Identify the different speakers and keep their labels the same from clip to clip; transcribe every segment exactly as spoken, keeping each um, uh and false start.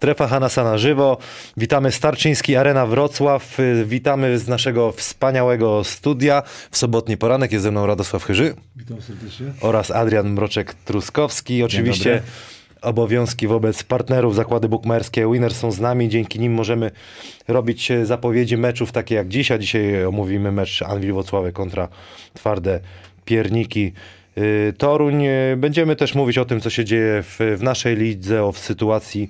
Speaker 1: Strefa Hanasa na żywo. Witamy Starczyński Arena Wrocław. Witamy z naszego wspaniałego studia. W sobotni poranek jest ze mną Radosław Chyży.
Speaker 2: Witam serdecznie.
Speaker 1: Oraz Adrian Mroczek-Truskowski. Oczywiście obowiązki wobec partnerów, zakłady bukmacherskie Winner są z nami. Dzięki nim możemy robić zapowiedzi meczów takie jak dzisiaj. Dzisiaj omówimy mecz Anwil Włocławek kontra Twarde Pierniki Toruń. Będziemy też mówić o tym, co się dzieje w, w naszej lidze, o w sytuacji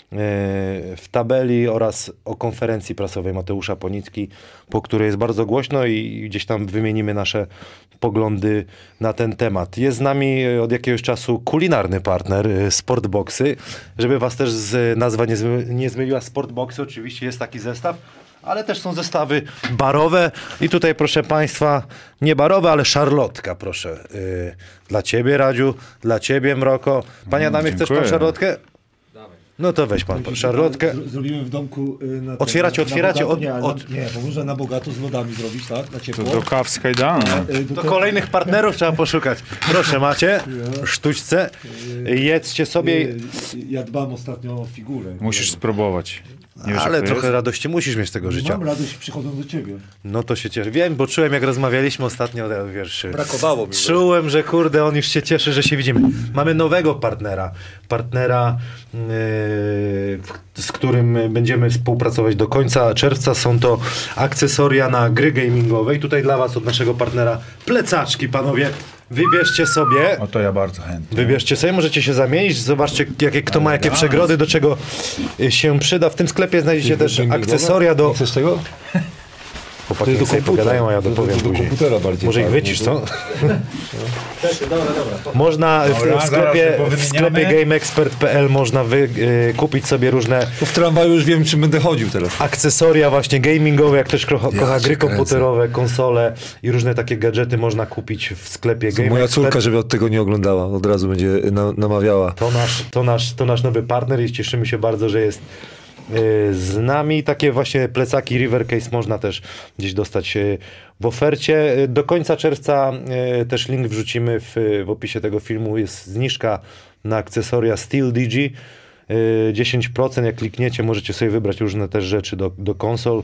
Speaker 1: w tabeli oraz o konferencji prasowej Mateusza Ponicki, po której jest bardzo głośno i gdzieś tam wymienimy nasze poglądy na ten temat. Jest z nami od jakiegoś czasu kulinarny partner Sportboxy. Żeby was też z nazwa nie, zmy, nie zmyliła, Sportboxy oczywiście jest taki zestaw, ale też są zestawy barowe i tutaj proszę państwa, nie barowe, ale szarlotka proszę. Yy, dla ciebie Radziu, dla ciebie Mroko. Panie Adamie, chcesz tą szarlotkę? No to weź pan szarlotkę.
Speaker 2: Zrobimy w domku na
Speaker 1: Otwieracie,
Speaker 2: na,
Speaker 1: otwieracie.
Speaker 2: Na
Speaker 1: od,
Speaker 2: nie,
Speaker 1: od...
Speaker 2: nie, bo można na bogato z lodami zrobić, tak? Na ciepło.
Speaker 3: To do kawska idealna.
Speaker 1: Do kolejnych partnerów trzeba poszukać. Proszę, macie sztućce. Jedzcie sobie.
Speaker 2: Ja dbam ostatnio o figurę.
Speaker 3: Musisz spróbować. Nie wiesz,
Speaker 1: ale trochę
Speaker 3: jest?
Speaker 1: radości musisz mieć z tego życia.
Speaker 2: Mam radość przychodząc do ciebie.
Speaker 1: No to się cieszę. Wiem, bo czułem, jak rozmawialiśmy ostatnio, wiesz,
Speaker 2: brakowało mi.
Speaker 1: Czułem, że kurde, on już się cieszy, że się widzimy. Mamy nowego partnera. Partnera, yy, z którym będziemy współpracować do końca czerwca. Są to akcesoria na gry gamingowe. I tutaj dla was od naszego partnera plecaczki, panowie. Wybierzcie sobie.
Speaker 3: O to ja bardzo chętnie.
Speaker 1: Wybierzcie sobie, możecie się zamienić. Zobaczcie, jakie, kto ma jakie przegrody, do czego się przyda. W tym sklepie znajdziecie też akcesoria do...
Speaker 2: Chcesz tego?
Speaker 1: Chłopaki niech sobie pogadają, a ja dopowiem
Speaker 2: do
Speaker 1: później.
Speaker 2: komputera bardziej.
Speaker 1: Może ich
Speaker 2: tak,
Speaker 1: wycisz, co?
Speaker 2: Dobra, dobra.
Speaker 1: Można w,
Speaker 3: Dobra,
Speaker 1: w sklepie,
Speaker 3: zaraz
Speaker 1: w sklepie game expert kropka p l można wy, y, kupić sobie różne
Speaker 2: To w tramwaju już wiem, czym będę chodził teraz.
Speaker 1: akcesoria właśnie gamingowe, jak ktoś kocha,
Speaker 2: Ja
Speaker 1: kocha
Speaker 2: cię
Speaker 1: gry
Speaker 2: kręcę.
Speaker 1: komputerowe, konsole i różne takie gadżety można kupić w sklepie Game
Speaker 2: Moja
Speaker 1: Expert.
Speaker 2: córka, żeby od tego nie oglądała, od razu będzie na, namawiała.
Speaker 1: To nasz, to, nasz, to nasz nowy partner i cieszymy się bardzo, że jest y, z nami. Takie właśnie plecaki River Case można też gdzieś dostać y, w ofercie. Y, Do końca czerwca y, też link wrzucimy w, w opisie tego filmu. Jest zniżka na akcesoria Steel D G. Y, dziesięć procent, jak klikniecie, możecie sobie wybrać różne też rzeczy do, do konsol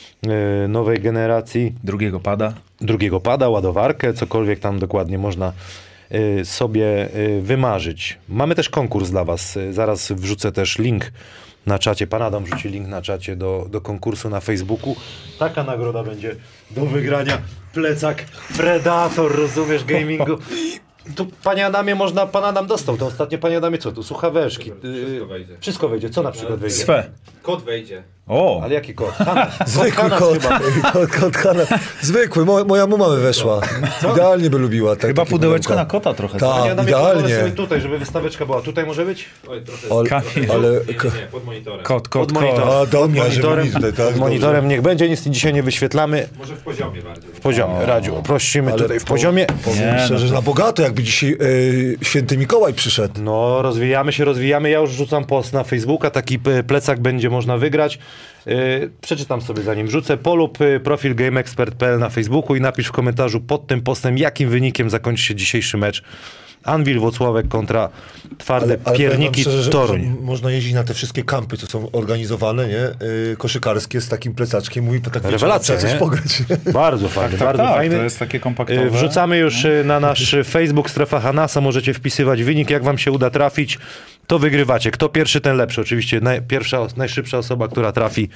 Speaker 1: y, nowej generacji.
Speaker 3: Drugiego pada.
Speaker 1: Drugiego pada, ładowarkę, cokolwiek tam dokładnie można y, sobie y, wymarzyć. Mamy też konkurs dla was. Y, zaraz wrzucę też link na czacie. Pan Adam wrzuci link na czacie do, do konkursu na Facebooku. Taka nagroda będzie do wygrania. Plecak Predator, rozumiesz, gamingu. Tu, panie Adamie, można, pan Adam dostał to ostatnio, panie Adamie, co tu, słuchaweczki.
Speaker 4: Wszystko wejdzie.
Speaker 1: Wszystko wejdzie, co na przykład wejdzie?
Speaker 3: Swe.
Speaker 4: Kod wejdzie.
Speaker 3: O!
Speaker 1: Ale jaki kod? Hanas.
Speaker 2: Zwykły
Speaker 1: Hanas
Speaker 2: kot.
Speaker 1: chyba.
Speaker 2: Kot, kot, kot. Zwykły. Mo, moja mama by weszła. Idealnie by lubiła. Tak,
Speaker 3: Chyba
Speaker 2: takie
Speaker 3: pudełeczko
Speaker 2: pudełka.
Speaker 3: na kota trochę.
Speaker 2: Tak.
Speaker 1: Panie Adamie,
Speaker 2: idealnie.
Speaker 1: pozwolę sobie tutaj, żeby wystaweczka była. Tutaj może być?
Speaker 4: Oj, trochę.
Speaker 2: Ale,
Speaker 3: Kamil.
Speaker 2: ale
Speaker 4: Nie, nie, nie, pod monitorem.
Speaker 3: Kot, kot,
Speaker 1: Pod monitorem.
Speaker 3: kot.
Speaker 2: A, do mnie, żeby
Speaker 1: monitorem,
Speaker 2: mi tutaj, tak?
Speaker 1: pod monitorem niech będzie, nic dzisiaj nie wyświetlamy.
Speaker 4: Może w poziomie bardziej.
Speaker 1: W poziomie, Radziu, prosimy
Speaker 2: Ale
Speaker 1: tutaj w
Speaker 2: po-
Speaker 1: poziomie.
Speaker 2: Powiem
Speaker 3: Nie,
Speaker 2: szczerze,
Speaker 3: no
Speaker 2: że na bogato, jakby dzisiaj e, święty Mikołaj przyszedł.
Speaker 1: No, rozwijamy się, rozwijamy. Ja już rzucam post na Facebooka, taki p- plecak będzie można wygrać. Yy, przeczytam sobie zanim rzucę. Polub y, profil game expert kropka p l na Facebooku i napisz w komentarzu pod tym postem, jakim wynikiem zakończy się dzisiejszy mecz Anwil Włocławek kontra Twarde
Speaker 2: Ale
Speaker 1: Pierniki
Speaker 2: powiem wam szczerze, że,
Speaker 1: Toruń.
Speaker 2: że można jeździć na te wszystkie kampy, co są organizowane, nie? Yy, koszykarskie z takim plecaczkiem. Mówi, tak wiecie,
Speaker 1: Rewelacja,
Speaker 2: trzeba coś
Speaker 1: nie?
Speaker 2: pograć.
Speaker 1: Bardzo fajny,
Speaker 3: Tak,
Speaker 1: bardzo
Speaker 3: tak,
Speaker 1: fajny.
Speaker 3: to jest takie kompaktowe.
Speaker 1: Y, Wrzucamy już y, na nasz Facebook Strefa Hanasa, możecie wpisywać wynik, jak wam się uda trafić, to wygrywacie. Kto pierwszy, ten lepszy. Oczywiście naj, pierwsza, najszybsza osoba, która trafi,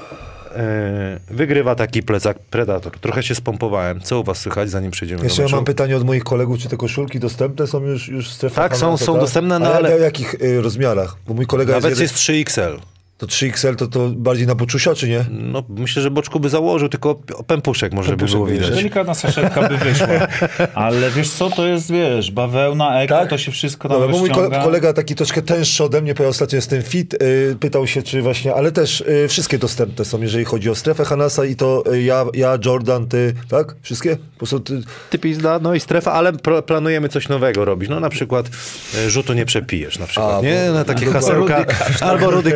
Speaker 1: y, wygrywa taki plecak Predator. Trochę się spompowałem. Co u was słychać, zanim przejdziemy
Speaker 2: Jeszcze
Speaker 1: do
Speaker 2: ja
Speaker 1: meczu?
Speaker 2: mam pytanie od moich kolegów, czy te koszulki dostępne są już, już w strefie
Speaker 1: Tak, są-
Speaker 2: Hanasa,
Speaker 1: są
Speaker 2: tak?
Speaker 1: dostępne, no
Speaker 2: A
Speaker 1: ale-
Speaker 2: jak- w jakich y, rozmiarach? Bo mój kolega
Speaker 1: Nawet
Speaker 2: jest,
Speaker 1: jest
Speaker 2: jeden,
Speaker 1: trzy X L.
Speaker 2: to trzy X L, to, to bardziej na boczusia, czy nie?
Speaker 1: No, myślę, że boczku by założył, tylko pępuszek może by było widać.
Speaker 3: Delikatna saszetka by wyszła. Ale wiesz co, to jest, wiesz, bawełna, eko,
Speaker 2: Tak?
Speaker 3: to się wszystko tam
Speaker 2: Dobra, bo mój
Speaker 3: rozciąga.
Speaker 2: ko- kolega taki troszkę tęższy ode mnie, powiedział ostatnio jestem fit, y, pytał się, czy właśnie, ale też y, wszystkie dostępne są, jeżeli chodzi o strefę Hanasa i to y, ja, ja, Jordan, ty, tak? Wszystkie? Po prostu ty...
Speaker 1: Ty pizda, no i strefa, ale pro, planujemy coś nowego robić. No na przykład e, rzutu nie przepijesz na przykład,
Speaker 2: A,
Speaker 1: nie?
Speaker 2: bo-
Speaker 1: Na takie
Speaker 2: albo
Speaker 1: hasełka.
Speaker 3: Rudy Kasztan.
Speaker 1: Albo Rudy Kasztan, on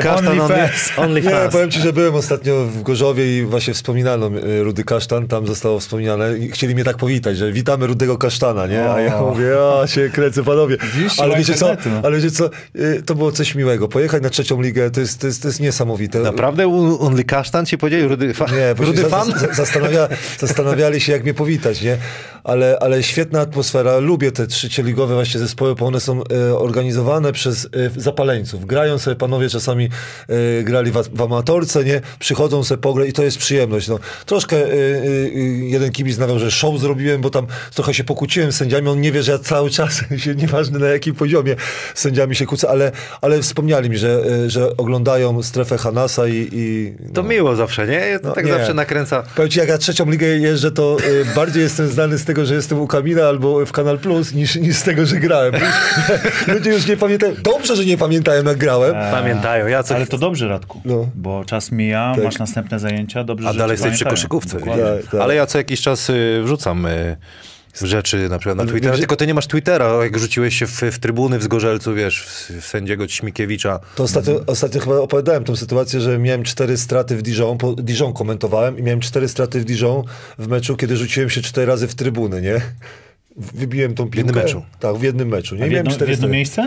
Speaker 3: OnlyFans.
Speaker 1: Only
Speaker 2: Nie,
Speaker 1: fans.
Speaker 2: powiem ci, że byłem ostatnio w Gorzowie i właśnie wspominano y, Rudy Kasztan, tam zostało wspomniane i chcieli mnie tak powitać, że witamy Rudego Kasztana, nie? A ja mówię, ja się kręcę, panowie.
Speaker 3: Dziś
Speaker 2: Ale
Speaker 3: siła
Speaker 2: wiecie co,
Speaker 3: internetu.
Speaker 2: ale wiecie co, y, to było coś miłego. Pojechać na trzecią ligę, to jest, to jest, to jest niesamowite.
Speaker 1: Naprawdę u- Only Kasztan ci powiedział? Rudy, fa-
Speaker 2: Nie, bo
Speaker 1: Rudy
Speaker 2: się
Speaker 1: fan?
Speaker 2: za, za, zastanawia, zastanawiali się, jak mnie powitać, nie? Ale, ale świetna atmosfera. Lubię te trzecioligowe właśnie zespoły, bo one są e, organizowane przez e, zapaleńców. Grają sobie panowie, czasami e, grali w, w amatorce, nie? Przychodzą sobie pograć i to jest przyjemność. No, troszkę e, e, jeden kibic nawiązał, że show zrobiłem, bo tam trochę się pokłóciłem z sędziami. On nie wie, że ja cały czas, się nieważne na jakim poziomie z sędziami się kłócę, ale, ale wspomniali mi, że, e, że oglądają strefę Hanasa i... i no.
Speaker 1: To miło zawsze, nie? To
Speaker 2: No
Speaker 1: tak
Speaker 2: nie.
Speaker 1: zawsze nakręca.
Speaker 2: Powiem ci, jak ja trzecią ligę jeżdżę, to y, bardziej jestem znany z tego, że jestem u Kamila albo w Kanal Plus, niż, niż z tego, że grałem. Ludzie już nie pamiętają. Dobrze, że nie pamiętają, jak grałem.
Speaker 1: Pamiętają, ja co...
Speaker 3: Ale to dobrze, Radku,
Speaker 2: No.
Speaker 3: bo czas mija,
Speaker 2: Tak.
Speaker 3: masz następne zajęcia, dobrze,
Speaker 1: A
Speaker 3: że
Speaker 1: dalej
Speaker 3: cię
Speaker 1: jesteś przy
Speaker 3: pamiętają.
Speaker 1: koszykówce.
Speaker 3: Dokładnie.
Speaker 2: Tak, tak.
Speaker 1: Ale ja co jakiś czas y, wrzucam y, rzeczy na przykład na
Speaker 2: Ale
Speaker 1: Twittera,
Speaker 2: wiecie-
Speaker 1: tylko ty nie masz Twittera, jak rzuciłeś się w, w trybuny w Zgorzelcu, wiesz, w, w sędziego Ćmikiewicza.
Speaker 2: To ostatnio, ostatnio chyba opowiadałem tą sytuację, że miałem cztery straty w Dijon, po Dijon komentowałem i miałem cztery straty w Dijon w meczu, kiedy rzuciłem się cztery razy w trybuny, nie? Wybiłem tą piłkę.
Speaker 1: jednym meczu.
Speaker 2: Tak, w jednym meczu. Nie
Speaker 3: A w
Speaker 2: miałem
Speaker 3: jedno, w
Speaker 2: cztery
Speaker 3: jedno
Speaker 2: straty.
Speaker 3: miejsce?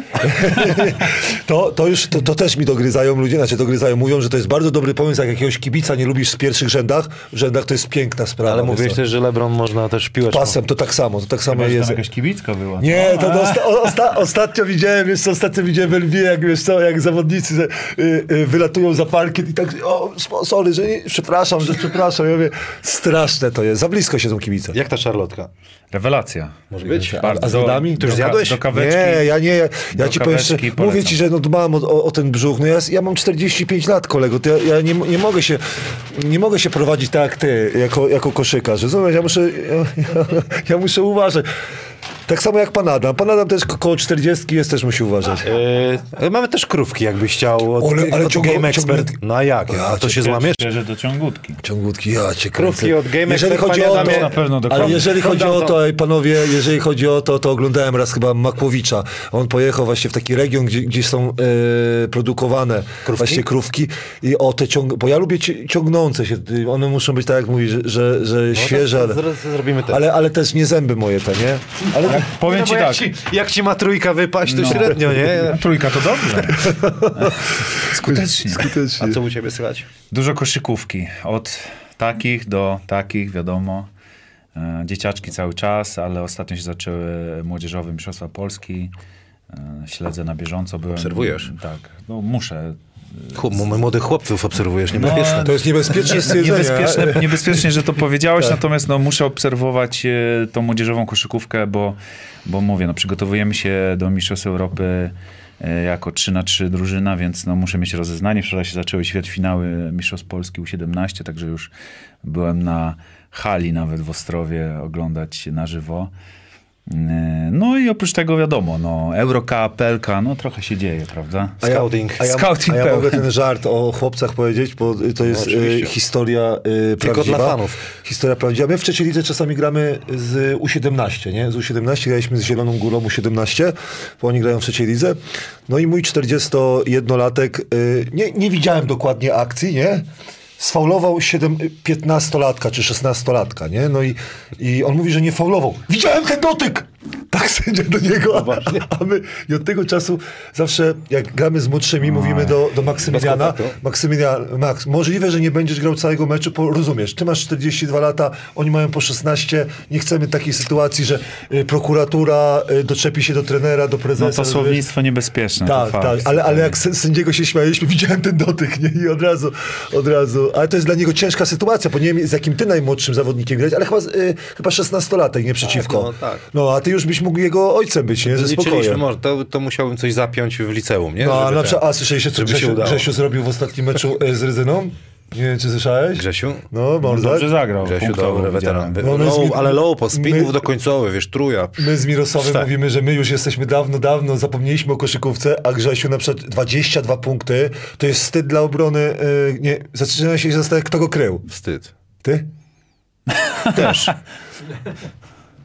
Speaker 2: To, to już, to, to też mi dogryzają ludzie, znaczy dogryzają, mówią, że to jest bardzo dobry pomysł, jak jakiegoś kibica nie lubisz w pierwszych rzędach, w rzędach to jest piękna sprawa.
Speaker 1: Ale
Speaker 2: wiesz
Speaker 1: mówiłeś
Speaker 2: co.
Speaker 1: też, że LeBron można też piłeczką.
Speaker 2: Pasem, to tak samo, to tak samo
Speaker 3: Chyba, że
Speaker 2: jest.
Speaker 3: tam jakaś kibicka była.
Speaker 2: Nie,
Speaker 3: co?
Speaker 2: to, to osta, o- osta, ostatnio widziałem, wiesz co, ostatnio widziałem w L B, jak, wiesz co, jak zawodnicy że, y, y, wylatują za parkiet i tak, o, sorry, że nie, przepraszam, że przepraszam. Ja mówię, straszne to jest, za blisko siedzą kibice.
Speaker 1: Jak ta szarlotka?
Speaker 3: Rewelacja.
Speaker 1: Może być?
Speaker 2: A, a z wodami?
Speaker 1: Ty już
Speaker 3: do, ka-
Speaker 1: zjadłeś?
Speaker 3: Do kaweczki.
Speaker 2: Nie, ja nie, ja, ja
Speaker 3: do
Speaker 2: ci powiem jeszcze,
Speaker 3: kaweczki
Speaker 2: mówię
Speaker 3: polecam.
Speaker 2: ci, że no dbam o, o, o ten brzuch, no ja, ja mam czterdzieści pięć lat, kolego, to ja, ja nie, nie mogę się, nie mogę się prowadzić tak jak ty, jako, jako koszykarz, rozumiesz, ja muszę, ja, ja, ja muszę uważać. Tak samo jak pan Adam. Pan Adam też ko- koło czterdziestki jest, też musi uważać.
Speaker 1: Yy, mamy też krówki, jakbyś chciał. Od,
Speaker 2: Ale- ale
Speaker 1: od
Speaker 2: ciągle-
Speaker 1: Game Expert.
Speaker 2: ciągle-
Speaker 1: No a jak?
Speaker 2: Ja
Speaker 1: A to
Speaker 2: cię
Speaker 1: się złamiesz?
Speaker 3: Świeże do ciągutki.
Speaker 2: Ciągutki, ja cię kręcę.
Speaker 1: Krówki od Game
Speaker 2: Jeżeli
Speaker 1: Expert,
Speaker 2: chodzi
Speaker 1: panie
Speaker 2: o to,
Speaker 1: Adamie.
Speaker 3: Na pewno do
Speaker 2: ale
Speaker 3: komu.
Speaker 2: jeżeli chodzi o
Speaker 1: Oglądam
Speaker 2: to, ej, panowie, jeżeli chodzi o to, to oglądałem raz chyba Makłowicza. On pojechał właśnie w taki region, gdzie, gdzie są e, produkowane właśnie krówki i o te ciąg... Bo ja lubię ci- ciągnące się. One muszą być tak, jak mówisz, że, że, że świeże,
Speaker 1: to
Speaker 2: ale,
Speaker 1: zaraz zrobimy też.
Speaker 2: ale, ale też nie zęby moje te, nie? Ale
Speaker 3: Powiem
Speaker 1: No
Speaker 3: ci
Speaker 1: bo
Speaker 3: tak.
Speaker 1: jak, ci, jak ci ma trójka wypaść, to
Speaker 3: No.
Speaker 1: średnio, nie?
Speaker 3: Trójka to dobrze. Skutecznie.
Speaker 2: skutecznie.
Speaker 1: A co u ciebie słychać?
Speaker 3: Dużo koszykówki. Od takich do takich, wiadomo. E, Dzieciaczki cały czas, ale ostatnio się zaczęły młodzieżowe mistrzostwa Polski. E, Śledzę na bieżąco. Byłem,
Speaker 1: Obserwujesz?
Speaker 3: Tak. No muszę.
Speaker 1: Chłop, młodych chłopców obserwujesz, niebezpieczne.
Speaker 2: To jest niebezpieczne stwierdzenie.
Speaker 3: Niebezpieczne, niebezpiecznie, że to powiedziałeś, natomiast no, muszę obserwować e, tą młodzieżową koszykówkę, bo, bo mówię, no, przygotowujemy się do Mistrzostw Europy e, jako trzy na trzy drużyna, więc no, muszę mieć rozeznanie. Wczoraj się zaczęły ćwierćfinały Mistrzostw Polski U siedemnaście, także już byłem na hali nawet w Ostrowie oglądać na żywo. E, No i oprócz tego wiadomo, no, Eurocup, P L K, no trochę się dzieje, prawda?
Speaker 2: A ja,
Speaker 1: Scouting.
Speaker 2: a ja,
Speaker 3: Scouting
Speaker 2: a ja
Speaker 3: pełen.
Speaker 2: mogę ten żart o chłopcach powiedzieć, bo to jest
Speaker 1: oczywiście.
Speaker 2: y, historia y,
Speaker 1: Tylko
Speaker 2: prawdziwa.
Speaker 1: dla fanów.
Speaker 2: Historia prawdziwa. My w trzeciej lidze czasami gramy z U siedemnaście, nie? Z U siedemnaście graliśmy z Zieloną Górą U siedemnaście, bo oni grają w trzeciej lidze. No i mój czterdziestojednolatek, y, nie, nie widziałem dokładnie akcji, nie? Sfaulował siedem, piętnastolatka czy szesnastolatka, nie? No i, i on mówi, że nie faulował. Widziałem ten dotyk! Tak sędzia do niego. A, a my i od tego czasu zawsze, jak gramy z młodszymi, mówimy do, do Maksymiliana,
Speaker 1: Bez kontaktu.
Speaker 2: Maksymilian, Max, możliwe, że nie będziesz grał całego meczu, bo rozumiesz, ty masz czterdzieści dwa lata, oni mają po szesnaście, nie chcemy takiej sytuacji, że y, prokuratura y, doczepi się do trenera, do prezesa.
Speaker 3: No to
Speaker 2: rozumiesz?
Speaker 3: słownictwo niebezpieczne. to
Speaker 2: Tak,
Speaker 3: fakt.
Speaker 2: tak, ale, ale jak s- sędziego się śmialiśmy, widziałem ten dotyk, nie? I od razu, od razu. Ale to jest dla niego ciężka sytuacja, bo nie wiem, z jakim ty najmłodszym zawodnikiem grać, ale chyba, z- y, chyba szesnastolatek, nie przeciwko.
Speaker 1: no tak.
Speaker 2: No, a ty już byś mógł jego ojcem być, nie? Ze
Speaker 1: Liczyliśmy,
Speaker 2: spokojem.
Speaker 1: może, to, to musiałbym coś zapiąć w liceum, nie?
Speaker 2: No, a
Speaker 1: Żeby
Speaker 2: na
Speaker 1: ten-
Speaker 2: przykład, a słyszeliście, co
Speaker 1: żeby się
Speaker 2: Grzesiu,
Speaker 1: udało.
Speaker 2: Grzesiu zrobił w ostatnim meczu y, z Ryzyną? Nie wiem, czy słyszałeś?
Speaker 1: Grzesiu?
Speaker 2: No, Morzak.
Speaker 3: Dobrze zagrał.
Speaker 1: Grzesiu,
Speaker 3: punktowo
Speaker 1: dobry weteran.
Speaker 3: widziałem.
Speaker 2: No, my z
Speaker 1: Low,
Speaker 2: mi-
Speaker 1: ale low, po spinów
Speaker 2: my-
Speaker 1: do końcowy, wiesz, truja.
Speaker 2: My z Mirosławem
Speaker 1: Tak.
Speaker 2: mówimy, że my już jesteśmy dawno, dawno zapomnieliśmy o koszykówce, a Grzesiu na przykład dwadzieścia dwa punkty, to jest wstyd dla obrony. Y, nie, zaczyna się zastanawiać, kto go krył.
Speaker 1: Wstyd.
Speaker 2: Ty?
Speaker 1: Też.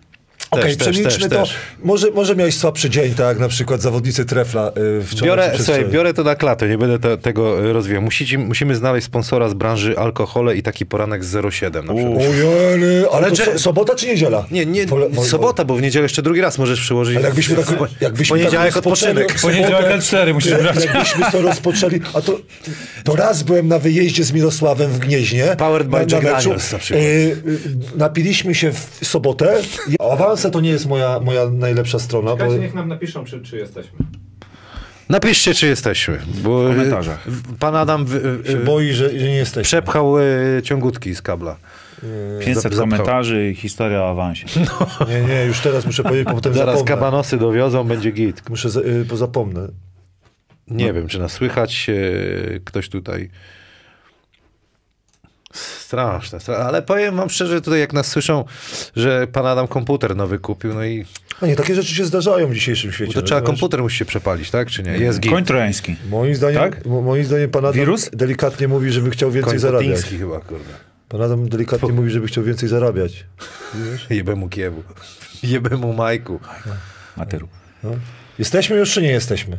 Speaker 2: Okej,
Speaker 1: też,
Speaker 2: przemilczmy
Speaker 1: też,
Speaker 2: to.
Speaker 1: też.
Speaker 2: Może, może miałeś słabszy dzień, tak jak na przykład zawodnicy Trefla y, wczoraj.
Speaker 1: Biorę,
Speaker 2: czy
Speaker 1: słuchaj,
Speaker 2: przedwczoraj.
Speaker 1: biorę to na klatę, nie będę te, tego rozwijał. Musicie, musimy znaleźć sponsora z branży alkohole i taki poranek z zero przecinek siedem na przykład.
Speaker 2: Ojej, ale
Speaker 1: Ale
Speaker 2: to
Speaker 1: że-
Speaker 2: so, sobota czy niedziela?
Speaker 1: Nie, nie,
Speaker 2: Wole- wole-
Speaker 1: sobota, bo w niedzielę jeszcze drugi raz możesz przyłożyć.
Speaker 2: Ale jakbyśmy tak,
Speaker 1: w,
Speaker 2: jakbyśmy
Speaker 1: poniedziałek
Speaker 2: tak rozpoczęli
Speaker 1: odpoczynek.
Speaker 2: od sobotę,
Speaker 3: Poniedziałek na cztery musisz
Speaker 2: jak-
Speaker 3: brać.
Speaker 2: Jakbyśmy to rozpoczęli, a to, to raz byłem na wyjeździe z Mirosławem w Gnieźnie.
Speaker 1: Powered by
Speaker 2: na,
Speaker 1: Jack
Speaker 2: na meczu.
Speaker 1: Daniels na przykład.
Speaker 2: Y, y, napiliśmy się w sobotę. Awanse to nie jest moja, moja najlepsza strona. Bo...
Speaker 4: Czekajcie, niech nam napiszą, czy, czy jesteśmy.
Speaker 1: Napiszcie, czy jesteśmy. Bo
Speaker 3: W komentarzach.
Speaker 1: y, Pan Adam y, y,
Speaker 2: się boi, że, że nie jesteśmy.
Speaker 1: przepchał y, ciągutki z kabla.
Speaker 3: pięćset
Speaker 1: Zapchał.
Speaker 3: komentarzy i historia o awansie.
Speaker 2: Nie, nie, już teraz muszę powiedzieć, bo potem
Speaker 1: Zaraz
Speaker 2: zapomnę.
Speaker 1: kabanosy dowiozą, będzie git.
Speaker 2: Muszę, za- y, bo zapomnę.
Speaker 1: Nie wiem, czy nas słychać. y, Ktoś tutaj... Straszne, straszne, ale powiem wam szczerze, tutaj jak nas słyszą, że pan Adam komputer nowy kupił, no i
Speaker 2: A nie, takie rzeczy się zdarzają w dzisiejszym świecie.
Speaker 1: to trzeba
Speaker 2: Znaczy,
Speaker 1: komputer musi się przepalić, tak, czy nie? Jest git.
Speaker 3: Koń trojański.
Speaker 2: Moim zdaniem,
Speaker 3: Tak?
Speaker 2: mo- moim zdaniem pan Adam
Speaker 3: Wirus?
Speaker 2: delikatnie mówi, żeby chciał więcej
Speaker 1: Koń
Speaker 2: zarabiać.
Speaker 1: Potiński chyba, kurde.
Speaker 2: Pan Adam delikatnie mówi, żeby chciał więcej zarabiać. Wiesz?
Speaker 1: Jebę mu kiewu. Jebę mu Majku.
Speaker 3: Materu.
Speaker 2: No. Jesteśmy już czy nie jesteśmy?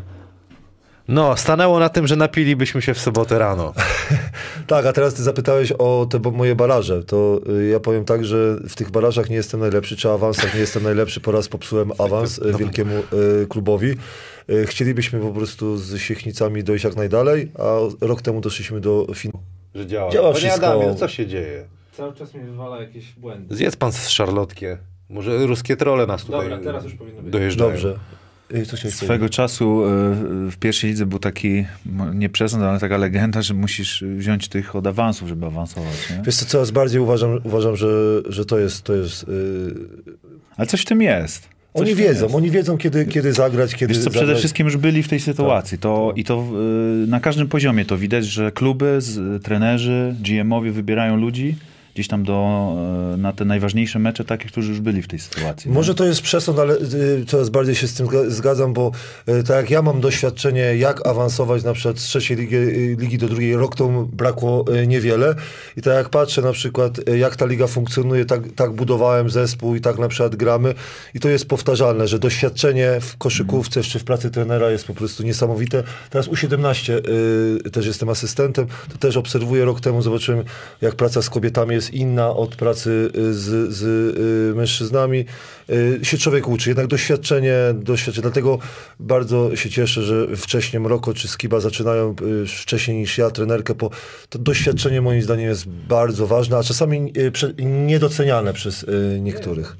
Speaker 1: No, stanęło na tym, że napilibyśmy się w sobotę rano.
Speaker 2: Tak, a teraz ty zapytałeś o te bo- moje baraże. To y, ja powiem tak, że w tych barażach nie jestem najlepszy, czy awansach nie jestem najlepszy. Po raz popsułem awans y, wielkiemu y, klubowi. Y, chcielibyśmy po prostu z Siechnicami dojść jak najdalej, a rok temu doszliśmy do finału.
Speaker 1: Że działa.
Speaker 2: Działa
Speaker 1: Panie
Speaker 2: wszystko.
Speaker 1: Adamie, co się dzieje?
Speaker 4: Cały czas mi wywala jakieś błędy.
Speaker 1: Zjedz pan z szarlotkie. Może ruskie trole nas tutaj
Speaker 4: Dobra, teraz już powinno być.
Speaker 1: dojeżdżają.
Speaker 2: Dobrze. Y, Co chciałeś
Speaker 3: Swego
Speaker 2: powiedzieć?
Speaker 3: czasu y, w pierwszej lidze był taki, mo- nie przesąd, ale taka legenda, że musisz wziąć tych od awansów, żeby awansować. Nie?
Speaker 2: Wiesz co, coraz bardziej uważam, uważam że, że to jest... To jest yy...
Speaker 3: Ale coś w tym jest. Coś
Speaker 2: Oni
Speaker 3: w tym
Speaker 2: wiedzą,
Speaker 3: jest.
Speaker 2: oni wiedzą kiedy, kiedy zagrać, kiedy
Speaker 3: Wiesz co,
Speaker 2: zagrać.
Speaker 3: przede wszystkim już byli w tej sytuacji. To,
Speaker 2: tak.
Speaker 3: I to y, na każdym poziomie to widać, że kluby, z, trenerzy, G M owie wybierają ludzi gdzieś tam do, y, na te najważniejsze mecze, takich, którzy już byli w tej sytuacji.
Speaker 2: Może to jest przesąd, ale y, coraz bardziej się z tym zga- zgadzam, bo y, tak jak ja mam doświadczenie, jak awansować na przykład z trzeciej ligi, y, ligi do drugiej, rok temu brakło y, niewiele i tak jak patrzę na przykład, y, jak ta liga funkcjonuje, tak, tak budowałem zespół i tak na przykład gramy i to jest powtarzalne, że doświadczenie w koszykówce czy w pracy trenera jest po prostu niesamowite. Teraz U siedemnaście y, też jestem asystentem, to też obserwuję rok temu, zobaczyłem jak praca z kobietami jest inna od pracy y, z, z y, mężczyznami. Y, się człowiek uczy, jednak doświadczenie, doświadczenie. Dlatego bardzo się cieszę, że wcześniej Mroko czy Skiba zaczynają y, wcześniej niż ja trenerkę, bo to doświadczenie moim zdaniem jest bardzo ważne, a czasami y, prze, niedoceniane przez y, niektórych.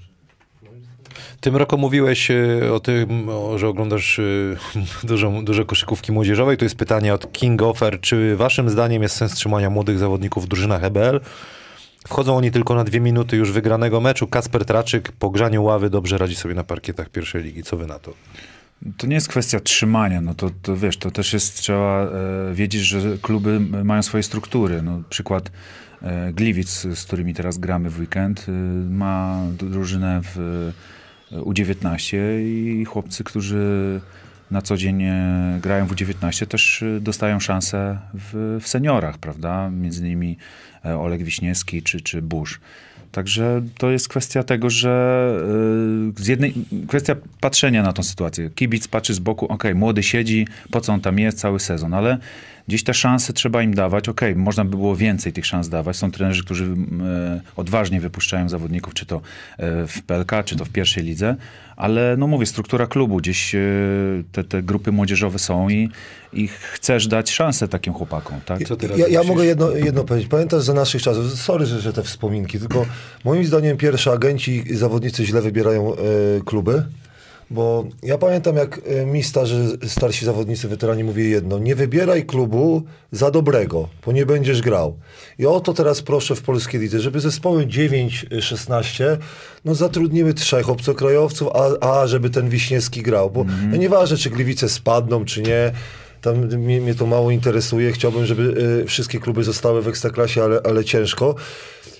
Speaker 1: Tym roku mówiłeś e, o tym, o, że oglądasz e, dużo, dużo koszykówki młodzieżowej. Tu jest pytanie od King Offer. Czy waszym zdaniem jest sens trzymania młodych zawodników w drużynach E B L? Wchodzą oni tylko na dwie minuty już wygranego meczu. Kasper Traczyk po grzaniu ławy dobrze radzi sobie na parkietach pierwszej ligi. Co wy na to?
Speaker 3: To nie jest kwestia trzymania, no to, to wiesz, to też jest, trzeba e, wiedzieć, że kluby mają swoje struktury. No, przykład e, Gliwic, z którymi teraz gramy w weekend, e, ma drużynę w e, U dziewiętnaście i chłopcy, którzy na co dzień e, grają w U dziewiętnaście, też e, dostają szansę w, w seniorach, prawda? Między innymi e, Oleg Wiśniewski czy, czy Busz. Także to jest kwestia tego, że yy, z jednej, kwestia patrzenia na tą sytuację. Kibic patrzy z boku, okej, młody siedzi, po co on tam jest cały sezon, ale gdzieś te szanse trzeba im dawać. Okej, można by było więcej tych szans dawać. Są trenerzy, którzy yy, odważnie wypuszczają zawodników, czy to yy, w P L K, czy to w pierwszej lidze, ale no mówię, struktura klubu, gdzieś yy, te, te grupy młodzieżowe są i, i chcesz dać szansę takim chłopakom, tak?
Speaker 1: Co ty
Speaker 2: Ja, ja
Speaker 1: myślisz?
Speaker 2: mogę jedno, jedno powiedzieć. Pamiętasz za naszych czasów, sorry, że, że te wspominki, tylko moim zdaniem pierwsze agenci i zawodnicy źle wybierają e, kluby, bo ja pamiętam jak e, mi starzy, starsi zawodnicy, weterani mówili jedno, nie wybieraj klubu za dobrego, bo nie będziesz grał. I o to teraz proszę w polskiej lidze, żeby zespoły dziewięć szesnaście, no zatrudnimy trzech obcokrajowców, a, a żeby ten Wiśniewski grał, bo mm. no nieważne, czy Gliwice spadną, czy nie, tam mnie, mnie to mało interesuje. Chciałbym, żeby y, wszystkie kluby zostały w Ekstraklasie, ale, ale ciężko.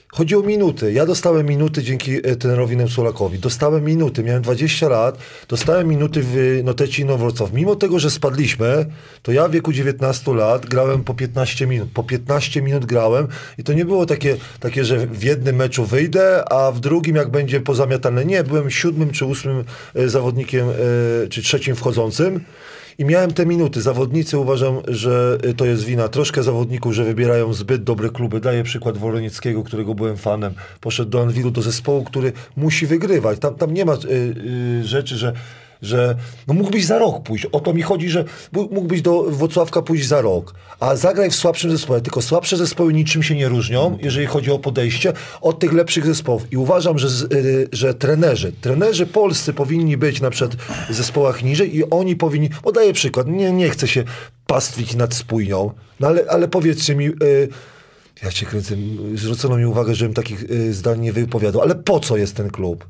Speaker 2: Chodzi o minuty. Ja dostałem minuty dzięki e, trenerowi Nemsulakowi. Dostałem minuty. Miałem dwadzieścia lat. Dostałem minuty w Notecino Wrocław. Mimo tego, że spadliśmy, to ja w wieku dziewiętnastu lat grałem po piętnaście minut. Po piętnaście minut grałem i to nie było takie, takie, że w jednym meczu wyjdę, a w drugim jak będzie pozamiatane. Nie, byłem siódmym czy ósmym e, zawodnikiem, e, czy trzecim wchodzącym. I miałem te minuty. Zawodnicy, uważam, że to jest wina troszkę zawodników, że wybierają zbyt dobre kluby. Daję przykład Woronieckiego, którego byłem fanem. Poszedł do Anwilu, do zespołu, który musi wygrywać. Tam, tam nie ma y, y, rzeczy, że że no mógłbyś za rok pójść. O to mi chodzi, że mógłbyś do Włocławka pójść za rok, a zagraj w słabszym zespole. Tylko słabsze zespoły niczym się nie różnią, jeżeli chodzi o podejście, od tych lepszych zespołów. I uważam, że, yy, że trenerzy, trenerzy polscy powinni być na przykład w zespołach niżej i oni powinni, podaję przykład, nie, nie chcę się pastwić nad spójnią, no ale, ale powiedzcie mi, yy, ja cię kręcę, zwrócono mi uwagę, żebym takich yy, zdań nie wypowiadał, ale po co jest ten klub?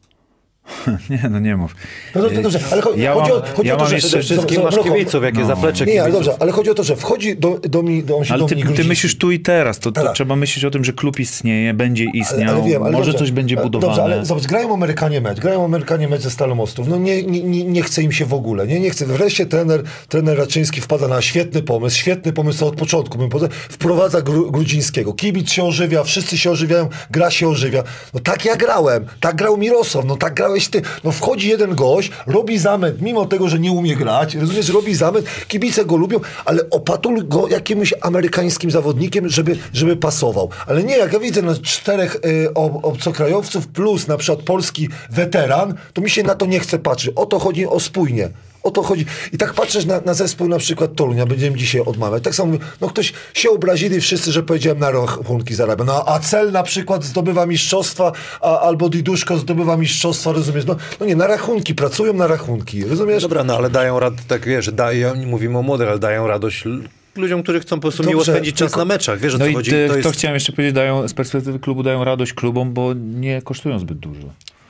Speaker 3: Nie, no nie mów.
Speaker 2: No to, to dobrze, ale cho
Speaker 3: ja
Speaker 2: chodzi
Speaker 3: mam,
Speaker 2: o, chodzi
Speaker 3: ja
Speaker 2: o to,
Speaker 3: mam
Speaker 2: że...
Speaker 3: jeszcze
Speaker 1: wszystkim masz kibiców, jakie
Speaker 3: no.
Speaker 1: zaplecze
Speaker 2: Nie,
Speaker 1: kibiców.
Speaker 2: ale dobrze, ale chodzi o to, że wchodzi do, do mi, do, on się
Speaker 3: Ale
Speaker 2: do
Speaker 3: ty,
Speaker 2: mnie
Speaker 3: ty
Speaker 2: Grudziński.
Speaker 3: myślisz tu i teraz, to, to
Speaker 2: Tak.
Speaker 3: trzeba myśleć o tym, że klub istnieje, będzie istniał,
Speaker 2: Ale, ale wiem, ale
Speaker 3: może
Speaker 2: dobrze,
Speaker 3: coś będzie
Speaker 2: ale,
Speaker 3: budowane.
Speaker 2: Dobrze, ale zobacz, grają Amerykanie mecz, grają Amerykanie mecz ze Stalą Ostrów, no nie, nie, nie, nie chce im się w ogóle, nie, nie chce. Wreszcie trener, trener Raczyński wpada na świetny pomysł, świetny pomysł od początku, bym powiedział, wprowadza Gru, Grudzińskiego, kibic się ożywia, wszyscy się ożywiają, gra się ożywia. No tak ja grałem, tak grał Mirosław, no tak grałeś ty, no wchodzi jeden gość, robi zamęt, mimo tego, że nie umie grać, rozumiesz, robi zamęt, kibice go lubią, ale opatul go jakimś amerykańskim zawodnikiem, żeby, żeby pasował. Ale nie, jak ja widzę na czterech y, ob, obcokrajowców plus na przykład polski weteran, to mi się na to nie chce patrzeć. O to chodzi o spójnie. O to chodzi. I tak patrzysz na, na zespół na przykład Torunia, będziemy dzisiaj odmawiać. Tak samo mówię, no ktoś się obrazili wszyscy, że powiedziałem na rachunki zarabia. No a Cel na przykład zdobywa mistrzostwa, a, albo Diduszko zdobywa mistrzostwa, rozumiesz? No, no nie, na rachunki, pracują na rachunki, rozumiesz?
Speaker 1: Dobra, no ale dają radę, tak wiesz, dają, nie mówimy o młodych, ale dają radość ludziom, którzy chcą po prostu
Speaker 2: Dobrze,
Speaker 1: miło spędzić czas
Speaker 2: tylko...
Speaker 1: na meczach. Wiesz, o
Speaker 3: No
Speaker 1: co
Speaker 3: i
Speaker 1: chodzi?
Speaker 3: ty,
Speaker 1: To
Speaker 3: to
Speaker 1: jest...
Speaker 3: chciałem jeszcze powiedzieć, dają, z perspektywy klubu dają radość klubom, bo nie kosztują zbyt dużo.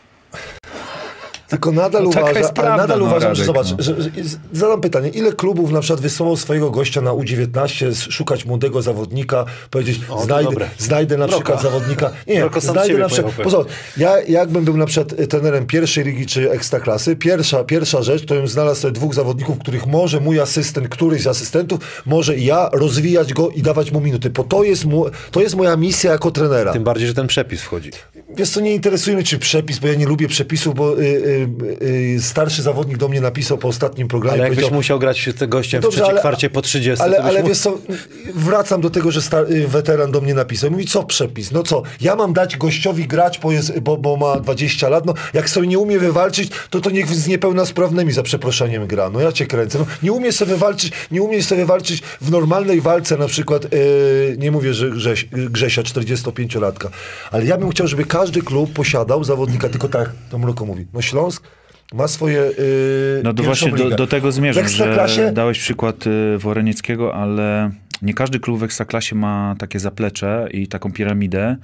Speaker 2: Tylko nadal
Speaker 3: No, taka
Speaker 2: uważam,
Speaker 3: jest prawda,
Speaker 2: ale nadal
Speaker 3: no,
Speaker 2: uważam,
Speaker 3: Radek,
Speaker 2: że zobacz,
Speaker 3: no.
Speaker 2: że, że, zadam pytanie, ile klubów na przykład wysłał swojego gościa na U dziewiętnaście, szukać młodego zawodnika, powiedzieć,
Speaker 1: O, to
Speaker 2: znajdę,
Speaker 1: dobre.
Speaker 2: znajdę na
Speaker 1: Broko.
Speaker 2: przykład zawodnika, nie,
Speaker 1: Broko sam
Speaker 2: znajdę
Speaker 1: siebie
Speaker 2: na przykład,
Speaker 1: pojechał.
Speaker 2: pozor, ja jakbym był na przykład trenerem pierwszej ligi czy ekstraklasy, pierwsza, pierwsza rzecz, to bym znalazł sobie dwóch zawodników, których może mój asystent, któryś z asystentów, może ja rozwijać go i dawać mu minuty, bo to jest, mu, to jest moja misja jako trenera.
Speaker 1: Tym bardziej, że ten przepis wchodzi.
Speaker 2: Wiesz co, nie interesuje mnie, czy przepis, bo ja nie lubię przepisów, bo y, y, y, starszy zawodnik do mnie napisał po ostatnim programie.
Speaker 1: Ale jakbyś
Speaker 2: powiedział,
Speaker 1: musiał grać z gościem
Speaker 2: Dobrze,
Speaker 1: w trzeciej
Speaker 2: ale-
Speaker 1: kwarcie po trzydziestym,
Speaker 2: Ale,
Speaker 1: to byś
Speaker 2: ale
Speaker 1: mógł-
Speaker 2: wiesz co, wracam do tego, że star, y, weteran do mnie napisał. Mówi, co przepis? No co, ja mam dać gościowi grać, bo, jest, bo, bo ma dwadzieścia lat, no jak sobie nie umie wywalczyć, to to niech z niepełnosprawnymi za przeproszeniem gra. No ja cię kręcę. No, nie umie sobie wywalczyć, nie umie sobie walczyć w normalnej walce, na przykład, y, nie mówię, że Grześ, Grzesia, czterdziestopięciolatka, ale ja bym chciał, żeby każdy klub posiadał zawodnika, tylko tak, to Mroko mówi, no Śląsk ma swoje yy,
Speaker 3: No to
Speaker 2: pierwszą
Speaker 3: właśnie do,
Speaker 2: ligę.
Speaker 3: do tego
Speaker 2: W
Speaker 3: zmierzam,
Speaker 2: Ekstraklasie
Speaker 3: że dałeś przykład y, Woronieckiego, ale nie każdy klub w Ekstraklasie ma takie zaplecze i taką piramidę,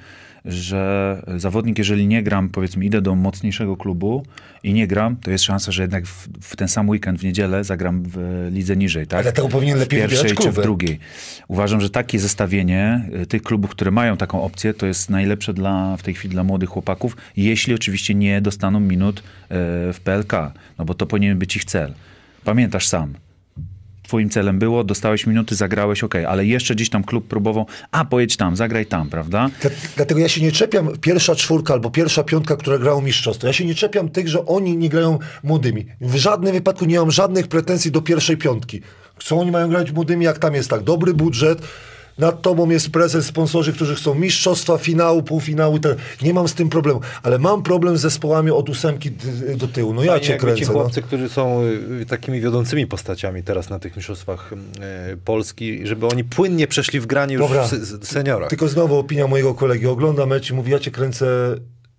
Speaker 3: że zawodnik, jeżeli nie gram, powiedzmy, idę do mocniejszego klubu i nie gram, to jest szansa, że jednak w, w ten sam weekend, w niedzielę zagram w lidze niżej, tak?
Speaker 2: Ale dlatego powinien lepiej
Speaker 3: w pierwszej
Speaker 2: wybierać
Speaker 3: czy w
Speaker 2: kluby.
Speaker 3: drugiej. Uważam, że takie zestawienie y, tych klubów, które mają taką opcję, to jest najlepsze dla, w tej chwili dla młodych chłopaków, jeśli oczywiście nie dostaną minut y, w P L K, no bo to powinien być ich cel. Pamiętasz sam. Twoim celem było, dostałeś minuty, zagrałeś, okej, ale jeszcze gdzieś tam klub próbował, a pojedź tam, zagraj tam, prawda?
Speaker 2: Dla- Dlatego ja się nie czepiam pierwsza czwórka albo pierwsza piątka, która grało mistrzostwo. Ja się nie czepiam tych, że oni nie grają młodymi. W żadnym wypadku nie mam żadnych pretensji do pierwszej piątki. Co oni mają grać młodymi, jak tam jest tak dobry budżet, nad tobą jest prezes, sponsorzy, którzy chcą mistrzostwa, finału, półfinału. i tak. Nie mam z tym problemu, ale mam problem z zespołami od ósemki d- do tyłu. No ja
Speaker 1: Fajnie,
Speaker 2: cię
Speaker 1: jakby
Speaker 2: kręcę.
Speaker 1: Ci
Speaker 2: No.
Speaker 1: chłopcy, którzy są y, takimi wiodącymi postaciami teraz na tych mistrzostwach y, Polski, żeby oni płynnie przeszli w granie już
Speaker 2: Dobra.
Speaker 1: w se- z- seniorach.
Speaker 2: Tylko znowu opinia mojego kolegi. Ogląda mecz i mówi, ja cię kręcę.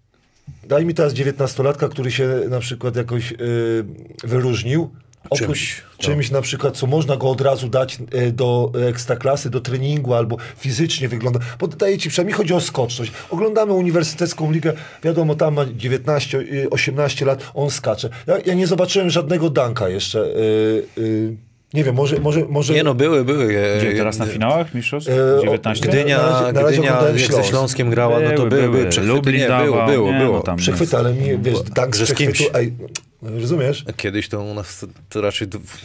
Speaker 2: Daj mi teraz dziewiętnastolatka, który się na przykład jakoś yy, wyróżnił. Oprócz
Speaker 1: Czymś, no.
Speaker 2: czymś na przykład, co można go od razu dać y, do ekstraklasy, do treningu albo fizycznie wygląda. Bo daję ci przynajmniej, chodzi o skoczność. Oglądamy uniwersytecką ligę, wiadomo, tam ma dziewiętnaście, osiemnaście lat, on skacze. Ja, ja nie zobaczyłem żadnego danka jeszcze. Y, y, Nie wiem, może... może, może...
Speaker 1: Nie no, były, były.
Speaker 3: Gdzie, teraz na finałach mistrzostw?
Speaker 2: E,
Speaker 3: dziewiętnaście?
Speaker 1: Gdynia,
Speaker 2: Na razie- na razie
Speaker 1: Gdynia
Speaker 2: oglądałem
Speaker 1: jak
Speaker 2: Śląsk.
Speaker 1: ze Śląskiem grała, no to
Speaker 3: Były,
Speaker 1: były,
Speaker 3: były.
Speaker 1: były przechwyty.
Speaker 3: Lublin
Speaker 1: Nie, było,
Speaker 3: dawał,
Speaker 1: było,
Speaker 3: nie,
Speaker 1: było.
Speaker 3: no tam
Speaker 2: Przechwyty, ale nie, wiesz, tank
Speaker 1: Że
Speaker 2: z
Speaker 1: z kimś.
Speaker 2: przechwytu... Ej, rozumiesz?
Speaker 1: Kiedyś to u nas to, to raczej...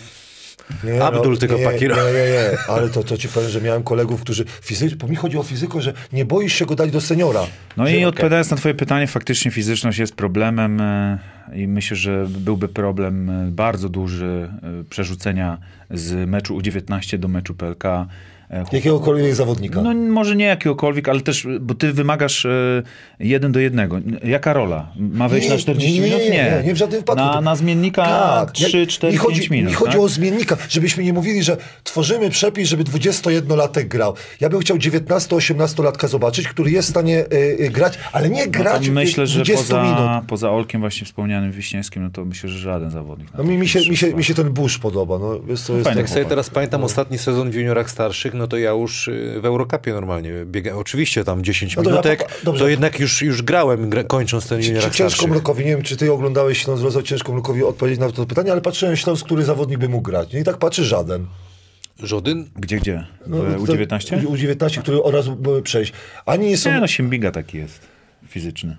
Speaker 2: Nie,
Speaker 1: Abdul tylko
Speaker 2: nie,
Speaker 1: pakiro.
Speaker 2: Nie, nie, nie, ale to, to ci powiem, że miałem kolegów, którzy fizycznie, bo mi chodzi o fizykę, że nie boisz się go dać do seniora.
Speaker 3: No
Speaker 2: że,
Speaker 3: i
Speaker 2: okay.
Speaker 3: odpowiadając na twoje pytanie, faktycznie fizyczność jest problemem e, i myślę, że byłby problem e, bardzo duży e, przerzucenia z meczu U dziewiętnaście do meczu P L K. e,
Speaker 2: Jakiegokolwiek zawodnika.
Speaker 3: No może nie jakiegokolwiek, ale też, bo ty wymagasz e, jeden do jednego. Jaka rola? Ma wejść
Speaker 2: Nie,
Speaker 3: na czterdzieści
Speaker 2: nie, nie,
Speaker 3: minut?
Speaker 2: nie, nie, nie w żadnym wypadku.
Speaker 3: Na, na zmiennika
Speaker 2: Tak,
Speaker 3: trzy, cztery,
Speaker 2: mi chodzi,
Speaker 3: pięć minut.
Speaker 2: Mi chodzi
Speaker 3: tak?
Speaker 2: o zmiennika, żebyśmy nie mówili, że tworzymy przepis, żeby dwudziestojednolatek grał. Ja bym chciał dziewiętnasto-osiemnastolatka zobaczyć, który jest w stanie y, y, grać, ale nie
Speaker 3: No
Speaker 2: grać
Speaker 3: to myślę, że
Speaker 2: dwadzieścia minut.
Speaker 3: poza, poza Olkiem właśnie wspomnianym Wiśniewskim, no to myślę, że żaden zawodnik.
Speaker 2: No mi, mi, się, mi, się, mi się ten Bush podoba. No, jest, to jest
Speaker 3: Fajny
Speaker 1: Jak sobie
Speaker 3: chłopak.
Speaker 1: teraz pamiętam ostatni sezon w juniorach starszych, no to ja już y, w Eurocupie normalnie biegałem. Oczywiście tam dziesięć
Speaker 2: No dobra,
Speaker 1: minutek,
Speaker 2: to- dobrze.
Speaker 1: to jednak już, już grałem, gra, kończąc ten
Speaker 2: Czy,
Speaker 1: juniorach
Speaker 2: czy ciężko
Speaker 1: starszych.
Speaker 2: Mrokowi, nie wiem, czy ty oglądałeś Śląsk Wrocław, ciężko Mrokowi odpowiedzieć na to pytanie, ale patrzyłem Śląsk, który zawodnik by mógł grać. No i tak patrzy żaden.
Speaker 1: Żaden?
Speaker 3: Gdzie, gdzie?
Speaker 2: No,
Speaker 3: W
Speaker 2: to-
Speaker 3: U dziewiętnaście?
Speaker 2: U dziewiętnaście, który od razu były przejść. Ani nie są...
Speaker 3: Nie, no Siembiga taki jest, fizyczny.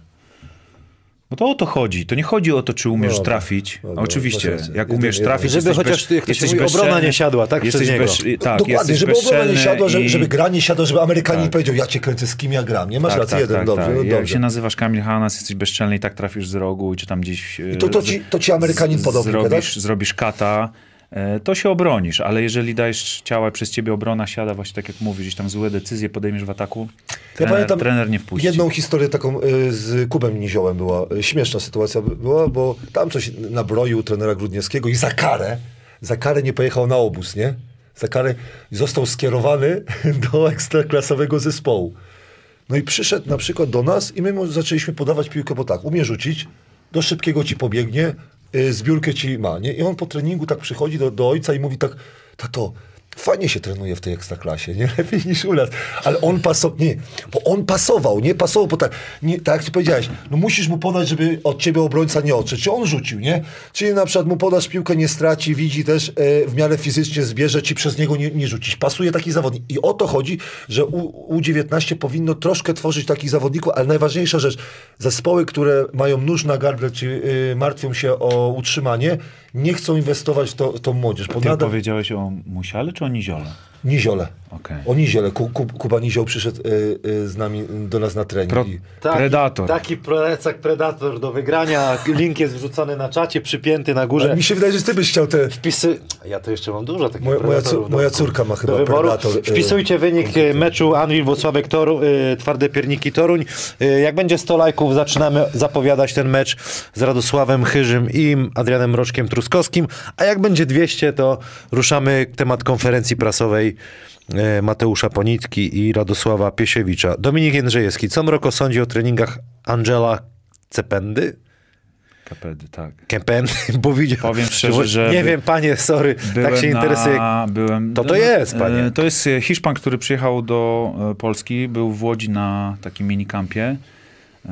Speaker 3: Bo to o to chodzi. To nie chodzi o to, czy umiesz
Speaker 2: No dobra,
Speaker 3: trafić.
Speaker 2: dobra,
Speaker 3: Oczywiście,
Speaker 2: masz rację.
Speaker 3: jak
Speaker 2: Jeden-
Speaker 3: umiesz
Speaker 2: jeden.
Speaker 3: trafić,
Speaker 1: Żeby
Speaker 3: jesteś
Speaker 1: chociaż,
Speaker 3: bez,
Speaker 1: jak to się
Speaker 3: jesteś
Speaker 1: mówi, obrona
Speaker 3: bezczelny,
Speaker 1: nie siadła, tak?
Speaker 3: jesteś
Speaker 1: Przez niego.
Speaker 3: bez, tak,
Speaker 2: Dokładnie,
Speaker 3: jesteś
Speaker 2: żeby obrona nie
Speaker 3: bezczelny
Speaker 2: siadła, żeby,
Speaker 3: i-
Speaker 2: żeby gra nie siadła, żeby Amerykanin
Speaker 3: Tak.
Speaker 2: powiedział, ja cię kręcę, z kim ja gram. Nie masz
Speaker 3: Tak,
Speaker 2: racji,
Speaker 3: tak,
Speaker 2: jeden,
Speaker 3: tak,
Speaker 2: dobrze,
Speaker 3: tak.
Speaker 2: no
Speaker 3: Jak
Speaker 2: dobrze.
Speaker 3: się nazywasz Kamil Hanas, jesteś bezczelny i tak trafisz z rogu, czy tam gdzieś...
Speaker 2: I to, to, ci, to ci Amerykanin podobnie,
Speaker 3: zrobisz,
Speaker 2: tak?
Speaker 3: zrobisz kata, e, to się obronisz, ale jeżeli dajesz ciała, przez ciebie obrona siada, właśnie tak jak mówisz, gdzieś tam złe decyzje podejmiesz w ataku, trener,
Speaker 2: pamiętam
Speaker 3: trener nie wpuści.
Speaker 2: Jedną historię taką y, z Kubem Niziołem była, y, śmieszna sytuacja by- była, bo tam coś nabroił trenera Grudniewskiego i za karę, za karę nie pojechał na obóz, nie? Za karę został skierowany do ekstraklasowego zespołu. No i przyszedł na przykład do nas i my mu zaczęliśmy podawać piłkę, bo tak, umie rzucić, do szybkiego ci pobiegnie, y, zbiórkę ci ma, nie? I on po treningu tak przychodzi do, do ojca i mówi tak, tato, fajnie się trenuje w tej ekstraklasie, nie lepiej niż u nas. Ale on pasował, nie, bo on pasował, nie pasował, bo tak, nie, tak jak ty powiedziałeś, no musisz mu podać, żeby od ciebie obrońca nie odszedł. Czy on rzucił, nie? Czyli na przykład mu podasz piłkę, nie straci, widzi też, e, w miarę fizycznie zbierze, ci przez niego nie, nie rzucić. Pasuje taki zawodnik. I o to chodzi, że U, U dziewiętnaście powinno troszkę tworzyć takich zawodników, ale najważniejsza rzecz, zespoły, które mają nóż na gardle, czy y, martwią się o utrzymanie, nie chcą inwestować w, to, w tą młodzież. Bo
Speaker 3: Ty
Speaker 2: nadal...
Speaker 3: powiedziałeś o Musiale czy o Niziole?
Speaker 2: Niziole.
Speaker 3: Okej.
Speaker 2: O Niziole. Ku, Ku, Kuba Nizioł przyszedł y, y, z nami do nas na trening.
Speaker 3: Pro-
Speaker 2: I...
Speaker 1: Taki,
Speaker 3: Predator.
Speaker 1: Taki plecak Predator do wygrania. Link jest wrzucony na czacie, przypięty na górze.
Speaker 2: Ale mi się wydaje, że ty byś chciał te...
Speaker 1: Wpisy... Ja to jeszcze mam dużo takich
Speaker 2: Moja, moja,
Speaker 1: Predatorów
Speaker 2: cór,
Speaker 1: do-
Speaker 2: moja córka ma chyba
Speaker 1: do wyboru.
Speaker 2: Predator. y,
Speaker 1: Wpisujcie wynik y, meczu Anwil Włocławek Toru, y, Twarde Pierniki Toruń. Y, jak będzie sto lajków, zaczynamy zapowiadać ten mecz z Radosławem Chyżym i Adrianem Mroczkiem Truskowskim, a jak będzie dwieście, to ruszamy temat konferencji prasowej y, Mateusza Ponitki i Radosława Piesiewicza. Dominik Jędrzejewski, co Mroko sądzi o treningach Angela Cependy?
Speaker 3: Kapedy, tak.
Speaker 1: Kempen, bo widział.
Speaker 3: Powiem szczerze, że
Speaker 1: Nie
Speaker 3: by-
Speaker 1: wiem, panie, sorry,
Speaker 3: Byłem
Speaker 1: tak się interesuje.
Speaker 3: Na, byłem,
Speaker 1: To to
Speaker 3: no,
Speaker 1: jest,
Speaker 3: e,
Speaker 1: panie.
Speaker 3: To jest e, Hiszpan, który przyjechał do e, Polski, był w Łodzi na takim minikampie. E,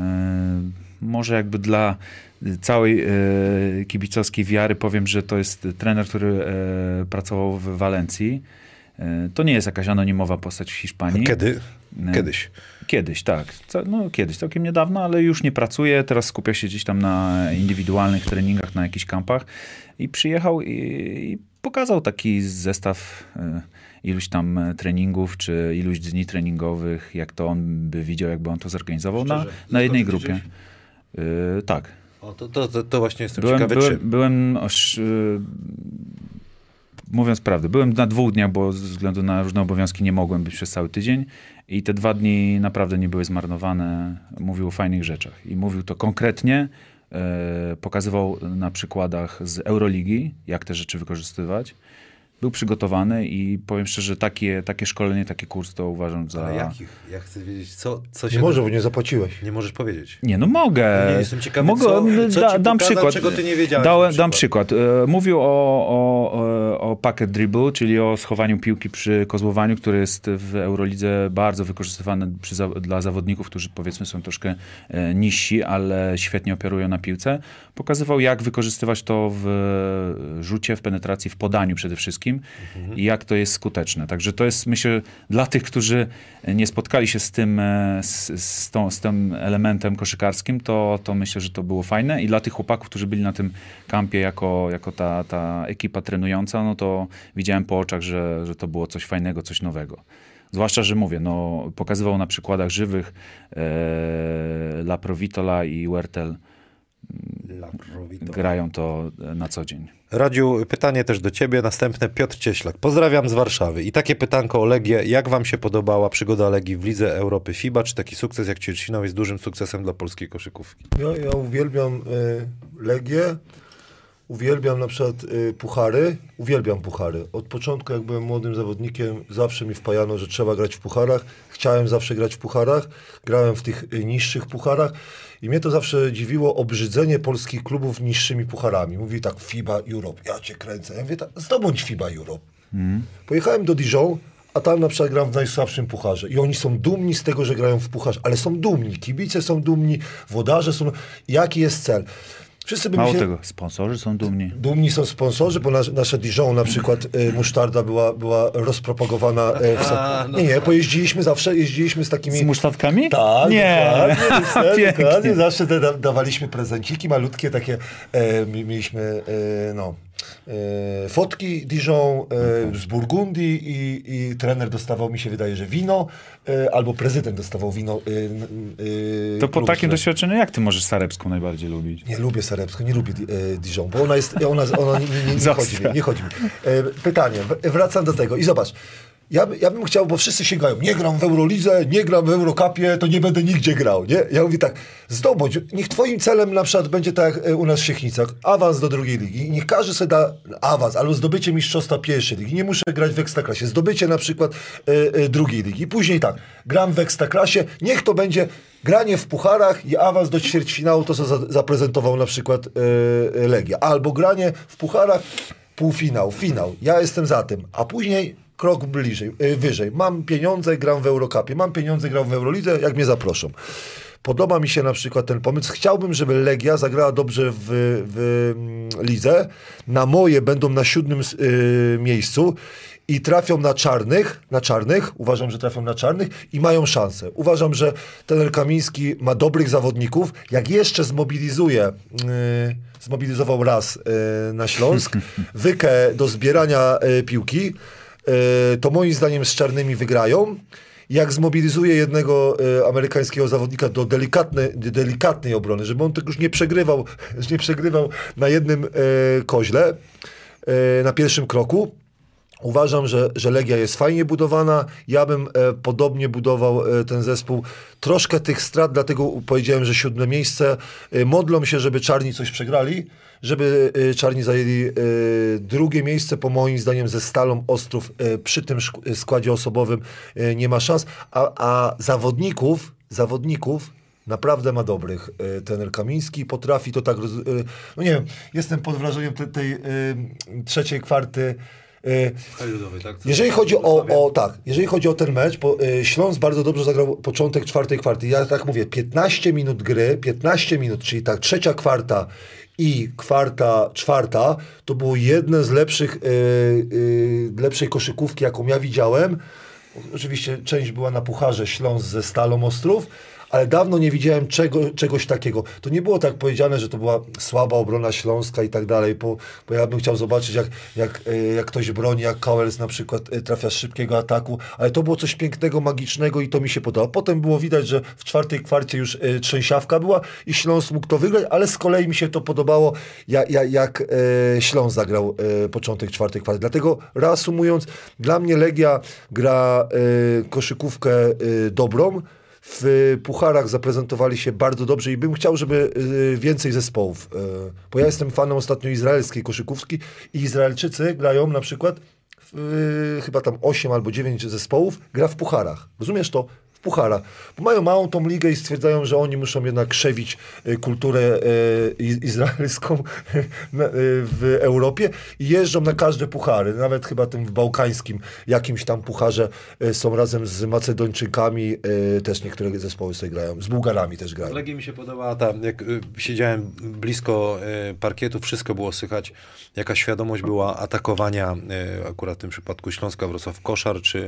Speaker 3: może jakby dla całej e, kibicowskiej wiary powiem, że to jest trener, który e, pracował w Walencji. E, to nie jest jakaś anonimowa postać w Hiszpanii.
Speaker 1: Kiedy?
Speaker 3: E,
Speaker 1: Kiedyś.
Speaker 3: Kiedyś, tak. Co, no kiedyś, całkiem niedawno, ale już nie pracuje. Teraz skupia się gdzieś tam na indywidualnych treningach, na jakichś kampach. I przyjechał i, i pokazał taki zestaw e, iluś tam treningów, czy iluś dni treningowych, jak to on by widział, jakby on to zorganizował na, na jednej grupie. E, tak.
Speaker 1: O, to, to, to, to właśnie jestem
Speaker 3: Byłem,
Speaker 1: ciekawy,
Speaker 3: byłem,
Speaker 1: czy...
Speaker 3: byłem oż, y, mówiąc prawdę, byłem na dwóch dniach, bo ze względu na różne obowiązki nie mogłem być przez cały tydzień i te dwa dni naprawdę nie były zmarnowane. Mówił o fajnych rzeczach i mówił to konkretnie, y, pokazywał na przykładach z Euroligi, jak te rzeczy wykorzystywać. Był przygotowany i powiem szczerze, takie, takie szkolenie, taki kurs to uważam za...
Speaker 1: Ale jakich? Ja chcę wiedzieć, co, co się...
Speaker 2: Nie może, bo nie zapłaciłeś.
Speaker 1: Nie możesz powiedzieć.
Speaker 3: Nie, no mogę.
Speaker 1: Nie, jestem ciekawy,
Speaker 3: mogę,
Speaker 1: co- co
Speaker 3: da,
Speaker 1: ci
Speaker 3: dam
Speaker 1: pokazał,
Speaker 3: przykład.
Speaker 1: czego ty nie wiedziałeś
Speaker 3: Dałem,
Speaker 1: na
Speaker 3: dam
Speaker 1: przykład.
Speaker 3: przykład. E, Mówił o, o, o, o pocket dribble, czyli o schowaniu piłki przy kozłowaniu, które jest w Eurolidze bardzo wykorzystywane przy, za, dla zawodników, którzy powiedzmy są troszkę e, niżsi, ale świetnie operują na piłce. Pokazywał, jak wykorzystywać to w rzucie, w penetracji, w podaniu przede wszystkim. koszykarskim i jak to jest skuteczne. Także to jest, myślę, dla tych, którzy nie spotkali się z tym, z, z, tą, z tym elementem koszykarskim, to, to myślę, że to było fajne i dla tych chłopaków, którzy byli na tym kampie jako, jako ta, ta ekipa trenująca, no to widziałem po oczach, że, że to było coś fajnego, coś nowego. Zwłaszcza, że mówię, no, pokazywał na przykładach żywych e, La Provitola i Huertel grają to na co dzień.
Speaker 1: Radziu, pytanie też do ciebie, następne Piotr Cieślak. Pozdrawiam z Warszawy. I takie pytanko o Legię. Jak wam się podobała przygoda Legii w Lidze Europy FIBA? Czy taki sukces jak ćwierćfinał jest dużym sukcesem dla polskiej koszykówki?
Speaker 2: Ja, ja uwielbiam y, Legię. Uwielbiam na przykład y, puchary, uwielbiam puchary. Od początku, jak byłem młodym zawodnikiem, zawsze mi wpajano, że trzeba grać w pucharach. Chciałem zawsze grać w pucharach. Grałem w tych y, niższych pucharach i mnie to zawsze dziwiło obrzydzenie polskich klubów niższymi pucharami. Mówi tak, FIBA Europe, ja cię kręcę. Ja mówię tak, zdobądź FIBA Europe. Mm. Pojechałem do Dijon, a tam na przykład gram w najsłabszym pucharze. I oni są dumni z tego, że grają w pucharze, ale są dumni. Kibice są dumni, włodarze są... Jaki jest cel? Wszyscy by
Speaker 3: Mało
Speaker 2: się...
Speaker 3: tego, sponsorzy są dumni.
Speaker 2: Dumni są sponsorzy, bo nasz, nasze Dijon na przykład y, musztarda była, była rozpropagowana. Y, w... A, no. Nie, nie, pojeździliśmy zawsze, jeździliśmy z takimi...
Speaker 3: Z musztardkami?
Speaker 2: Tak,
Speaker 3: nie.
Speaker 2: dokładnie, dokładnie. Zawsze te da, dawaliśmy prezenciki malutkie, takie e, mieliśmy, e, no... E, fotki Dijon e, z Burgundii i, i trener dostawał, mi się wydaje, że wino, e, albo prezydent dostawał wino. E, e,
Speaker 3: to po
Speaker 2: plus,
Speaker 3: takim doświadczeniu, jak ty możesz Sarebską najbardziej lubić?
Speaker 2: Nie lubię Sarebską, nie lubię e, Dijon, bo ona jest, ona, ona nie, nie, nie, nie chodzi mi, nie chodzi mi. E, pytanie, wracam do tego i zobacz. Ja, ja bym chciał, bo wszyscy sięgają, nie gram w Eurolidze, nie gram w Eurocupie, to nie będę nigdzie grał, nie? Ja mówię tak, zdobądź, niech twoim celem na przykład będzie tak jak u nas w Siechnicach, awans do drugiej ligi, niech każdy sobie da awans, albo zdobycie mistrzostwa pierwszej ligi, nie muszę grać w Ekstraklasie, zdobycie na przykład y, y, drugiej ligi, i później tak, gram w Ekstraklasie, niech to będzie granie w pucharach i awans do ćwierćfinału, to co za, zaprezentował na przykład y, y, Legia, albo granie w pucharach, półfinał, finał, ja jestem za tym, a później krok bliżej, yy, wyżej. Mam pieniądze, gram w Eurocupie. Mam pieniądze, gram w Eurolidze, jak mnie zaproszą. Podoba mi się na przykład ten pomysł. Chciałbym, żeby Legia zagrała dobrze w, w mm, lidze. Na moje będą na siódmym yy, miejscu i trafią na czarnych, na czarnych, uważam, że trafią na czarnych i mają szansę. Uważam, że trener Kamiński ma dobrych zawodników. Jak jeszcze zmobilizuje, yy, zmobilizował raz yy, na Śląsk, Wykę do zbierania yy, piłki, to moim zdaniem z czarnymi wygrają. Jak zmobilizuje jednego e, amerykańskiego zawodnika do delikatnej, delikatnej obrony, żeby on tylko już nie przegrywał, nie przegrywał na jednym e, koźle, e, na pierwszym kroku. Uważam, że, że Legia jest fajnie budowana. Ja bym e, podobnie budował e, ten zespół. Troszkę tych strat, dlatego powiedziałem, że siódme miejsce. E, modlą się, żeby czarni coś przegrali, żeby e, czarni zajęli e, drugie miejsce. Po moim zdaniem ze Stalą Ostrów e, przy tym szk- składzie osobowym e, nie ma szans. A, a zawodników, zawodników naprawdę ma dobrych. E, trener Kamiński potrafi to tak... Roz, e, no nie wiem, jestem pod wrażeniem te, tej e, trzeciej kwarty.
Speaker 1: Ludowy, tak?
Speaker 2: Jeżeli chodzi o, o tak, jeżeli chodzi o ten mecz, bo y, Śląsk bardzo dobrze zagrał początek czwartej kwarty. Ja tak mówię, piętnaście minut gry, piętnaście minut, czyli tak trzecia kwarta i kwarta czwarta, to było jedne z lepszych, y, y, lepszej koszykówki, jaką ja widziałem. Oczywiście część była na pucharze Śląsk ze Stalą Ostrów, ale dawno nie widziałem czego, czegoś takiego. To nie było tak powiedziane, że to była słaba obrona Śląska i tak dalej, bo, bo ja bym chciał zobaczyć, jak, jak, jak ktoś broni, jak Cowers na przykład trafia z szybkiego ataku, ale to było coś pięknego, magicznego i to mi się podobało. Potem było widać, że w czwartej kwarcie już y, trzęsiawka była i Śląsk mógł to wygrać, ale z kolei mi się to podobało, jak, jak, jak y, Śląsk zagrał y, początek czwartej kwarty. Dlatego reasumując, dla mnie Legia gra y, koszykówkę y, dobrą. W pucharach zaprezentowali się bardzo dobrze i bym chciał, żeby y, więcej zespołów, y, bo ja jestem fanem ostatnio izraelskiej koszykówki i Izraelczycy grają na przykład, y, chyba tam osiem albo dziewięć zespołów gra w pucharach. Rozumiesz to? puchara. Bo mają małą tą ligę i stwierdzają, że oni muszą jednak krzewić y, kulturę y, izraelską y, w Europie i jeżdżą na każde puchary. Nawet chyba tym w bałkańskim jakimś tam pucharze y, są razem z Macedończykami, y, też niektóre zespoły sobie grają. Z Bułgarami też grają.
Speaker 1: W Legii mi się podobała ta, jak y, siedziałem blisko y, parkietu, wszystko było słychać, jaka świadomość była atakowania, y, akurat w tym przypadku Śląska Wrocław Koszar, czy,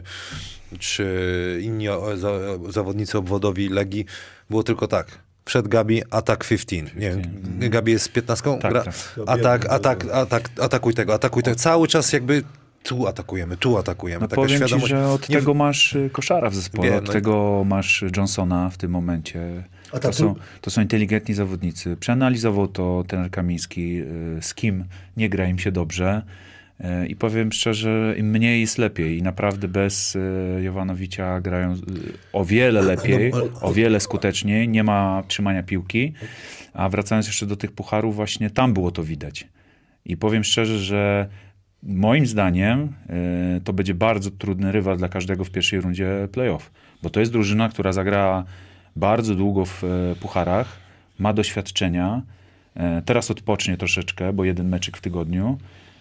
Speaker 1: czy inni o, za, zawodnicy obwodowi Legii. Było tylko tak. Przed Gabi atak piętnaście. Nie wiem, Gabi jest z piętnastką?
Speaker 3: Tak,
Speaker 1: Gra,
Speaker 3: tak.
Speaker 1: atak, atak, atak, atakuj tego, atakuj tego. Cały czas jakby tu atakujemy, tu atakujemy.
Speaker 3: No
Speaker 1: Taka
Speaker 3: powiem
Speaker 1: świadomość.
Speaker 3: ci, że od
Speaker 1: nie...
Speaker 3: tego masz y, Koszara w zespole,
Speaker 1: Wiem,
Speaker 3: od
Speaker 1: no i-
Speaker 3: tego masz Johnsona w tym momencie.
Speaker 2: A
Speaker 3: To
Speaker 2: tak,
Speaker 3: są,
Speaker 2: tu-
Speaker 3: to są inteligentni zawodnicy. Przeanalizował to trener Kamiński, y, z kim nie gra im się dobrze. Y, I powiem szczerze, im mniej jest lepiej. I naprawdę bez y, Jovanovicia grają y, o wiele lepiej, o wiele skuteczniej. Nie ma trzymania piłki. A wracając jeszcze do tych pucharów, właśnie tam było to widać. I powiem szczerze, że moim zdaniem y, to będzie bardzo trudny rywal dla każdego w pierwszej rundzie playoff. Bo to jest drużyna, która zagrała bardzo długo w y, pucharach, ma doświadczenia, y, teraz odpocznie troszeczkę, bo jeden meczyk w tygodniu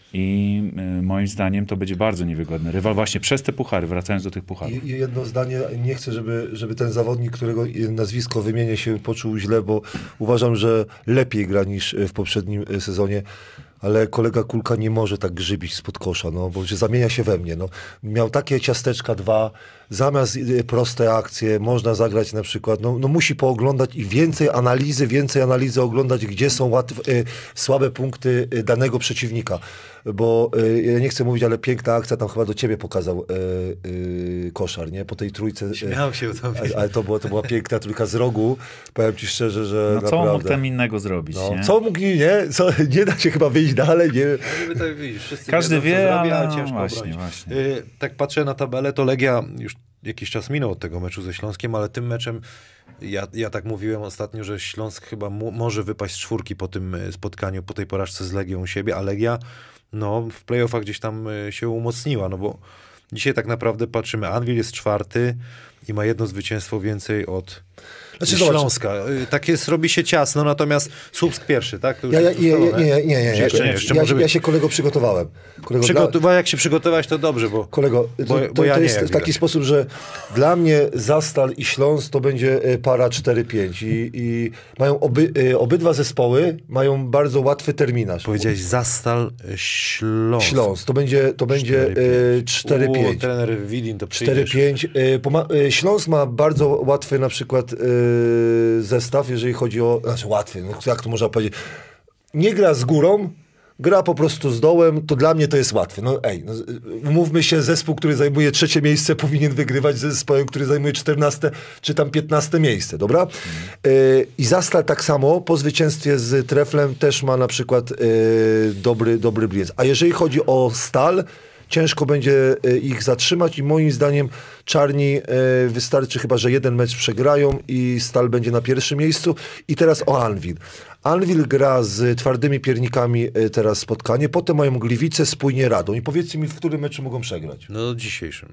Speaker 3: i y, moim zdaniem to będzie bardzo niewygodny rywal właśnie przez te puchary, wracając do tych pucharów.
Speaker 2: I, I jedno zdanie, nie chcę, żeby, żeby ten zawodnik, którego nazwisko wymienię, się poczuł źle, bo uważam, że lepiej gra niż w poprzednim sezonie. Ale kolega Kulka nie może tak grzybić spod kosza, no, bo że zamienia się we mnie. No. Miał takie ciasteczka dwa, zamiast y, proste akcje, można zagrać na przykład, no, no musi pooglądać i więcej analizy, więcej analizy oglądać, gdzie są łatw, y, słabe punkty y, danego przeciwnika. Bo y, ja nie chcę mówić, ale piękna akcja tam chyba do ciebie pokazał y, y, Koszar, nie? Po tej trójce. Y,
Speaker 1: Śmiał się to.
Speaker 2: ale to, było, to była piękna trójka z rogu. Powiem ci szczerze, że
Speaker 3: No co
Speaker 2: naprawdę...
Speaker 3: mógł tam innego zrobić,
Speaker 2: No,
Speaker 3: nie?
Speaker 2: co mógł, nie? Co, nie da się chyba wyjść dalej, nie?
Speaker 1: Niby tak, widzisz, wszyscy
Speaker 3: Każdy
Speaker 1: wiedzą, co
Speaker 3: wie,
Speaker 1: zrobi,
Speaker 3: ale
Speaker 1: ciężko
Speaker 3: właśnie,
Speaker 1: obronić.
Speaker 3: właśnie.
Speaker 1: Y, tak patrzę na tabelę, to Legia już jakiś czas minął od tego meczu ze Śląskiem, ale tym meczem ja, ja tak mówiłem ostatnio, że Śląsk chyba mu, może wypaść z czwórki po tym y, spotkaniu, po tej porażce z Legią u siebie, a Legia no, w playoffach gdzieś tam y, się umocniła, no bo dzisiaj tak naprawdę patrzymy, Anwil jest czwarty i ma jedno zwycięstwo więcej od
Speaker 2: Znaczy, zobacz.
Speaker 1: Śląska. Y, Tak jest, robi się ciasno, natomiast Słupsk pierwszy, tak? To już
Speaker 2: Ja, ja,
Speaker 1: jest
Speaker 2: nie, nie,
Speaker 1: ustalone?
Speaker 2: nie, nie, nie,
Speaker 1: Czy
Speaker 2: nie.
Speaker 1: jeszcze nie, jeszcze
Speaker 2: ja,
Speaker 1: może
Speaker 2: ja
Speaker 1: być.
Speaker 2: się kolego przygotowałem. Kolego, dla,
Speaker 1: Przygotowa- jak się przygotować, to dobrze, bo...
Speaker 2: kolego to,
Speaker 1: Bo-
Speaker 2: to,
Speaker 1: bo ja
Speaker 2: to
Speaker 1: nie,
Speaker 2: jest
Speaker 1: jak
Speaker 2: w taki
Speaker 1: widać.
Speaker 2: sposób, że dla mnie Zastal i Śląsk to będzie e, para cztery pięć i, i mają oby, e, obydwa zespoły mają bardzo łatwy terminarz.
Speaker 1: Powiedziałeś Zastal Śląsk.
Speaker 2: Śląsk, to będzie, to będzie cztery pięć.
Speaker 1: Trener Widin to
Speaker 2: cztery
Speaker 1: przyjdziesz.
Speaker 2: pięć. Śląsk ma bardzo łatwy na przykład e, zestaw, jeżeli chodzi o... Znaczy łatwy, no, jak to można powiedzieć? Nie gra z górą, gra po prostu z dołem, to dla mnie to jest łatwe. No ej, no, umówmy się, zespół, który zajmuje trzecie miejsce powinien wygrywać z zespołem, który zajmuje czternaste czy tam piętnaste miejsce, dobra? Mm. Y, I Zastal tak samo po zwycięstwie z Treflem też ma na przykład y, dobry, dobry bilans. A jeżeli chodzi o Stal, ciężko będzie y, ich zatrzymać i moim zdaniem Czarni y, wystarczy chyba, że jeden mecz przegrają i Stal będzie na pierwszym miejscu. I teraz o Anwil. Anwil gra z Twardymi Piernikami y, teraz spotkanie, potem mają Gliwice, Spójnie, Radą. I powiedzcie mi, w którym meczu mogą przegrać?
Speaker 1: No dzisiejszym.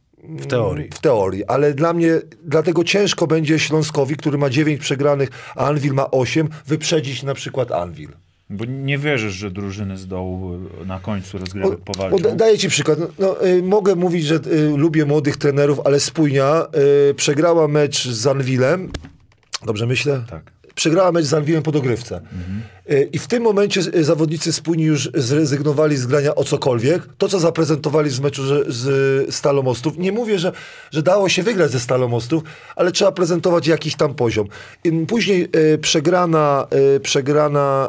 Speaker 1: W teorii.
Speaker 2: W teorii, ale dla mnie, dlatego ciężko będzie Śląskowi, który ma dziewięć przegranych, a Anwil ma osiem, wyprzedzić na przykład Anwil.
Speaker 3: Bo nie wierzysz, że drużyny z dołu na końcu rozgrywek
Speaker 2: Bo,
Speaker 3: powalczą.
Speaker 2: bo da- daję ci przykład. No, no, y, mogę mówić, że y, lubię młodych trenerów, ale Spójnia y, przegrała mecz z Anwilem. Dobrze myślę?
Speaker 3: Tak.
Speaker 2: Przegrała mecz z Anwilem po dogrywce.
Speaker 3: Mhm.
Speaker 2: Y, I w tym momencie y, zawodnicy Spójni już zrezygnowali z grania o cokolwiek. To, co zaprezentowali z meczu że, z Stalą Ostrów. Nie mówię, że, że dało się wygrać ze Stalą Ostrów, ale trzeba prezentować jakiś tam poziom. I później y, przegrana, y, przegrana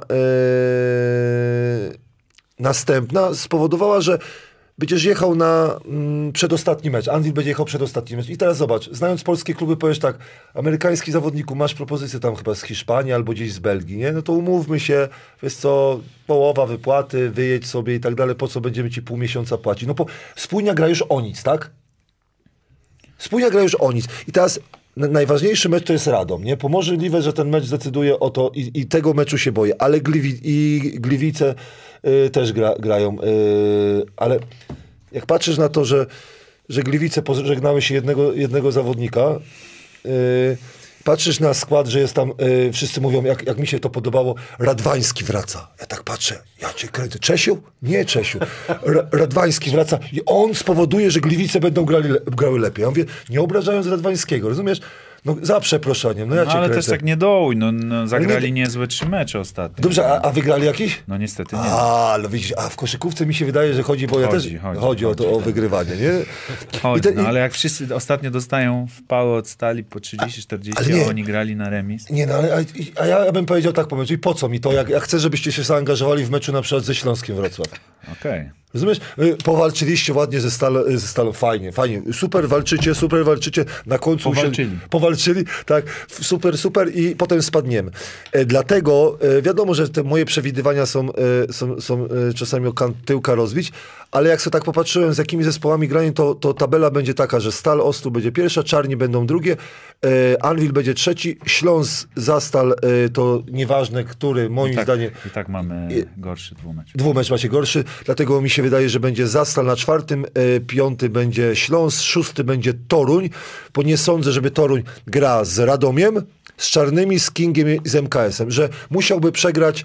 Speaker 2: y, następna spowodowała, że będziesz jechał na mm, przedostatni mecz. Anwil będzie jechał przedostatni mecz. I teraz zobacz, znając polskie kluby, powiesz tak, amerykański zawodniku, masz propozycję tam chyba z Hiszpanii albo gdzieś z Belgii, nie? No to umówmy się, wiesz co, połowa wypłaty, wyjedź sobie i tak dalej, po co będziemy ci pół miesiąca płacić? No po, Spójnia gra już o nic, tak? Spójnia gra już o nic. I teraz na, najważniejszy mecz to jest Radom, nie? Bo możliwe, że ten mecz zdecyduje o to i, i tego meczu się boję, ale Gliwi, i Gliwice y, też gra, grają, y, ale jak patrzysz na to, że że Gliwice pożegnały się jednego, jednego zawodnika. Yy, patrzysz na skład, że jest tam, yy, wszyscy mówią, jak, jak mi się to podobało, Radwański wraca. Ja tak patrzę, ja cię kręcę. Czesiu? Nie Czesiu. Ra Radwański wraca i on spowoduje, że Gliwice będą grali le grały lepiej. Ja mówię, nie obrażając Radwańskiego, rozumiesz? No za przeproszeniem, no ja
Speaker 3: no,
Speaker 2: cię
Speaker 3: ale
Speaker 2: kręcę.
Speaker 3: też tak nie dołuj, no, no zagrali
Speaker 2: nie...
Speaker 3: niezłe trzy mecze ostatnio.
Speaker 2: Dobrze, a, a wygrali jakiś?
Speaker 3: No niestety nie.
Speaker 2: A, no widzisz, a w koszykówce mi się wydaje, że chodzi, bo ja
Speaker 3: Chodzi,
Speaker 2: też
Speaker 3: chodzi,
Speaker 2: chodzi o to,
Speaker 3: chodzi,
Speaker 2: o
Speaker 3: tak.
Speaker 2: wygrywanie, nie?
Speaker 3: Chodź,
Speaker 2: te-
Speaker 3: no, ale jak wszyscy ostatnio dostają w pałę od Stali po trzydzieści czterdzieści,
Speaker 2: ale nie.
Speaker 3: a oni grali na remis.
Speaker 2: Nie, no ale a, a ja bym powiedział tak po meczu, i po co mi to, jak, jak chcę, żebyście się zaangażowali w meczu na przykład ze Śląskiem Wrocław.
Speaker 3: Okej.
Speaker 2: Rozumiesz? Y, Powalczyliście ładnie ze Stalą, ze Stalą, fajnie, fajnie, super walczycie, super walczycie, na końcu
Speaker 3: Powalczyli.
Speaker 2: Się, powalczyli, tak, f- super, super i potem spadniemy. E, dlatego e, wiadomo, że te moje przewidywania są, e, są, są e, czasami o kant tyłka rozbić, ale jak sobie tak popatrzyłem, z jakimi zespołami granie, to, to tabela będzie taka, że Stal Ostrów będzie pierwsza, Czarni będą drugie, e, Anwil będzie trzeci, Śląsk, Zastal, e, to nieważne, który, moim
Speaker 3: I tak,
Speaker 2: zdaniem,
Speaker 3: I tak mamy
Speaker 2: I-
Speaker 3: gorszy dwumecz.
Speaker 2: dwumecz macie gorszy, dlatego mi się wydaje, że będzie Zastal na czwartym, e, piąty będzie Śląsk, szósty będzie Toruń, bo nie sądzę, żeby Toruń gra z Radomiem, z Czarnymi, z Kingiem i z M K S-em, że musiałby przegrać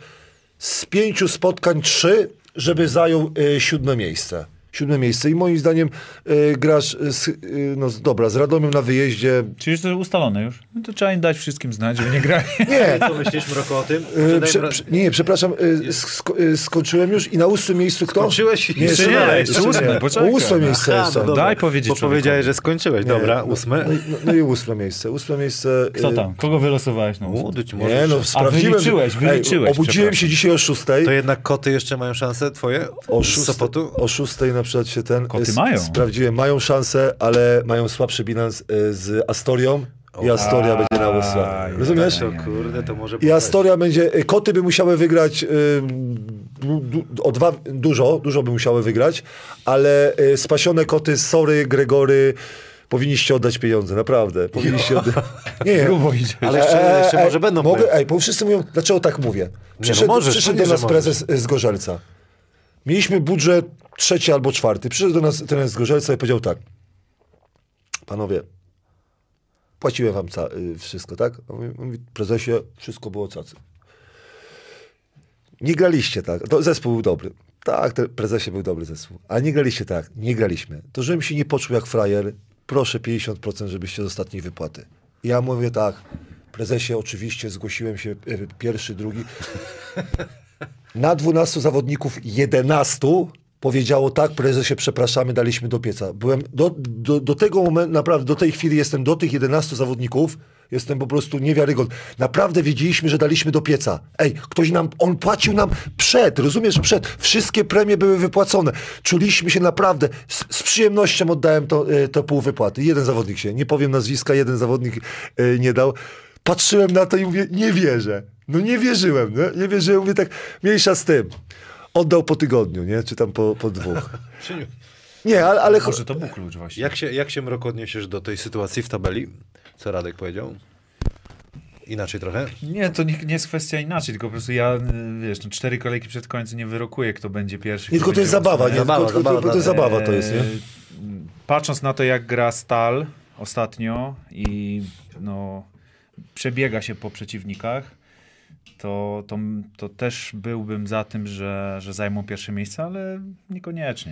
Speaker 2: z pięciu spotkań trzy, żeby zajął e, siódme miejsce. Siódme miejsce i moim zdaniem e, grasz z, e, no z- dobra, z Radomiem na wyjeździe.
Speaker 3: Czyli jest to ustalone już? No to trzeba im dać wszystkim znać, żeby nie grali.
Speaker 2: Nie,
Speaker 1: Co myślisz, Mroko, o tym?
Speaker 2: e, prze, prze, nie, nie, przepraszam, e, sko, e, skończyłem już i na ósmym miejscu kto?
Speaker 1: Skończyłeś?
Speaker 2: Nie,
Speaker 3: Jeszcze
Speaker 2: jeszcze
Speaker 3: nie,
Speaker 2: nie,
Speaker 3: jeszcze
Speaker 2: jeszcze
Speaker 3: ósme,
Speaker 2: nie.
Speaker 3: poczekaj.
Speaker 2: Ósme miejsce
Speaker 1: Aha,
Speaker 2: jest.
Speaker 1: no dobra.
Speaker 3: Daj powiedzieć
Speaker 1: Bo
Speaker 3: człowiekowi.
Speaker 1: powiedziałeś, że skończyłeś. Dobra,
Speaker 2: no,
Speaker 1: ósme.
Speaker 2: No, i- no, no i ósme miejsce. Ósme miejsce.
Speaker 3: Kto
Speaker 2: y,
Speaker 3: tam? Kogo wylosowałeś? No,
Speaker 1: U, być
Speaker 2: Nie,
Speaker 1: może.
Speaker 2: no sprawdziłem.
Speaker 3: wyliczyłeś,
Speaker 2: że-
Speaker 3: wyliczyłeś,
Speaker 2: Ej, obudziłem się
Speaker 3: przepraszam.
Speaker 2: dzisiaj o szóstej.
Speaker 1: To jednak koty jeszcze mają szansę twoje?
Speaker 2: O
Speaker 1: Z
Speaker 2: szóstej,
Speaker 1: Sopotu?
Speaker 2: o szóstej na przykład się ten...
Speaker 3: Koty
Speaker 2: s-
Speaker 3: mają.
Speaker 2: Sprawdziłem, mają szansę, ale mają słabszy bilans y, z Astorią i Astoria będzie na łosła.
Speaker 3: Aj,
Speaker 2: Rozumiesz?
Speaker 1: To kurde, to może
Speaker 2: I
Speaker 1: być.
Speaker 2: Astoria będzie... y, Koty by musiały wygrać y, du, du, o dwa... Dużo, dużo by musiały wygrać, ale y, spasione koty, Sory, Gregory... Powinniście oddać pieniądze, naprawdę. Powinniście oddać... Nie,
Speaker 3: Grubo idzie.
Speaker 1: Ale jeszcze, jeszcze może będą
Speaker 2: Mogę,
Speaker 1: playoffy.
Speaker 2: ej, bo wszyscy mówią, dlaczego tak mówię? Przyszedł,
Speaker 1: możesz,
Speaker 2: przyszedł
Speaker 1: pewnie,
Speaker 2: do nas
Speaker 1: że
Speaker 2: prezes y, z Gorzelca. Mieliśmy budżet trzeci albo czwarty. Przyszedł do nas ten z Gorzelca i powiedział tak. Panowie, płaciłem wam ca- y, wszystko, tak? A mówi, mówi, prezesie, wszystko było cacy. Nie graliście tak. To zespół był dobry. Tak, te, prezesie był dobry zespół. Ale nie graliście tak. Nie graliśmy. To żebym się nie poczuł jak frajer, proszę pięćdziesiąt procent, żebyście z ostatniej wypłaty. I ja mówię tak, prezesie, oczywiście zgłosiłem się y, pierwszy, drugi. Na dwunastu zawodników jedenastu powiedziało tak, prezesie, przepraszamy, daliśmy do pieca. Byłem do, do, do tego momentu, naprawdę do tej chwili jestem do tych jedenastu zawodników, jestem po prostu niewiarygodny. Naprawdę wiedzieliśmy, że daliśmy do pieca. Ej, ktoś nam, on płacił nam przed, rozumiesz, przed. Wszystkie premie były wypłacone. Czuliśmy się naprawdę, z, z przyjemnością oddałem to, y, to pół wypłaty. Jeden zawodnik się, nie powiem nazwiska, jeden zawodnik y, nie dał. Patrzyłem na to i mówię, nie wierzę. No nie wierzyłem, nie, nie wierzyłem, mówię tak, mniejsza z tym. Oddał po tygodniu, nie? Czy tam po, po dwóch. Nie, ale... ale
Speaker 3: Może to był klucz właśnie.
Speaker 1: Jak się, jak się Mroko odniesiesz do tej sytuacji w tabeli? Co Radek powiedział? Inaczej trochę?
Speaker 3: Nie, to nie, nie jest kwestia inaczej, tylko po prostu ja, y, wiesz, no, cztery kolejki przed końcem nie wyrokuję, kto będzie pierwszy.
Speaker 2: Nie,
Speaker 3: kto
Speaker 2: tylko to jest
Speaker 3: będzie
Speaker 2: zabawa,
Speaker 3: ósmy.
Speaker 2: nie?
Speaker 1: Zabawa,
Speaker 2: Tylko, tylko,
Speaker 1: zabawa,
Speaker 2: tylko to jest
Speaker 1: tak.
Speaker 2: zabawa to jest, nie?
Speaker 3: E, Patrząc na to, jak gra Stal ostatnio i no, przebiega się po przeciwnikach, to, to, to też byłbym za tym, że, że zajmą pierwsze miejsce, ale niekoniecznie.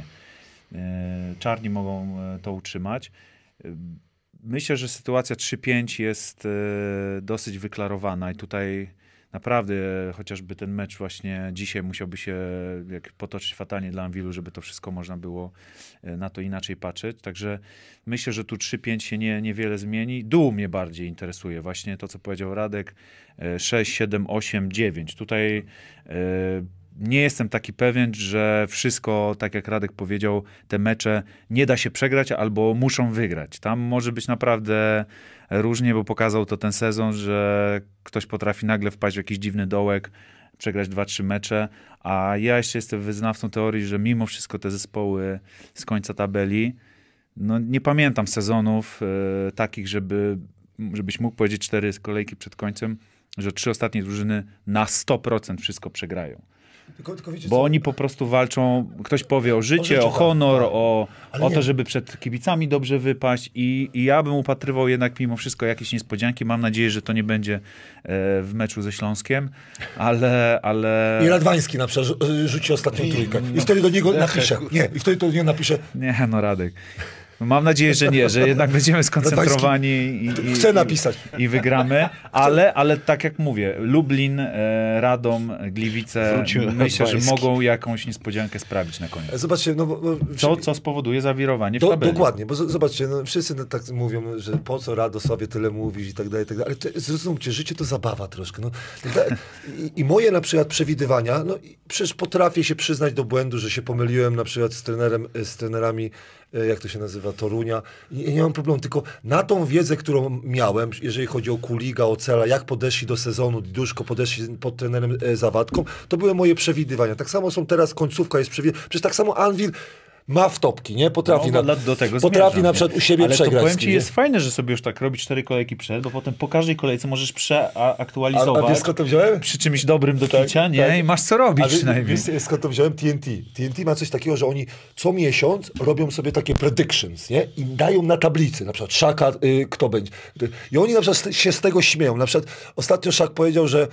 Speaker 3: E, Czarni mogą e, to utrzymać. E, Myślę, że sytuacja trzy pięć jest e, dosyć wyklarowana i tutaj naprawdę chociażby ten mecz właśnie dzisiaj musiałby się jak potoczyć fatalnie dla Anwilu, żeby to wszystko można było e, na to inaczej patrzeć. Także myślę, że tu trzy pięć się nie, niewiele zmieni. Dół mnie bardziej interesuje. Właśnie to, co powiedział Radek. e, sześć, siedem, osiem, dziewięć. Tutaj e, nie jestem taki pewien, że wszystko, tak jak Radek powiedział, te mecze nie da się przegrać albo muszą wygrać. Tam może być naprawdę różnie, bo pokazał to ten sezon, że ktoś potrafi nagle wpaść w jakiś dziwny dołek, przegrać dwa, trzy mecze, a ja jeszcze jestem wyznawcą teorii, że mimo wszystko te zespoły z końca tabeli, no nie pamiętam sezonów e, takich, żeby, żebyś mógł powiedzieć cztery kolejki przed końcem, że trzy ostatnie drużyny na sto procent wszystko przegrają.
Speaker 2: Tylko, tylko wiecie,
Speaker 3: Bo
Speaker 2: co?
Speaker 3: oni po prostu walczą, ktoś powie o życie, o,
Speaker 2: życie, tak,
Speaker 3: honor,
Speaker 2: tak.
Speaker 3: o,
Speaker 2: Ale
Speaker 3: o
Speaker 2: nie.
Speaker 3: to, żeby przed kibicami dobrze wypaść i, i ja bym upatrywał jednak mimo wszystko jakieś niespodzianki. Mam nadzieję, że to nie będzie e, w meczu ze Śląskiem, ale... ale...
Speaker 2: I Radwański na przykład rzu- rzuci ostatnią trójkę. I wtedy do niego napiszę. Nie, i wtedy do niego napiszę.
Speaker 3: Nie, no Radek. Mam nadzieję, że nie, że jednak będziemy skoncentrowani i, i,
Speaker 2: Chcę napisać.
Speaker 3: i, i wygramy, ale, ale tak jak mówię, Lublin, e, Radom, Gliwice,
Speaker 1: Wrócił
Speaker 3: myślę, że
Speaker 1: Radwański.
Speaker 3: mogą jakąś niespodziankę sprawić na koniec.
Speaker 2: Zobaczcie, no bo... bo
Speaker 3: Co, co spowoduje zawirowanie w
Speaker 2: Do,
Speaker 3: tabeli.
Speaker 2: dokładnie, bo z- zobaczcie, no, wszyscy no, tak mówią, że po co Radosławie tyle mówisz i tak dalej, i tak dalej, ale to, zrozumcie, życie to zabawa troszkę. No. I, I moje na przykład przewidywania, no i przecież potrafię się przyznać do błędu, że się pomyliłem na przykład z trenerem, z trenerami, e, jak to się nazywa, Torunia i, i nie mam problemu, tylko na tą wiedzę, którą miałem, jeżeli chodzi o Kuliga, o Cela, jak podeszli do sezonu, Duszko podeszli pod trenerem e, Zawadką, to były moje przewidywania. Tak samo są teraz, końcówka jest przewidywania, przecież tak samo Anvil ma wtopki, nie? Potrafi,
Speaker 3: No,
Speaker 2: na,
Speaker 3: do, do tego
Speaker 2: potrafi
Speaker 3: zmierzam,
Speaker 2: na
Speaker 3: nie?
Speaker 2: przykład u siebie
Speaker 3: Ale
Speaker 2: przegrać.
Speaker 3: to powiem
Speaker 2: z
Speaker 3: ci,
Speaker 2: kim,
Speaker 3: jest
Speaker 2: nie?
Speaker 3: fajne, że sobie już tak robić cztery kolejki przed, bo potem po każdej kolejce możesz
Speaker 2: A,
Speaker 3: przeaktualizować
Speaker 2: a wiesz skąd to wziąłem?
Speaker 3: przy czymś dobrym do picia, nie?
Speaker 2: tak.
Speaker 3: I masz co robić
Speaker 2: A wie-
Speaker 3: przynajmniej.
Speaker 2: wiesz skąd to wziąłem? T N T. T N T ma coś takiego, że oni co miesiąc robią sobie takie predictions, nie? I dają na tablicy, na przykład Szaka, y, kto będzie. I oni na przykład się z tego śmieją. Na przykład ostatnio Szak powiedział, że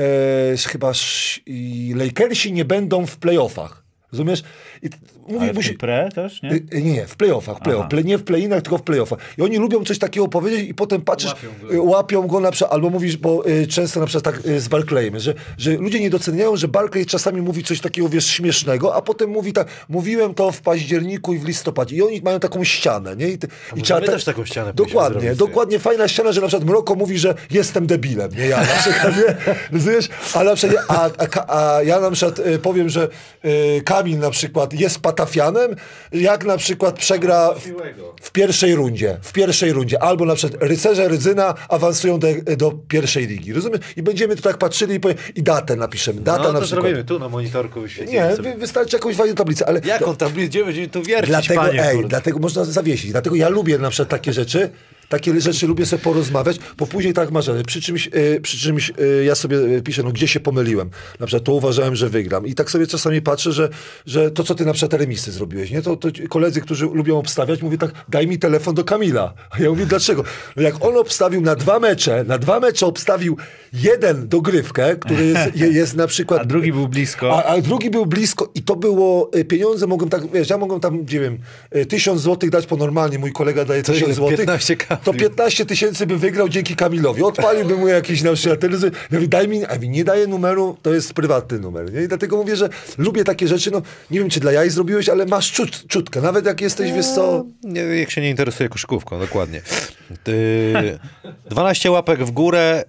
Speaker 2: e, chyba sz, i Lakersi nie będą w playoffach. Rozumiesz? I t- mówi,
Speaker 3: Ale w
Speaker 2: musi,
Speaker 3: tym pre też, nie?
Speaker 2: Y, y, Nie, nie, w playoffach, playoff.
Speaker 3: Aha.
Speaker 2: Play, nie w play-inach, tylko w playoffach. I oni lubią coś takiego powiedzieć i potem patrzysz,
Speaker 4: Łapią go.
Speaker 2: łapią go, łapią go na przykład, albo mówisz, bo y, często na przykład tak y, z Barclayem, że, że ludzie nie doceniają, że Barclay czasami mówi coś takiego, wiesz, śmiesznego, a potem mówi tak, mówiłem to w październiku i w listopadzie. I oni mają taką ścianę, nie? I, ty, i
Speaker 1: może my
Speaker 2: ta-
Speaker 1: też taką ścianę powinniśmy
Speaker 2: Dokładnie,
Speaker 1: zrobić,
Speaker 2: dokładnie fajna ściana, że na przykład Mroko mówi, że jestem debilem, nie ja, na przykład, nie? Rozumiesz? A, na przykład, a, a, a ja na przykład y, powiem, że y, Kamil na przykład jest patafianem, jak na przykład przegra w,
Speaker 4: Miłego.
Speaker 2: w pierwszej rundzie, w pierwszej rundzie, albo na przykład Rycerze Rydzyna awansują do, do pierwszej ligi, rozumiesz? I będziemy tu tak patrzyli i, powie, i datę napiszemy, data
Speaker 1: No
Speaker 2: na
Speaker 1: to
Speaker 2: przykład.
Speaker 1: zrobimy, tu na monitorku wyświetlimy
Speaker 2: Nie,
Speaker 1: sobie.
Speaker 2: wy, wystarczy jakąś fajną tablicę, ale...
Speaker 1: Jaką tablicę? Gdzie będziemy tu wiercić,
Speaker 2: Dlatego,
Speaker 1: panie?
Speaker 2: ej,
Speaker 1: kurde?
Speaker 2: dlatego można zawiesić. Dlatego ja lubię na przykład takie rzeczy, takie rzeczy lubię sobie porozmawiać, bo później tak masz, ale przy czymś, y, przy czymś y, ja sobie piszę, no gdzie się pomyliłem. Na przykład to uważałem, że wygram. I tak sobie czasami patrzę, że, że to, co ty na przykład te remisy zrobiłeś, nie? To, to ci koledzy, którzy lubią obstawiać, mówię tak, daj mi telefon do Kamila. A ja mówię, dlaczego? No jak on obstawił na dwa mecze, na dwa mecze obstawił jeden dogrywkę, który jest, je- jest na przykład...
Speaker 3: A drugi był blisko.
Speaker 2: A, a drugi był blisko i to było, y, pieniądze mogłem tak, wiesz, ja mogłem tam, nie wiem, y, tysiąc złotych dać, bo normalnie mój kolega daje
Speaker 1: To ile?
Speaker 2: tysiąc złotych.
Speaker 1: piętnaście kapli.
Speaker 2: To piętnaście tysięcy by wygrał dzięki Kamilowi. Odpaliłby mu jakiś na przykład telewizor. Ja mówię, daj mi, a mi nie daje numeru, to jest prywatny numer. Nie? I dlatego mówię, że lubię takie rzeczy, no nie wiem, czy dla jaj zrobiłeś, ale masz czut, czutkę. Nawet jak jesteś, wiesz co...
Speaker 1: Nie, jak się nie interesuje koszykówką, dokładnie. Ty, dwanaście łapek w górę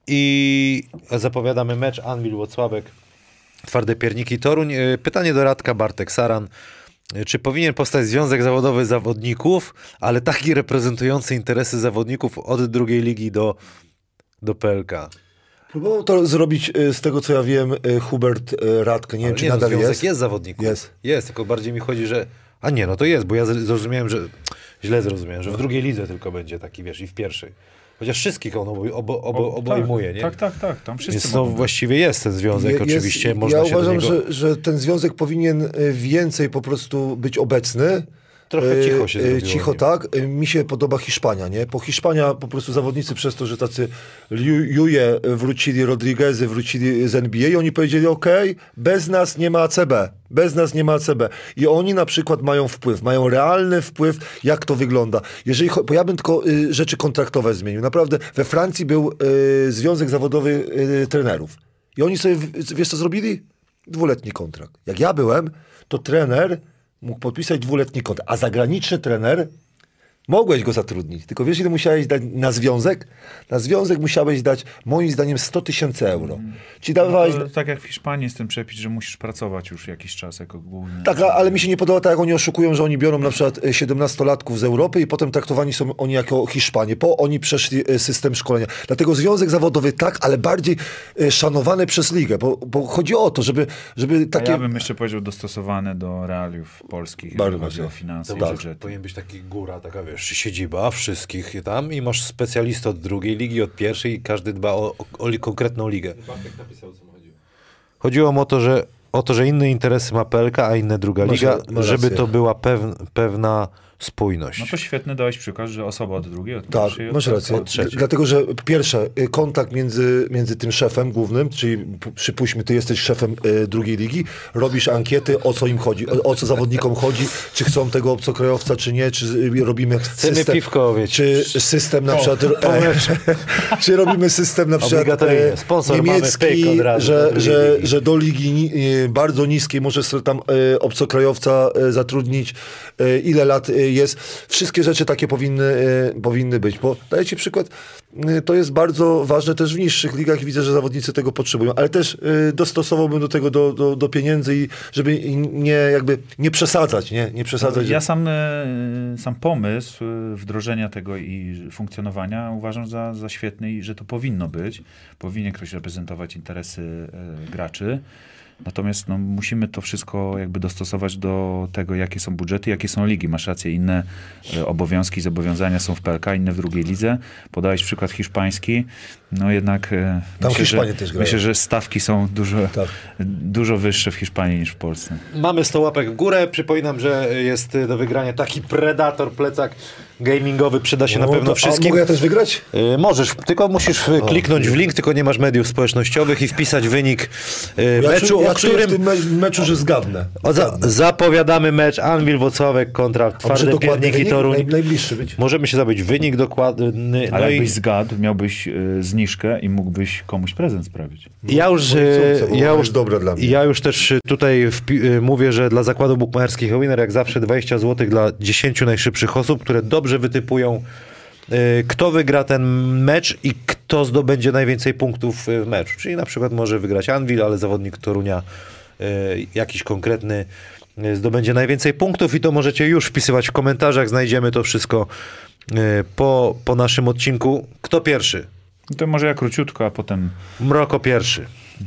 Speaker 1: i zapowiadamy mecz Anwil Włocławek, Twarde Pierniki Toruń. Y, Pytanie do Radka, Bartek Saran. Y, Czy powinien powstać związek zawodowy zawodników, ale taki reprezentujący interesy zawodników od drugiej ligi do, do P L K?
Speaker 2: Próbował to zrobić, y, z tego co ja wiem, y, Hubert y, Radkę. Nie
Speaker 1: Ale
Speaker 2: wiem, czy
Speaker 1: nie, no,
Speaker 2: nadal
Speaker 1: związek
Speaker 2: jest.
Speaker 1: jest zawodników.
Speaker 2: Jest.
Speaker 1: Jest, tylko bardziej mi chodzi, że... A nie, no to jest, bo ja z- zrozumiałem, że... Źle zrozumiałem, że w drugiej lidze tylko będzie taki, wiesz, i w pierwszej. Chociaż wszystkich on obo, obo, obo, obejmuje, nie?
Speaker 3: Tak, tak, tak. Tam wszyscy
Speaker 1: Więc no
Speaker 3: mogą być.
Speaker 1: właściwie jest ten związek,
Speaker 2: Je-
Speaker 1: oczywiście.
Speaker 2: jest,
Speaker 1: Można
Speaker 2: ja
Speaker 1: się
Speaker 2: uważam,
Speaker 1: do niego...
Speaker 2: że, że ten związek powinien y, więcej po prostu być obecny.
Speaker 1: Trochę cicho się
Speaker 2: E,
Speaker 1: zrobiło.
Speaker 2: Cicho,
Speaker 1: nie?
Speaker 2: tak. E, Mi się podoba Hiszpania, nie? Po Hiszpania po prostu zawodnicy przez to, że tacy Liu- Juje wrócili, Rodriguezy wrócili z N B A i oni powiedzieli, okej, bez nas nie ma A C B. Bez nas nie ma A C B. I oni na przykład mają wpływ, mają realny wpływ, jak to wygląda. Jeżeli, cho- bo ja bym tylko y, rzeczy kontraktowe zmienił. Naprawdę, we Francji był y, Związek Zawodowy y, Trenerów. I oni sobie, w- wiesz co zrobili? Dwuletni kontrakt. Jak ja byłem, to trener mógł podpisać dwuletni kontrakt, a zagraniczny trener mogłeś go zatrudnić. Tylko wiesz, ile musiałeś dać na związek? Na związek musiałeś dać, moim zdaniem, sto tysięcy euro. Ci dawałeś...
Speaker 3: No to, tak jak w Hiszpanii jest ten przepis, że musisz pracować już jakiś czas jako główny.
Speaker 2: Tak, a- ale mi się nie podoba tak, jak oni oszukują, że oni biorą na przykład e, siedemnastolatków z Europy i potem traktowani są oni jako Hiszpanie, bo oni przeszli e, system szkolenia. Dlatego związek zawodowy tak, ale bardziej e, szanowany przez ligę, bo, bo chodzi o to, żeby, żeby
Speaker 3: Takie...
Speaker 2: takie...
Speaker 3: Ja bym jeszcze powiedział dostosowane do realiów polskich,
Speaker 2: Bardzo
Speaker 3: jeżeli chodzi
Speaker 2: mocno.
Speaker 3: o finanse
Speaker 1: To
Speaker 3: i
Speaker 1: tak,
Speaker 3: budżety.
Speaker 1: powinien być taki góra, taka wiesz, siedziba wszystkich tam i masz specjalistę od drugiej ligi, od pierwszej i każdy dba o, o, o li- konkretną ligę.
Speaker 4: Bartek napisał, o co mu chodziło.
Speaker 1: Chodziło mu o to, że o to, że inne interesy ma P L K, a inne druga
Speaker 2: Masz-
Speaker 1: liga,
Speaker 2: masz
Speaker 1: żeby
Speaker 2: rację.
Speaker 1: to była pew, pewna spójność.
Speaker 3: No to świetny dałeś przykład, że osoba od drugiej, od
Speaker 2: Tak,
Speaker 3: pierwszej,
Speaker 2: masz
Speaker 3: od-
Speaker 2: rację.
Speaker 3: od trzeciej.
Speaker 2: Dlatego, że po pierwsze, y, kontakt między, między tym szefem głównym, czyli p- przypuśćmy, ty jesteś szefem y, drugiej ligi, robisz ankiety, o co im chodzi, o, o co zawodnikom chodzi, czy chcą tego obcokrajowca, czy nie, czy y, robimy
Speaker 1: Chcemy
Speaker 2: system,
Speaker 1: piwko, wiecie.
Speaker 2: czy system na przykład, e, czy robimy system na przykład
Speaker 1: Obligatoryjnie.
Speaker 2: e,
Speaker 1: Sponsor mamy,
Speaker 2: niemiecki,
Speaker 1: pyk od razu do
Speaker 2: że,
Speaker 1: drugiej
Speaker 2: że,
Speaker 1: ligi.
Speaker 2: że do ligi ni, e, bardzo niskiej możesz sobie tam e, obcokrajowca e, zatrudnić, e, ile lat e, jest. Wszystkie rzeczy takie powinny, e, powinny być. Bo daję ci przykład, e, to jest bardzo ważne też w niższych ligach i widzę, że zawodnicy tego potrzebują, ale też e, dostosowałbym do tego do, do, do pieniędzy i żeby nie jakby nie przesadzać, nie, nie przesadzać.
Speaker 3: Ja sam, e, sam pomysł e, wdrożenia tego i funkcjonowania uważam za, za świetny i że to powinno być. Powinien ktoś reprezentować interesy e, graczy. Natomiast no, musimy to wszystko jakby dostosować do tego, jakie są budżety, jakie są ligi. Masz rację, inne e, obowiązki, zobowiązania są w P L K, inne w drugiej lidze. Podałeś przykład hiszpański. No jednak e,
Speaker 2: Tam
Speaker 3: myślę,
Speaker 2: Hiszpanie
Speaker 3: że,
Speaker 2: też grają.
Speaker 3: myślę, że stawki są dużo,
Speaker 2: Tak.
Speaker 3: dużo wyższe w Hiszpanii niż w Polsce.
Speaker 1: Mamy sto łapek w górę. Przypominam, że jest do wygrania taki Predator plecak gamingowy. Przyda się
Speaker 2: No,
Speaker 1: na pewno
Speaker 2: to-
Speaker 1: wszystkim.
Speaker 2: A mogę ja też wygrać?
Speaker 1: Y, Możesz, tylko musisz y, kliknąć w link, tylko nie masz mediów społecznościowych i wpisać wynik y,
Speaker 2: Ja,
Speaker 1: meczu,
Speaker 2: czu, ja
Speaker 1: o
Speaker 2: czuję w
Speaker 1: którym
Speaker 2: tym me- meczu, że zgadnę.
Speaker 1: o, za, zapowiadamy mecz Anwil Włocławek kontra
Speaker 2: A może
Speaker 1: Twarde
Speaker 2: dokładny
Speaker 1: Pierniki
Speaker 2: wynik?
Speaker 1: Toruń.
Speaker 2: Naj, najbliższy być.
Speaker 1: Możemy się zabić wynik dokładny.
Speaker 3: Ale
Speaker 1: No i
Speaker 3: jakbyś zgadł, miałbyś y, zniżkę i mógłbyś komuś prezent sprawić.
Speaker 1: ja już,
Speaker 2: Moje
Speaker 1: y,
Speaker 2: córce, bo
Speaker 1: ja
Speaker 2: ona
Speaker 1: już,
Speaker 2: jest dobra dla mnie.
Speaker 1: ja już też y, tutaj wpi- y, mówię, że dla zakładów bukmacherskich Winner jak zawsze dwadzieścia złotych dla dziesięciu najszybszych osób, które dobrze wytypują y, kto wygra ten mecz i kto zdobędzie najwięcej punktów y, w meczu. Czyli na przykład może wygrać Anwil, ale zawodnik Torunia y, jakiś konkretny y, zdobędzie najwięcej punktów i to możecie już wpisywać w komentarzach. Znajdziemy to wszystko y, po, po naszym odcinku. Kto pierwszy?
Speaker 3: No to może ja króciutko, a potem...
Speaker 1: Mroko pierwszy.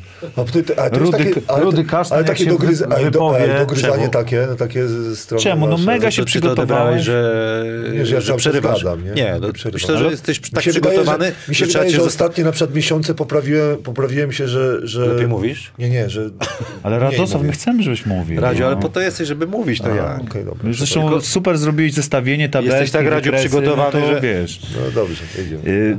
Speaker 2: A ty, ty, a to
Speaker 3: Rudy-
Speaker 2: jest takie, ale,
Speaker 3: Rudy Kasztan,
Speaker 2: ale
Speaker 3: jak
Speaker 2: takie
Speaker 3: się
Speaker 2: dogryz,
Speaker 3: wy-
Speaker 2: ale do, ale
Speaker 3: wypowie,
Speaker 2: dogryzanie
Speaker 1: czemu?
Speaker 2: takie, no takie z- ze strony
Speaker 3: Czemu? No
Speaker 2: wasze.
Speaker 3: mega się
Speaker 1: To ty to odebrałeś,
Speaker 3: przygotowałeś.
Speaker 1: że,
Speaker 2: Nie, że ja
Speaker 1: że
Speaker 2: cały czas
Speaker 1: przerywasz.
Speaker 2: gadam, nie?
Speaker 1: Nie, no,
Speaker 2: Nie przerywam.
Speaker 1: myślę, że
Speaker 3: Ale
Speaker 1: jesteś
Speaker 2: Mi
Speaker 1: tak
Speaker 2: się wydaje,
Speaker 1: przygotowany,
Speaker 2: że, mi się
Speaker 1: że trzeba
Speaker 2: wydaje,
Speaker 1: cię
Speaker 2: że
Speaker 1: zosta-
Speaker 2: ostatnie na przykład miesiące poprawiłem, poprawiłem się, że... że...
Speaker 1: Lepiej mówisz?
Speaker 2: Nie, nie, że...
Speaker 3: Ale
Speaker 2: mniej
Speaker 3: Radosław,
Speaker 2: mówię.
Speaker 3: my chcemy, żebyś mówił.
Speaker 1: Radziu,
Speaker 3: no.
Speaker 1: ale po to jesteś, żeby mówić, to ja.
Speaker 2: Okej, dobra.
Speaker 3: Zresztą
Speaker 1: Tylko-
Speaker 3: super zrobiłeś zestawienie tabelki,
Speaker 1: Jesteś tak, Radziu,
Speaker 3: wykresy,
Speaker 1: przygotowany,
Speaker 3: no to
Speaker 1: że-
Speaker 3: wiesz.
Speaker 2: No dobrze, jedziemy.
Speaker 3: Y,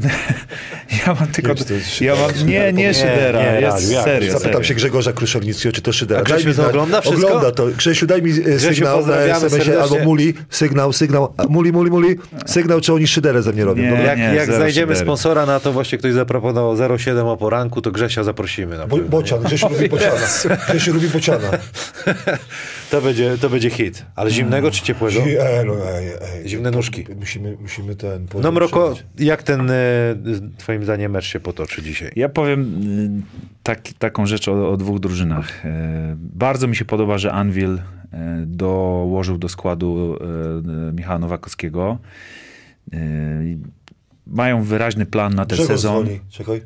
Speaker 3: ja mam tylko...
Speaker 2: Wiesz, to jest
Speaker 3: Ja mam, nie, nie Szydera,
Speaker 1: nie,
Speaker 3: jest
Speaker 1: Radziu, jak?
Speaker 3: serio,
Speaker 2: Zapytam
Speaker 3: serio.
Speaker 2: się Grzegorza Kruszownickiego, czy to Szydera.
Speaker 1: A Grzesiu
Speaker 2: Daj mi
Speaker 1: to
Speaker 2: znać.
Speaker 1: ogląda wszystko?
Speaker 2: Ogląda to. Grzesiu, daj mi e, sygnał na
Speaker 1: pozdrawiamy
Speaker 2: es em esie
Speaker 1: serdecznie.
Speaker 2: albo muli, sygnał, sygnał, a, muli, muli, muli, sygnał, czy oni Szyderę ze mnie robią.
Speaker 3: Nie.
Speaker 2: Dobra?
Speaker 1: Jak, jak
Speaker 3: zero
Speaker 1: znajdziemy
Speaker 3: cztery.
Speaker 1: sponsora na to, właśnie ktoś zaproponował zero siedem o poranku, to Grzesia zaprosimy. Na
Speaker 2: Bo,
Speaker 1: pewno.
Speaker 2: bocian, Grzesiu lubi bociana. Grzesiu lubi bociana.
Speaker 1: To będzie, to będzie hit. Ale zimnego czy ciepłego?
Speaker 2: Ej, no, ej, ej.
Speaker 1: Zimne nóżki.
Speaker 2: Musimy, musimy ten...
Speaker 1: No Mroko,
Speaker 2: przyjąć.
Speaker 1: jak ten e, twoim zdaniem mecz się potoczy dzisiaj?
Speaker 3: Ja powiem y, tak, taką rzecz o, o dwóch drużynach. Y, Bardzo mi się podoba, że Anwil y, dołożył do składu y, y, Michała Nowakowskiego. Y, Mają wyraźny plan na ten
Speaker 2: Grzegorz
Speaker 3: sezon.
Speaker 2: dzwoni, czekaj.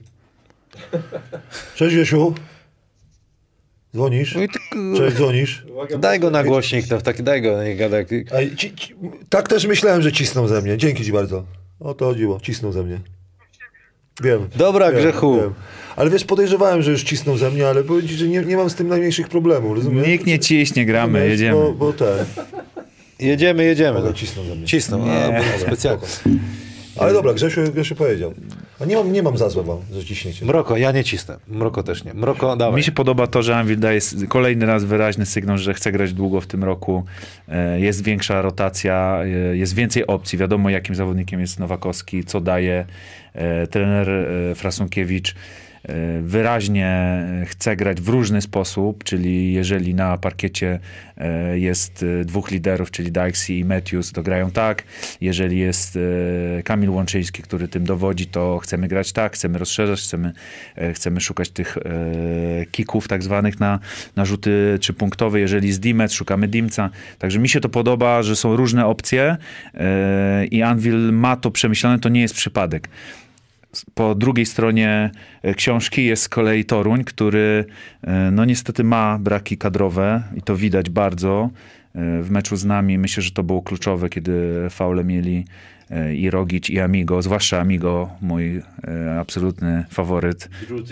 Speaker 2: Cześć, Grzesiu. Dzwonisz?
Speaker 1: No i tak,
Speaker 2: Cześć, dzwonisz?
Speaker 1: daj go na głośnik, to tak, daj go, nie gadaj.
Speaker 2: Ej, ci, ci, tak też myślałem, że cisną ze mnie. Dzięki ci bardzo. O to chodziło, cisną ze mnie. Wiem.
Speaker 1: Dobra,
Speaker 2: wiem,
Speaker 1: Grzechu.
Speaker 2: Wiem. Ale wiesz, podejrzewałem, że już cisną ze mnie, ale powiem ci, że nie, nie mam z tym najmniejszych problemów, rozumiesz?
Speaker 3: Nikt nie ciśnie, gramy,
Speaker 2: Rozumiesz?
Speaker 3: jedziemy.
Speaker 2: Bo, bo te,
Speaker 1: Jedziemy, jedziemy.
Speaker 2: Dobra, cisną ze mnie.
Speaker 1: Cisną,
Speaker 3: Nie.
Speaker 1: a, bo
Speaker 2: Dobra,
Speaker 1: specjalnie.
Speaker 2: spoko. Ale dobra, Grzesiu, Grzesiu powiedział. A nie mam, nie mam za złe wam, że ciśniecie.
Speaker 1: Mroko, ja nie cisnę. Mroko też nie. Mroko, dawaj.
Speaker 3: Mi się podoba to, że Anwil daje s- kolejny raz wyraźny sygnał, że chce grać długo w tym roku. E, Jest większa rotacja, e, jest więcej opcji. Wiadomo, jakim zawodnikiem jest Nowakowski, co daje e, trener e, Frasunkiewicz. e, Wyraźnie chce grać w różny sposób, czyli jeżeli na parkiecie e, jest e, dwóch liderów, czyli Dykesy i Matthews, to grają tak. Jeżeli jest e, Kamil Łączyński, który tym dowodzi, to chcemy grać tak, chcemy rozszerzać, chcemy, e, chcemy szukać tych e, kików tak zwanych na, na rzuty trzypunktowe. Jeżeli jest Dimet, szukamy Dimca. Także mi się to podoba, że są różne opcje e, i Anwil ma to przemyślane, to nie jest przypadek. Po drugiej stronie e, książki jest z kolei Toruń, który e, no niestety ma braki kadrowe i to widać bardzo. E, W meczu z nami myślę, że to było kluczowe, kiedy faule mieli e, i Rogic, i Amigo, zwłaszcza Amigo, mój e, absolutny faworyt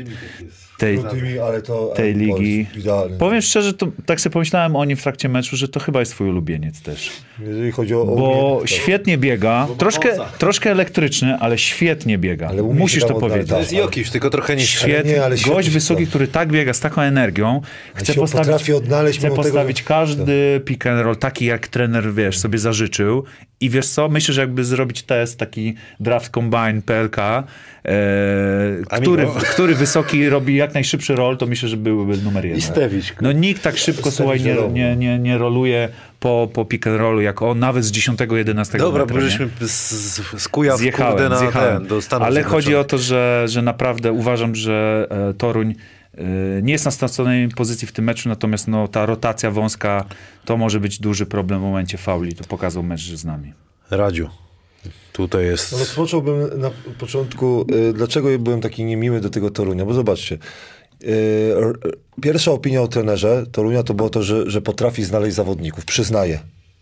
Speaker 3: tej,
Speaker 2: ale to,
Speaker 3: tej
Speaker 2: ale
Speaker 3: ligi.
Speaker 2: Idealny.
Speaker 3: Powiem szczerze, to, tak sobie pomyślałem o nim w trakcie meczu, że to chyba jest twój ulubieniec też.
Speaker 2: Jeżeli chodzi o... o
Speaker 3: Bo
Speaker 2: mnie,
Speaker 3: świetnie biega, troszkę, troszkę elektryczny, ale świetnie biega.
Speaker 2: Ale umie
Speaker 3: Musisz
Speaker 2: się
Speaker 3: to
Speaker 2: tam oddać.
Speaker 3: powiedzieć.
Speaker 1: To jest Jokic, tylko trochę niższy.
Speaker 3: Świetnie,
Speaker 2: nie, ale świetnie
Speaker 3: gość
Speaker 2: się
Speaker 3: wysoki,
Speaker 2: da.
Speaker 3: który tak biega z taką energią, chce
Speaker 2: się
Speaker 3: postawić,
Speaker 2: potrafi odnaleźć
Speaker 3: chce
Speaker 2: mimo tego,
Speaker 3: postawić
Speaker 2: że-
Speaker 3: każdy pick and roll taki, jak trener, wiesz, sobie zażyczył. I wiesz co, myślę, że jakby zrobić test, taki draft combine P L K, e, który, który wysoki robi jak najszybszy roll, to myślę, że byłby numer jeden.
Speaker 1: I Stewicz.
Speaker 3: No nikt tak szybko, słuchaj, nie, nie, nie, nie roluje po, po pick and rollu, jak on, nawet z dziesiątego jedenastego
Speaker 1: Dobra,
Speaker 3: metra,
Speaker 1: bo
Speaker 3: nie?
Speaker 1: żeśmy z, z Kujaw,
Speaker 3: Zjechałem,
Speaker 1: kurde, na
Speaker 3: zjechałem.
Speaker 1: ten, do Stanów
Speaker 3: Ale
Speaker 1: Zjednoczonych.
Speaker 3: chodzi o to, że, że naprawdę uważam, że e, Toruń e, nie jest na straconej pozycji w tym meczu, natomiast no, ta rotacja wąska to może być duży problem w momencie fauli. To pokazał mecz z nami.
Speaker 1: Radziu, tutaj jest...
Speaker 2: No rozpocząłbym na początku, y, dlaczego byłem taki niemiły do tego Torunia, bo zobaczcie, y, r, pierwsza opinia o trenerze Torunia to było to, że, że potrafi znaleźć zawodników, przyznaję.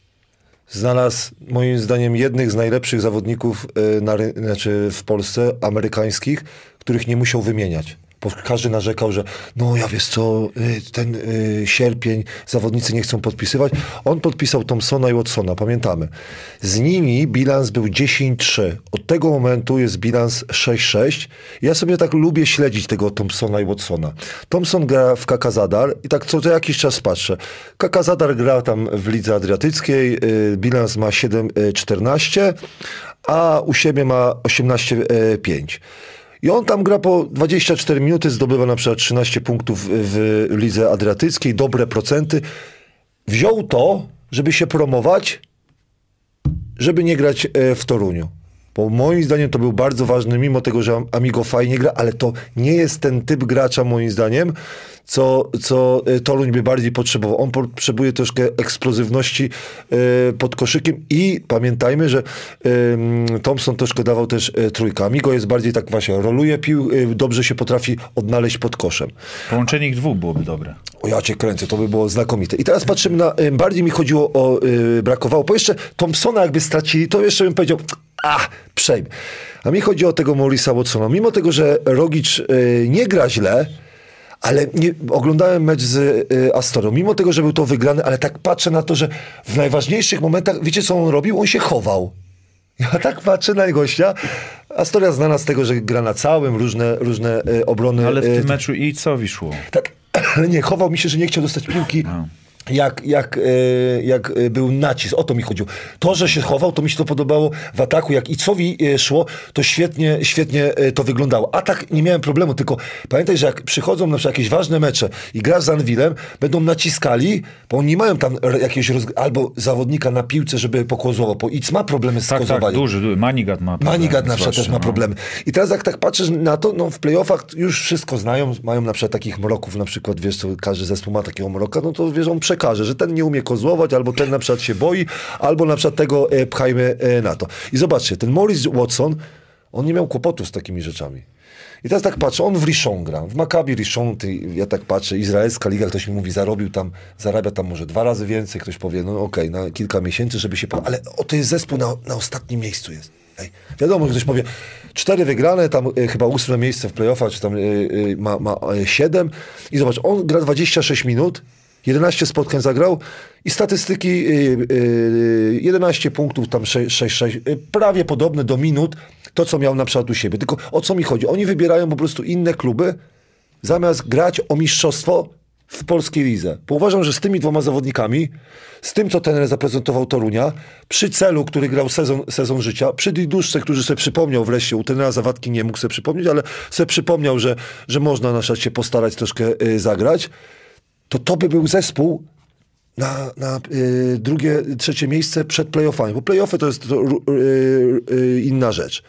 Speaker 2: Znalazł moim zdaniem jednych z najlepszych zawodników y, na, ry- znaczy w Polsce, amerykańskich, których nie musiał wymieniać. Bo każdy narzekał, że no ja wiesz co, y, ten y, sierpień, zawodnicy nie chcą podpisywać. On podpisał Thompsona i Watsona, pamiętamy. Z nimi bilans był dziesięć trzy. Od tego momentu jest bilans sześć sześć. Ja sobie tak lubię śledzić tego Thompsona i Watsona. Thompson gra w K K Zadar i tak co jakiś czas patrzę. K K Zadar gra tam w Lidze Adriatyckiej, y, bilans ma siedem czternaście, a u siebie ma osiemnaście pięć. I on tam gra po dwadzieścia cztery minuty, zdobywa na przykład trzynaście punktów w Lidze Adriatyckiej, dobre procenty. Wziął to, żeby się promować, żeby nie grać w Toruniu. Bo moim zdaniem to był bardzo ważny, mimo tego, że Amigo fajnie gra, ale to nie jest ten typ gracza, moim zdaniem, co, co Toruń by bardziej potrzebował. On potrzebuje troszkę eksplozywności y, pod koszykiem i pamiętajmy, że y, Thompson troszkę dawał też y, trójkę. Amigo jest bardziej tak właśnie, roluje pił, y, dobrze się potrafi odnaleźć pod koszem.
Speaker 3: Połączenie ich dwóch byłoby dobre.
Speaker 2: O ja cię kręcę, to by było znakomite. I teraz patrzymy na, y, bardziej mi chodziło o, y, brakowało, bo jeszcze Thompsona jakby stracili, to jeszcze bym powiedział, a, przejmę. A mi chodzi o tego Maurice'a Watsona. Mimo tego, że Rogic y, nie gra źle, ale nie, oglądałem mecz z y, Astorią. Mimo tego, że był to wygrany, ale tak patrzę na to, że w najważniejszych momentach, wiecie co on robił? On się chował. Ja tak patrzę na gościa. Astoria znana z tego, że gra na całym, różne, różne y, obrony.
Speaker 3: Ale w
Speaker 2: y,
Speaker 3: tym meczu i co wyszło?
Speaker 2: Tak, ale nie, chował mi się, że nie chciał dostać piłki.
Speaker 3: No.
Speaker 2: Jak, jak, e, jak e, był nacisk, o to mi chodziło. To, że się chował, to mi się to podobało w ataku. Jak Icowi e, szło, to świetnie, świetnie e, to wyglądało. Atak nie miałem problemu, tylko pamiętaj, że jak przychodzą na przykład jakieś ważne mecze i grasz z Anwilem, będą naciskali, bo oni nie mają tam jakiegoś roz... albo zawodnika na piłce, żeby pokozował, bo Ic ma problemy z
Speaker 3: Tak,
Speaker 2: kozowaniem.
Speaker 3: tak, duży, duży. Manigat ma problemy.
Speaker 2: Manigat na przykład też ma
Speaker 3: no.
Speaker 2: problemy. I teraz jak tak patrzysz na to, no w playoffach już wszystko znają, mają na przykład takich mroków, na przykład wiesz co, każdy zespół ma takiego mroka, no to wiesz, on przekaże, że ten nie umie kozłować, albo ten na przykład się boi, albo na przykład tego e, pchajmy e, na to. I zobaczcie, ten Maurice Watson, on nie miał kłopotów z takimi rzeczami. I teraz tak patrzę, on w Rishon gra, w Maccabi Rishon, ty, ja tak patrzę, izraelska liga, ktoś mi mówi, zarobił tam, zarabia tam może dwa razy więcej, ktoś powie, no okej, okay, na kilka miesięcy, żeby się... Po... Ale o, to jest zespół na, na ostatnim miejscu jest. Ej, wiadomo, że ktoś powie, cztery wygrane, tam y, chyba ósme miejsce w playoffach, czy tam y, y, ma, ma y, siedem. I zobacz, on gra dwadzieścia sześć minut, jedenaście spotkań zagrał i statystyki y, y, jedenaście punktów, tam sześć sześć, y, prawie podobne do minut, to co miał na przykład u siebie. Tylko o co mi chodzi? Oni wybierają po prostu inne kluby, zamiast grać o mistrzostwo w polskiej lidze. Bo uważam, że z tymi dwoma zawodnikami, z tym, co trener zaprezentował Torunia, przy Celu, który grał sezon, sezon życia, przy Diduszce, który sobie przypomniał wreszcie, u trenera Zawadki nie mógł sobie przypomnieć, ale sobie przypomniał, że, że można na przykład się postarać troszkę y, zagrać, to to by był zespół na, na y, drugie, trzecie miejsce przed playoffami. Bo playoffy to jest to, y, y, inna rzecz.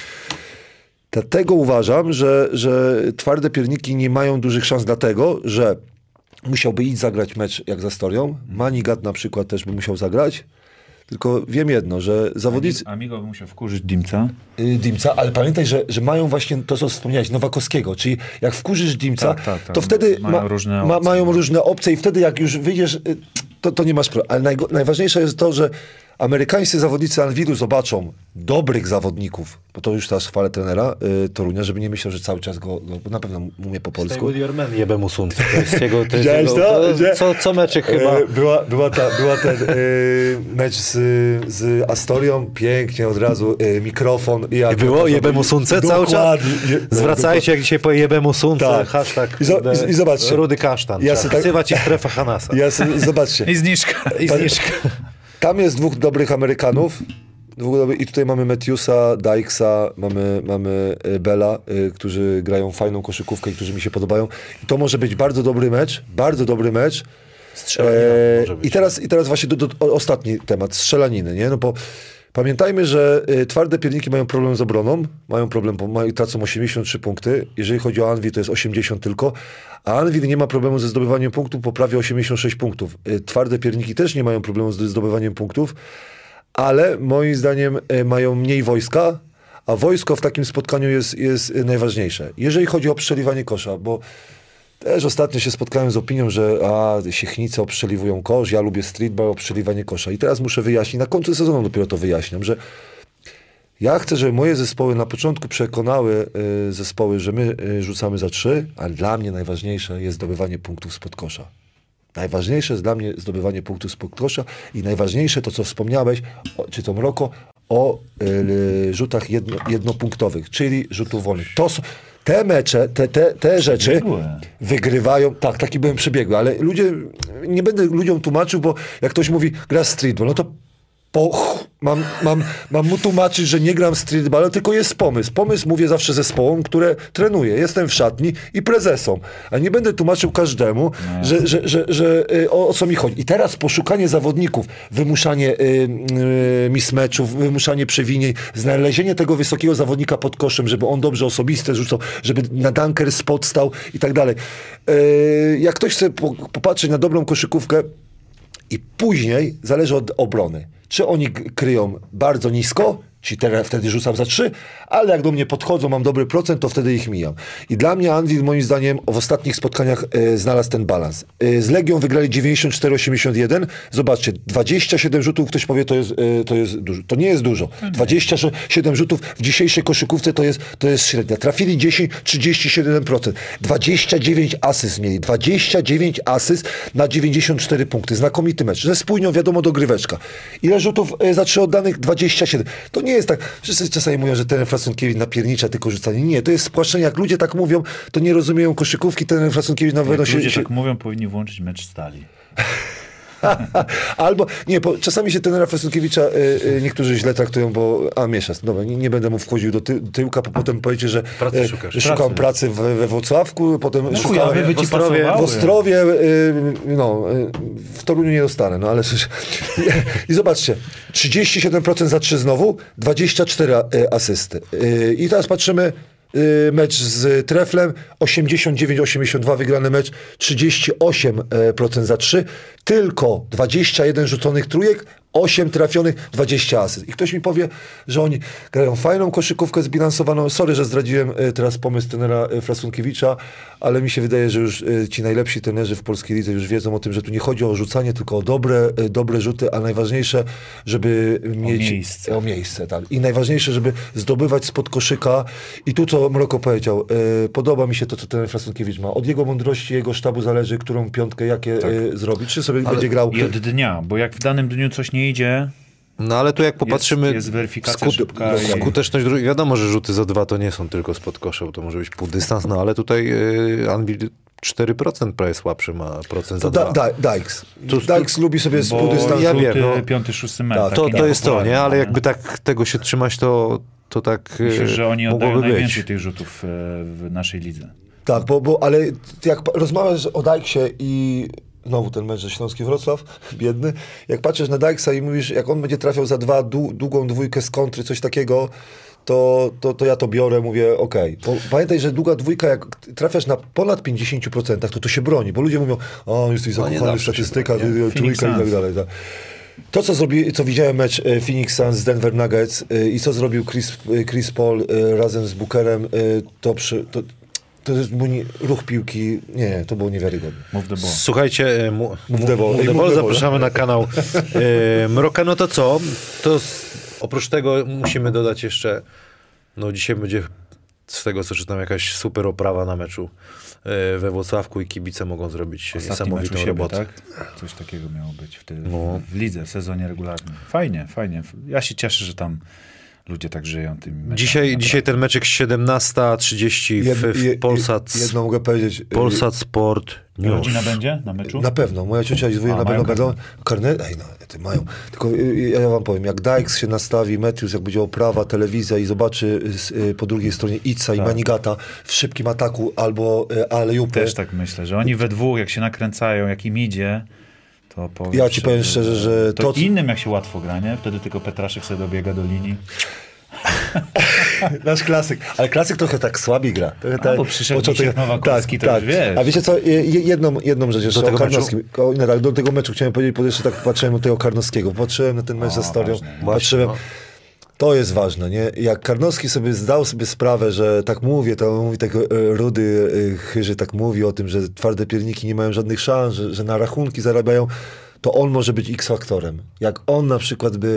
Speaker 2: Dlatego uważam, że, że twarde pierniki nie mają dużych szans, dlatego, że musiałby iść zagrać mecz jak z Astorią. Manigat na przykład też by musiał zagrać. Tylko wiem jedno, że zawodnicy...
Speaker 3: Amigo by musiał wkurzyć Dimca.
Speaker 2: Yy, Dimca, ale pamiętaj, że, że mają właśnie to, co wspomniałeś, Nowakowskiego. Czyli jak wkurzysz Dimca,
Speaker 3: tak, tak, tak.
Speaker 2: to wtedy
Speaker 3: mają,
Speaker 2: ma,
Speaker 3: różne
Speaker 2: ma,
Speaker 3: opcje.
Speaker 2: mają różne opcje i wtedy jak już wyjdziesz, to, to nie masz problemu. Ale najgo, najważniejsze jest to, że amerykańscy zawodnicy Anwilu zobaczą dobrych zawodników, bo to już teraz chwalę trenera y, Torunia, żeby nie myślał, że cały czas go, go bo na pewno umie po polsku.
Speaker 1: Stay with your man, jebe mu sun. To jest jego, to jest
Speaker 2: Widziałeś
Speaker 1: jego,
Speaker 2: to?
Speaker 1: to, co, co meczek chyba.
Speaker 2: E, była, była, ta, była ten e, mecz z, z Astorią, pięknie od razu, e, mikrofon. I jak
Speaker 1: I było jebe mu sunce cały czas?
Speaker 2: Dokładnie.
Speaker 1: Zwracajcie, jak dzisiaj po jebe mu sunce,
Speaker 2: Tak.
Speaker 1: hashtag
Speaker 2: I zo- i zobaczcie.
Speaker 1: Rudy Kasztan.
Speaker 2: Ja
Speaker 1: Ja
Speaker 2: sobie tak-
Speaker 1: Wzywa ci strefa Hanasa.
Speaker 2: Ja sobie, zobaczcie,
Speaker 3: I zniżka.
Speaker 1: I zniżka.
Speaker 2: tam jest dwóch dobrych Amerykanów. Dwóch dobry, i tutaj mamy Matthewsa, Dykesa, mamy, mamy e, Bella, e, którzy grają fajną koszykówkę i którzy mi się podobają. I to może być bardzo dobry mecz, bardzo dobry mecz.
Speaker 1: Strzelanina może być.
Speaker 2: I teraz, i teraz właśnie do, do, o, ostatni temat, strzelaniny, nie? No bo pamiętajmy, że y, twarde pierniki mają problem z obroną, mają problem, bo mają, tracą osiemdziesiąt trzy punkty. Jeżeli chodzi o Anwil, to jest osiemdziesiąt tylko, a Anwil nie ma problemu ze zdobywaniem punktów, po prawie osiemdziesiąt sześć punktów. Y, twarde pierniki też nie mają problemu ze zdobywaniem punktów, ale moim zdaniem y, mają mniej wojska, a wojsko w takim spotkaniu jest, jest y, najważniejsze. Jeżeli chodzi o przeliwanie kosza, bo też ostatnio się spotkałem z opinią, że a, Siechnice obstrzeliwują kosz, ja lubię streetball, obstrzeliwanie kosza. I teraz muszę wyjaśnić, na końcu sezonu dopiero to wyjaśniam, że ja chcę, żeby moje zespoły na początku przekonały y, zespoły, że my y, rzucamy za trzy, ale dla mnie najważniejsze jest zdobywanie punktów spod kosza. Najważniejsze jest dla mnie zdobywanie punktów spod kosza i najważniejsze to, co wspomniałeś, o, czy to Mroko, o y, rzutach jedno, jednopunktowych, czyli rzutów wolnych. To są, te mecze, te, te, te rzeczy
Speaker 3: Przebiegłe.
Speaker 2: wygrywają. Tak, taki byłem przebiegły, ale ludzie, nie będę ludziom tłumaczył, bo jak ktoś mówi, gra streetball, no to po, mam, mam, mam mu tłumaczyć, że nie gram streetball, tylko jest pomysł. Pomysł mówię zawsze zespołom, które trenuję. Jestem w szatni i prezesom. A nie będę tłumaczył każdemu,
Speaker 3: No.
Speaker 2: że, że, że, że y, o, o co mi chodzi. I teraz poszukanie zawodników, wymuszanie y, y, mismeczów, wymuszanie przewinień, znalezienie tego wysokiego zawodnika pod koszem, żeby on dobrze osobiste rzucał, żeby na dunker spot stał i tak dalej. Y, jak ktoś chce po, popatrzeć na dobrą koszykówkę, i później zależy od obrony. Czy oni g- kryją bardzo nisko, ci teraz wtedy rzucam za trzy, ale jak do mnie podchodzą, mam dobry procent, to wtedy ich mijam. I dla mnie Anwil moim zdaniem w ostatnich spotkaniach e, znalazł ten balans. E, z Legią wygrali dziewięćdziesiąt cztery osiemdziesiąt jeden. Zobaczcie, dwadzieścia siedem rzutów, ktoś powie, to jest, e, to jest dużo. To nie jest dużo. dwadzieścia siedem rzutów w dzisiejszej koszykówce to jest, to jest średnia. Trafili dziesięć, trzydzieści siedem procent. dwadzieścia dziewięć asyst mieli. dwadzieścia dziewięć asyst na dziewięćdziesiąt cztery punkty. Znakomity mecz. Ze spójnią, wiadomo, dogryweczka. Ile rzutów e, za trzy oddanych? dwadzieścia siedem. To nie jest tak. Wszyscy czasami mówią, że ten Frasунkiewicz napiernicza tylko rzucanie. Nie, to jest spłaszczenie. Jak ludzie tak mówią, to nie rozumieją koszykówki. Ten Frasунkiewicz na pewno
Speaker 3: Jak
Speaker 2: się...
Speaker 3: ludzie
Speaker 2: się...
Speaker 3: tak mówią, powinni włączyć mecz Stali.
Speaker 2: Albo, nie, bo czasami się tenera Frasунkiewicza y, y, niektórzy źle traktują, bo, a mieszasz, dobra, nie, nie będę mu wchodził do, ty, do tyłka, bo potem powiecie, że
Speaker 1: Pracy
Speaker 2: y,
Speaker 1: szukasz.
Speaker 2: że szukam pracy w, we Włocławku, potem
Speaker 3: No
Speaker 2: szukam
Speaker 3: chujowie by
Speaker 2: w
Speaker 3: ci
Speaker 2: Ostrowie, w,
Speaker 3: pasowały.
Speaker 2: Ostrowie y, no, y, w Toruniu nie dostanę, no ale i, i zobaczcie, trzydzieści siedem procent za trzy znowu, dwadzieścia cztery y, asysty. Y, I teraz patrzymy, y, mecz z Treflem, osiemdziesiąt dziewięć osiemdziesiąt dwa wygrany mecz, trzydzieści osiem procent za trzy, tylko dwadzieścia jeden rzuconych trójek, osiem trafionych, dwadzieścia asyst. I ktoś mi powie, że oni grają fajną koszykówkę zbilansowaną. Sorry, że zdradziłem e, teraz pomysł trenera e, Frasunkiewicza, ale mi się wydaje, że już e, ci najlepsi trenerzy w polskiej lidze już wiedzą o tym, że tu nie chodzi o rzucanie, tylko o dobre, e, dobre rzuty, a najważniejsze, żeby mieć...
Speaker 3: miejsce.
Speaker 2: O miejsce, tak. I najważniejsze, żeby zdobywać spod koszyka. I tu, co Mroko powiedział, e, podoba mi się to, co trener Frasunkiewicz ma. Od jego mądrości, jego sztabu zależy, którą piątkę, jakie
Speaker 3: Tak.
Speaker 2: e, zrobić. Czy sobie będzie grał...
Speaker 3: I od dnia, bo jak w danym dniu coś nie idzie,
Speaker 1: No ale tu jak popatrzymy,
Speaker 3: jest, jest weryfikacja szybka.
Speaker 2: dokładnie.
Speaker 3: I...
Speaker 1: skuteczność drugiej, wiadomo, że rzuty za dwa to nie są tylko spod kosza, bo to może być pół dystans, no ale tutaj yy, Anwil cztery procent prawie słabszy ma procent za
Speaker 2: Da,
Speaker 1: dwa.
Speaker 2: da, Dykes.
Speaker 1: Tu-
Speaker 2: Dykes lubi sobie z
Speaker 3: Bo
Speaker 2: pół dystansu.
Speaker 1: ja wiem,
Speaker 3: rzuty
Speaker 1: no.
Speaker 3: piąty, szósty metr.
Speaker 2: Tak,
Speaker 1: To,
Speaker 3: taki
Speaker 1: to jest to, nie?
Speaker 3: niepopularny,
Speaker 1: Ale
Speaker 3: no,
Speaker 1: jakby tak tego się trzymać, to, to tak
Speaker 3: Myślę,
Speaker 1: yy,
Speaker 3: że oni oddają
Speaker 1: mogłoby
Speaker 3: najwięcej
Speaker 1: być.
Speaker 3: tych rzutów e, w naszej lidze.
Speaker 2: Tak, bo, bo ale jak pa- rozmawiasz o Dykesie i znowu ten mecz ze Śląski Wrocław, biedny, jak patrzysz na Dykesa i mówisz, jak on będzie trafiał za dwa, dłu- długą dwójkę z kontry, coś takiego, to, to, to ja to biorę, mówię, okej. Bo Pamiętaj, że długa dwójka, jak trafiasz na ponad pięćdziesiąt procent, to to się broni, bo ludzie mówią, o, jesteś
Speaker 1: No nie
Speaker 2: zakochany,
Speaker 1: zawsze się
Speaker 2: statystyka,
Speaker 1: broni, nie?
Speaker 2: y, trójka i tak
Speaker 3: Phoenix
Speaker 2: dalej. Tak. To, co, zrobi, co widziałem mecz e, Phoenix Suns z Denver Nuggets e, i co zrobił Chris, e, Chris Paul e, razem z Bookerem, e, to, przy, to To jest był nie, ruch piłki, nie, to było niewiarygodne.
Speaker 3: Move the ball.
Speaker 1: Słuchajcie, e, mu,
Speaker 2: Move the ball.
Speaker 1: Move
Speaker 2: Ej,
Speaker 1: the
Speaker 2: move
Speaker 1: ball,
Speaker 2: the ball.
Speaker 1: zapraszamy na kanał e, Mroka. No to co? To z, oprócz tego musimy dodać jeszcze, no dzisiaj będzie z tego co czytam jakaś super oprawa na meczu e, we Włocławku i kibice mogą zrobić
Speaker 3: Ostatni
Speaker 1: niesamowitą
Speaker 3: mecz u siebie,
Speaker 1: robotę.
Speaker 3: tak? Coś takiego miało być w, ty,
Speaker 1: No.
Speaker 3: w lidze, w sezonie regularnym. Fajnie, fajnie. Ja się cieszę, że tam ludzie tak żyją tymi meczami.
Speaker 1: Dzisiaj,
Speaker 3: naprawdę.
Speaker 1: dzisiaj ten meczek siedemnasta trzydzieści w,
Speaker 2: Jed- je-
Speaker 1: w Polsat,
Speaker 2: Jedno mogę powiedzieć.
Speaker 1: Polsat Sport News.
Speaker 3: Rodzina będzie na meczu?
Speaker 2: Na pewno, moja ciocia i dwóje
Speaker 3: A,
Speaker 2: na
Speaker 3: mają
Speaker 2: pewno będą. Karnet? Ej, no, ty mają. Tylko y, ja wam powiem, jak Dykes się nastawi, Matthews, jak będzie oprawa, telewizja i zobaczy y, y, po drugiej stronie Itza i
Speaker 3: Tak.
Speaker 2: Manigata w szybkim ataku albo y, alejupy.
Speaker 3: Też tak myślę, że oni we dwóch, jak się nakręcają, jak im idzie, to powiem
Speaker 2: Ja ci powiem szczerze, że
Speaker 3: to,
Speaker 2: to, co-
Speaker 3: innym jak się łatwo gra, nie? Wtedy tylko Petraszek sobie dobiega do linii.
Speaker 2: Nasz klasyk. Ale klasyk trochę tak słabiej gra. Trochę tak,
Speaker 3: bo przyszedł
Speaker 2: początek-
Speaker 3: Misiek Nowakowski, to już wiesz.
Speaker 2: A wiecie co, je- jedną, jedną rzecz jeszcze
Speaker 1: tego
Speaker 2: o Karnowskim. O, nie, tak, do tego meczu chciałem powiedzieć, bo jeszcze tak patrzyłem na tego Karnowskiego. Patrzyłem na ten mecz ze Storią.
Speaker 3: ważne.
Speaker 2: Patrzyłem,
Speaker 1: no.
Speaker 2: to jest ważne, nie? Jak Karnowski sobie zdał sobie sprawę, że tak mówię, to mówi tak e, Rudy e, Chyży tak mówi o tym, że twarde pierniki nie mają żadnych szans, że, że na rachunki zarabiają, to on może być X-faktorem. Jak on na przykład by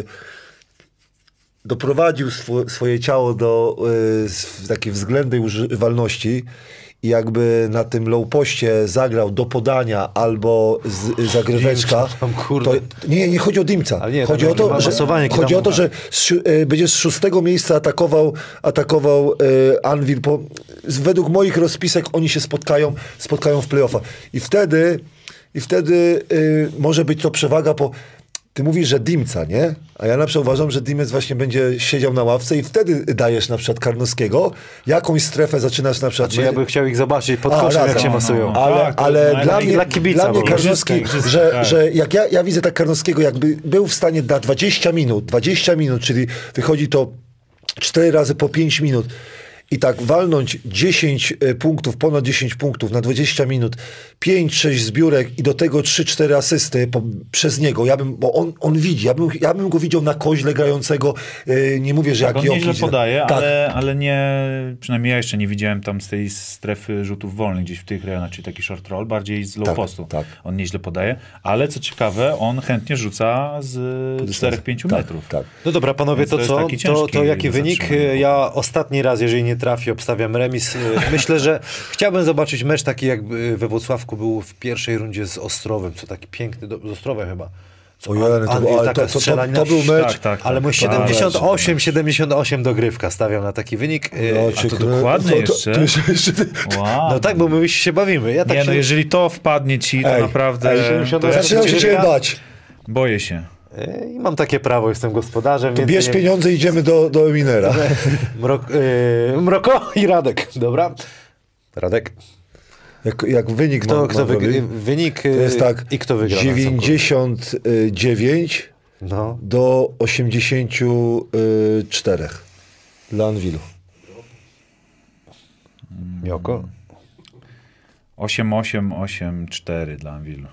Speaker 2: doprowadził swo, swoje ciało do y, s- takiej względnej używalności i jakby na tym low poście zagrał do podania albo z, y, zagryweczka,
Speaker 1: Dimca tam, kurde.
Speaker 2: to nie, nie chodzi o Dimca.
Speaker 1: Ale nie,
Speaker 2: chodzi
Speaker 1: tam
Speaker 2: o to,
Speaker 1: ma
Speaker 2: że,
Speaker 1: masowanie,
Speaker 2: chodzi
Speaker 1: kiedy
Speaker 2: o to,
Speaker 1: tam-
Speaker 2: że z, y, będzie z szóstego miejsca atakował, atakował y, Anvil. Po, z, według moich rozpisek oni się spotkają, spotkają w play-offa. I wtedy, i wtedy y, może być to przewaga po... Ty mówisz, że Dimca, nie? A ja na przykład uważam, że Dimec właśnie będzie siedział na ławce i wtedy dajesz na przykład Karnowskiego, jakąś strefę zaczynasz na przykład...
Speaker 1: Czy ja bym chciał ich zobaczyć pod
Speaker 2: A,
Speaker 1: koszem, jak
Speaker 2: razem.
Speaker 1: się
Speaker 2: No,
Speaker 1: masują.
Speaker 3: no.
Speaker 2: Ale,
Speaker 3: Tak, to
Speaker 2: ale
Speaker 3: dla-
Speaker 2: dla,
Speaker 3: dla
Speaker 2: mnie,
Speaker 1: kibica
Speaker 2: dla mnie
Speaker 1: po prostu.
Speaker 2: Karnowski,
Speaker 3: Igrzyska, igrzyska,
Speaker 2: że,
Speaker 3: tak.
Speaker 2: że jak ja, ja widzę tak Karnowskiego, jakby był w stanie na dwadzieścia minut, dwadzieścia minut, czyli wychodzi to cztery razy po pięć minut i tak walnąć dziesięć e, punktów, ponad dziesięć punktów na dwadzieścia minut, pięć sześć zbiórek i do tego trzy cztery asysty po, przez niego, ja bym, bo on, on widzi, ja bym, ja bym go widział na koźle grającego, e, nie mówię, że
Speaker 3: Tak,
Speaker 2: jak
Speaker 3: on nieźle
Speaker 2: Jokic.
Speaker 3: podaje,
Speaker 2: Tak.
Speaker 3: ale, ale nie, przynajmniej ja jeszcze nie widziałem tam z tej strefy rzutów wolnych gdzieś w tych rejonach, czyli taki short roll, bardziej z low
Speaker 2: Tak,
Speaker 3: postu.
Speaker 2: tak.
Speaker 3: On nieźle podaje, ale co ciekawe, on chętnie rzuca z cztery pięć
Speaker 2: tak,
Speaker 3: metrów.
Speaker 2: Tak.
Speaker 1: No dobra, panowie,
Speaker 3: Więc to
Speaker 1: to
Speaker 3: jest
Speaker 1: co?
Speaker 3: taki
Speaker 1: To,
Speaker 3: ciężki
Speaker 1: to jaki
Speaker 3: do
Speaker 1: wynik?
Speaker 3: zatrzymania.
Speaker 1: Ja ostatni raz, jeżeli nie trafię, obstawiam remis. Myślę, że chciałbym zobaczyć mecz taki, jak we Włocławku był w pierwszej rundzie z Ostrowem, co taki piękny, do, z Ostrowem chyba. Co
Speaker 2: Ojej, ale to,
Speaker 1: Anvil,
Speaker 2: ale
Speaker 1: taka
Speaker 2: to, to, to,
Speaker 1: strzelanina.
Speaker 2: to był mecz.
Speaker 3: Tak, tak,
Speaker 1: Ale
Speaker 3: tak.
Speaker 1: mój
Speaker 3: To-
Speaker 1: siedemdziesiąt osiem
Speaker 3: ale-
Speaker 1: siedemdziesiąt osiem dogrywka stawiam na taki wynik.
Speaker 2: No,
Speaker 1: No,
Speaker 2: cię
Speaker 3: to
Speaker 2: krę-
Speaker 3: dokładnie
Speaker 2: to-
Speaker 3: jeszcze?
Speaker 2: To, to jeszcze
Speaker 3: Wow.
Speaker 1: no tak, bo my się bawimy. Ja tak
Speaker 3: Nie,
Speaker 1: się...
Speaker 3: no jeżeli to wpadnie ci, to
Speaker 2: Ej,
Speaker 3: naprawdę
Speaker 1: ej, siedemdziesiąt
Speaker 3: to ja
Speaker 2: Zaczynam się ciebie bać.
Speaker 3: boję się.
Speaker 1: E, I mam takie prawo, jestem gospodarzem. więc
Speaker 2: Bierz
Speaker 1: nie-
Speaker 2: pieniądze i idziemy do, do Minera.
Speaker 1: Mrok, e, Mroko i Radek, dobra? Radek.
Speaker 2: Jak, jak wynik
Speaker 1: Kto,
Speaker 2: mam,
Speaker 1: kto
Speaker 2: mam
Speaker 1: wygra?
Speaker 2: robić?
Speaker 1: Wynik
Speaker 2: To jest tak,
Speaker 1: i kto wygra? na sam
Speaker 2: dziewięćdziesiąt dziewięć
Speaker 1: koniec? No.
Speaker 2: do osiemdziesiąt cztery dla Anvilu.
Speaker 1: Mioko?
Speaker 3: osiem osiem osiem cztery dla Anvilu.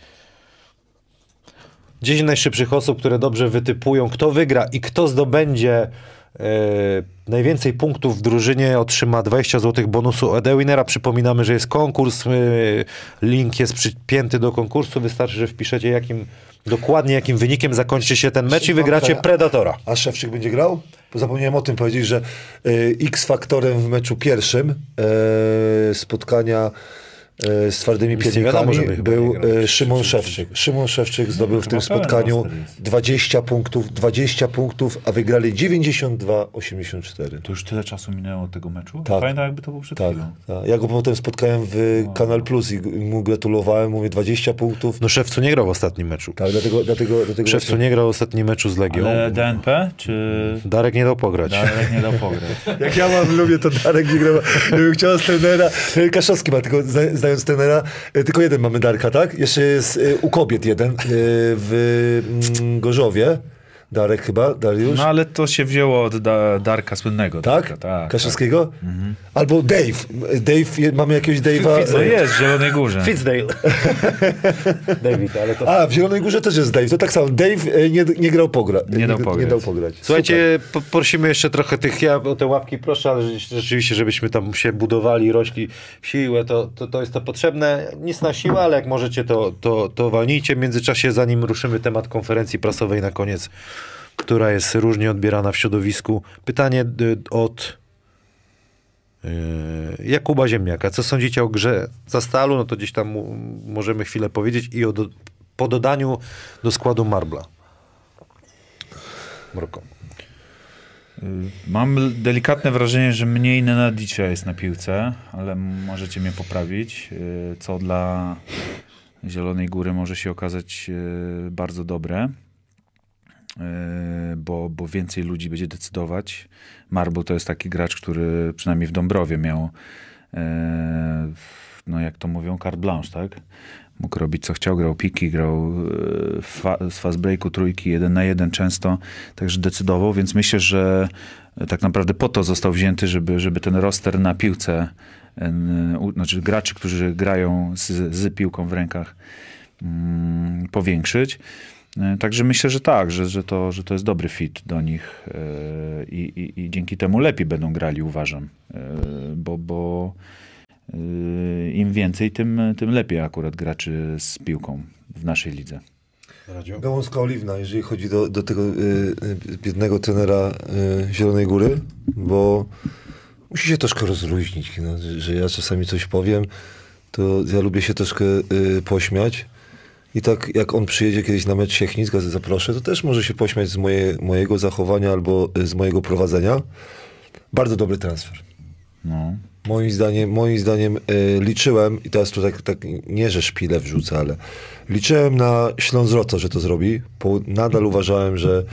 Speaker 1: dziesięć najszybszych osób, które dobrze wytypują, kto wygra i kto zdobędzie e, najwięcej punktów w drużynie, otrzyma dwadzieścia złotych bonusu od Ewinera. Przypominamy, że jest konkurs. e, Link jest przypięty do konkursu. Wystarczy, że wpiszecie jakim, dokładnie jakim wynikiem zakończy się ten mecz i wygracie Predatora.
Speaker 2: A Szewczyk będzie grał? Bo zapomniałem o tym powiedzieć, że y, X-faktorem w meczu pierwszym y, spotkania y, z twardymi
Speaker 1: Nic nie wiadomo,
Speaker 2: piernikami
Speaker 1: żeby chyba
Speaker 2: był
Speaker 1: nie grał.
Speaker 2: y, Szymon Szewczyk. Szymon Szewczyk zdobył w tym
Speaker 3: chyba pełen
Speaker 2: spotkaniu
Speaker 3: roster jest.
Speaker 2: dwadzieścia punktów, dwadzieścia punktów, a wygrali dziewięćdziesiąt dwa osiemdziesiąt cztery.
Speaker 3: To już tyle czasu minęło od tego meczu?
Speaker 2: Tak.
Speaker 3: Pamiętam, jakby to był przed
Speaker 2: Tak,
Speaker 3: chwilą.
Speaker 2: tak. Ja go potem spotkałem w Kanal Plus i mu gratulowałem, mówię dwadzieścia punktów.
Speaker 1: No Szewcu nie grał w ostatnim meczu.
Speaker 2: Tak, dlatego, dlatego, dlatego
Speaker 1: Szewcu
Speaker 2: właśnie-
Speaker 1: nie grał w ostatnim meczu z Legią.
Speaker 3: Ale D N P, czy
Speaker 1: Darek nie dał pograć.
Speaker 3: Darek nie dał pograć?
Speaker 2: Jak ja mam, lubię, to Darek nie gra. Gdybym chciał z trenera, e, Kaszowski ma, tylko zna- znając trenera, e, tylko jeden mamy Darka, tak? Jeszcze jest e, u kobiet jeden e, w mm, Gorzowie. Darek chyba, Dariusz.
Speaker 3: No ale to się wzięło od da Darka słynnego.
Speaker 2: Tak?
Speaker 3: Darka, tak
Speaker 2: Kaszewskiego?
Speaker 3: Tak. Mhm.
Speaker 2: Albo Dave. Dave, mamy jakiegoś Dave'a.
Speaker 3: No jest, w Zielonej Górze.
Speaker 1: Fitzdale. David, ale to...
Speaker 2: A, w Zielonej Górze też jest Dave. To tak samo. Dave e, nie, nie grał pogra.
Speaker 3: Nie dał pograć.
Speaker 2: Nie dał pograć.
Speaker 1: Słuchajcie, po, prosimy jeszcze trochę tych, ja o te łapki proszę, ale rzeczywiście, żebyśmy tam się budowali, rośli w siłę, to, to, to jest to potrzebne. Nic na siłę, ale jak możecie, to, to, to walnijcie. W międzyczasie, zanim ruszymy temat konferencji prasowej na koniec, która jest różnie odbierana w środowisku. Pytanie od yy, Jakuba Ziemniaka. Co sądzicie o grze Zastalu? No to gdzieś tam mu, możemy chwilę powiedzieć i o do, po dodaniu do składu Marbla. Mroko.
Speaker 3: Mam delikatne wrażenie, że mniej Nenadicia jest na piłce, ale możecie mnie poprawić, co dla Zielonej Góry może się okazać bardzo dobre, bo, bo więcej ludzi będzie decydować. Marble to jest taki gracz, który przynajmniej w Dąbrowie miał, no jak to mówią, carte blanche, tak? Mógł robić co chciał, grał piki, grał fa z fast breaku trójki, jeden na jeden często, także decydował, więc myślę, że tak naprawdę po to został wzięty, żeby, żeby ten roster na piłce, znaczy graczy, którzy grają z, z piłką w rękach, um, powiększyć. Także myślę, że tak, że, że, to, że to jest dobry fit do nich i, i, i dzięki temu lepiej będą grali, uważam, bo, bo im więcej, tym, tym lepiej akurat graczy z piłką w naszej lidze.
Speaker 2: Gałązka oliwna, jeżeli chodzi do, do tego y, biednego trenera y, Zielonej Góry, bo musi się troszkę rozluźnić, no, że, że ja czasami coś powiem, to ja lubię się troszkę y, pośmiać. I tak jak on przyjedzie kiedyś na mecz Siechnic, zaproszę, to też może się pośmiać z moje, mojego zachowania albo z mojego prowadzenia. Bardzo dobry transfer.
Speaker 3: No.
Speaker 2: Moim zdaniem, moim zdaniem y, liczyłem, i teraz tu tak, tak nie, że szpilę wrzucę, ale liczyłem na Śląsk-Wrocław, że to zrobi. Po, nadal uważałem, że,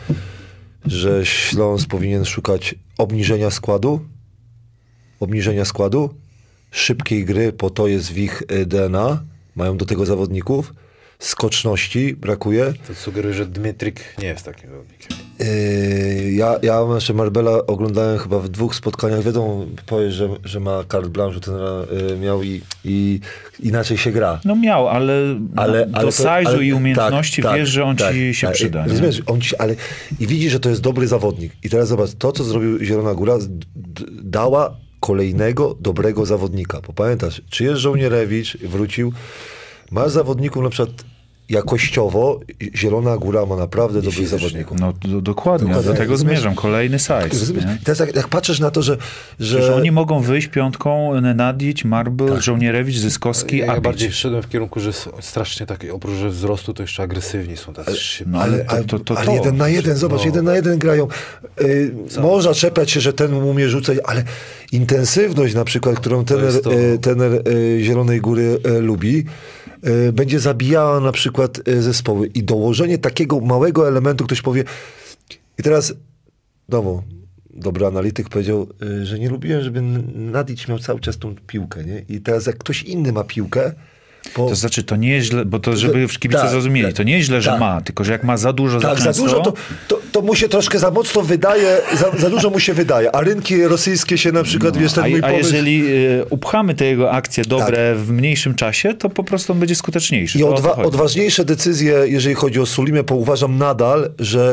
Speaker 2: że Śląsk powinien szukać obniżenia składu, obniżenia składu, szybkiej gry, po to jest w ich D N A, mają do tego zawodników, skoczności brakuje.
Speaker 1: To sugeruje, że Dmytryk nie jest takim zawodnikiem.
Speaker 2: Yy, ja, ja jeszcze Marbella oglądałem chyba w dwóch spotkaniach. Wiadomo, powiesz, że, że ma carte blanche, ten yy, miał i, i inaczej się gra.
Speaker 3: No miał, ale,
Speaker 2: ale,
Speaker 3: no,
Speaker 2: ale
Speaker 3: do size'u i umiejętności
Speaker 2: tak,
Speaker 3: wiesz,
Speaker 2: tak,
Speaker 3: że on
Speaker 2: tak,
Speaker 3: ci się
Speaker 2: tak,
Speaker 3: przyda. Nie?
Speaker 2: Rozumiesz, on ci, ale i widzi, że to jest dobry zawodnik. I teraz zobacz, to co zrobił Zielona Góra, d- dała kolejnego dobrego zawodnika. Bo pamiętasz, czy jest Żołnierewicz, wrócił, masz zawodników na przykład jakościowo, Zielona Góra ma naprawdę dobrych zawodników.
Speaker 3: No do, dokładnie,
Speaker 2: Dokładnie.
Speaker 3: do tego
Speaker 2: Rozumiesz?
Speaker 3: zmierzam. Kolejny size.
Speaker 2: Rozumiesz?
Speaker 3: Nie?
Speaker 2: I teraz jak, jak patrzysz na to, że... że...
Speaker 3: Że oni mogą wyjść piątką, Nenadić, Marble, tak. Żołnierewicz, Zyskowski,
Speaker 1: Ja, ja
Speaker 3: Abić.
Speaker 1: bardziej szedłem w kierunku, że strasznie takie, oprócz że wzrostu, to jeszcze agresywni są tacy szybcy.
Speaker 3: No,
Speaker 2: Ale,
Speaker 3: ale to, to, to,
Speaker 2: ale
Speaker 3: to.
Speaker 2: jeden na jeden, zobacz,
Speaker 1: No.
Speaker 2: jeden na jeden grają. Yy, można czepiać się, że ten umie rzucać, ale intensywność na przykład, którą trener,
Speaker 1: to-
Speaker 2: yy, trener yy, Zielonej Góry yy, lubi, yy, będzie zabijała na przykład yy, zespoły. I dołożenie takiego małego elementu, ktoś powie... I teraz, znowu, dobry analityk powiedział, yy, że nie lubiłem, żeby Nadić miał cały czas tą piłkę, nie? I teraz jak ktoś inny ma piłkę, bo...
Speaker 3: To znaczy, to nie jest źle, bo to, żeby kibice
Speaker 2: Tak,
Speaker 3: zrozumieli,
Speaker 2: tak,
Speaker 3: to nie jest źle, że
Speaker 2: tak.
Speaker 3: ma, tylko że jak ma za dużo,
Speaker 2: Tak,
Speaker 3: za
Speaker 2: za
Speaker 3: często,
Speaker 2: dużo to, to, to mu się troszkę za mocno wydaje, za, za dużo mu się wydaje, a rynki rosyjskie się na przykład, wiesz, ten
Speaker 3: a,
Speaker 2: mój
Speaker 3: a
Speaker 2: pomysł...
Speaker 3: jeżeli y, upchamy te jego akcje dobre w mniejszym czasie, to po prostu on będzie skuteczniejszy.
Speaker 2: I
Speaker 3: To o to
Speaker 2: odwa-
Speaker 3: chodzi.
Speaker 2: odważniejsze decyzje, jeżeli chodzi o Sulimę, bo uważam nadal, że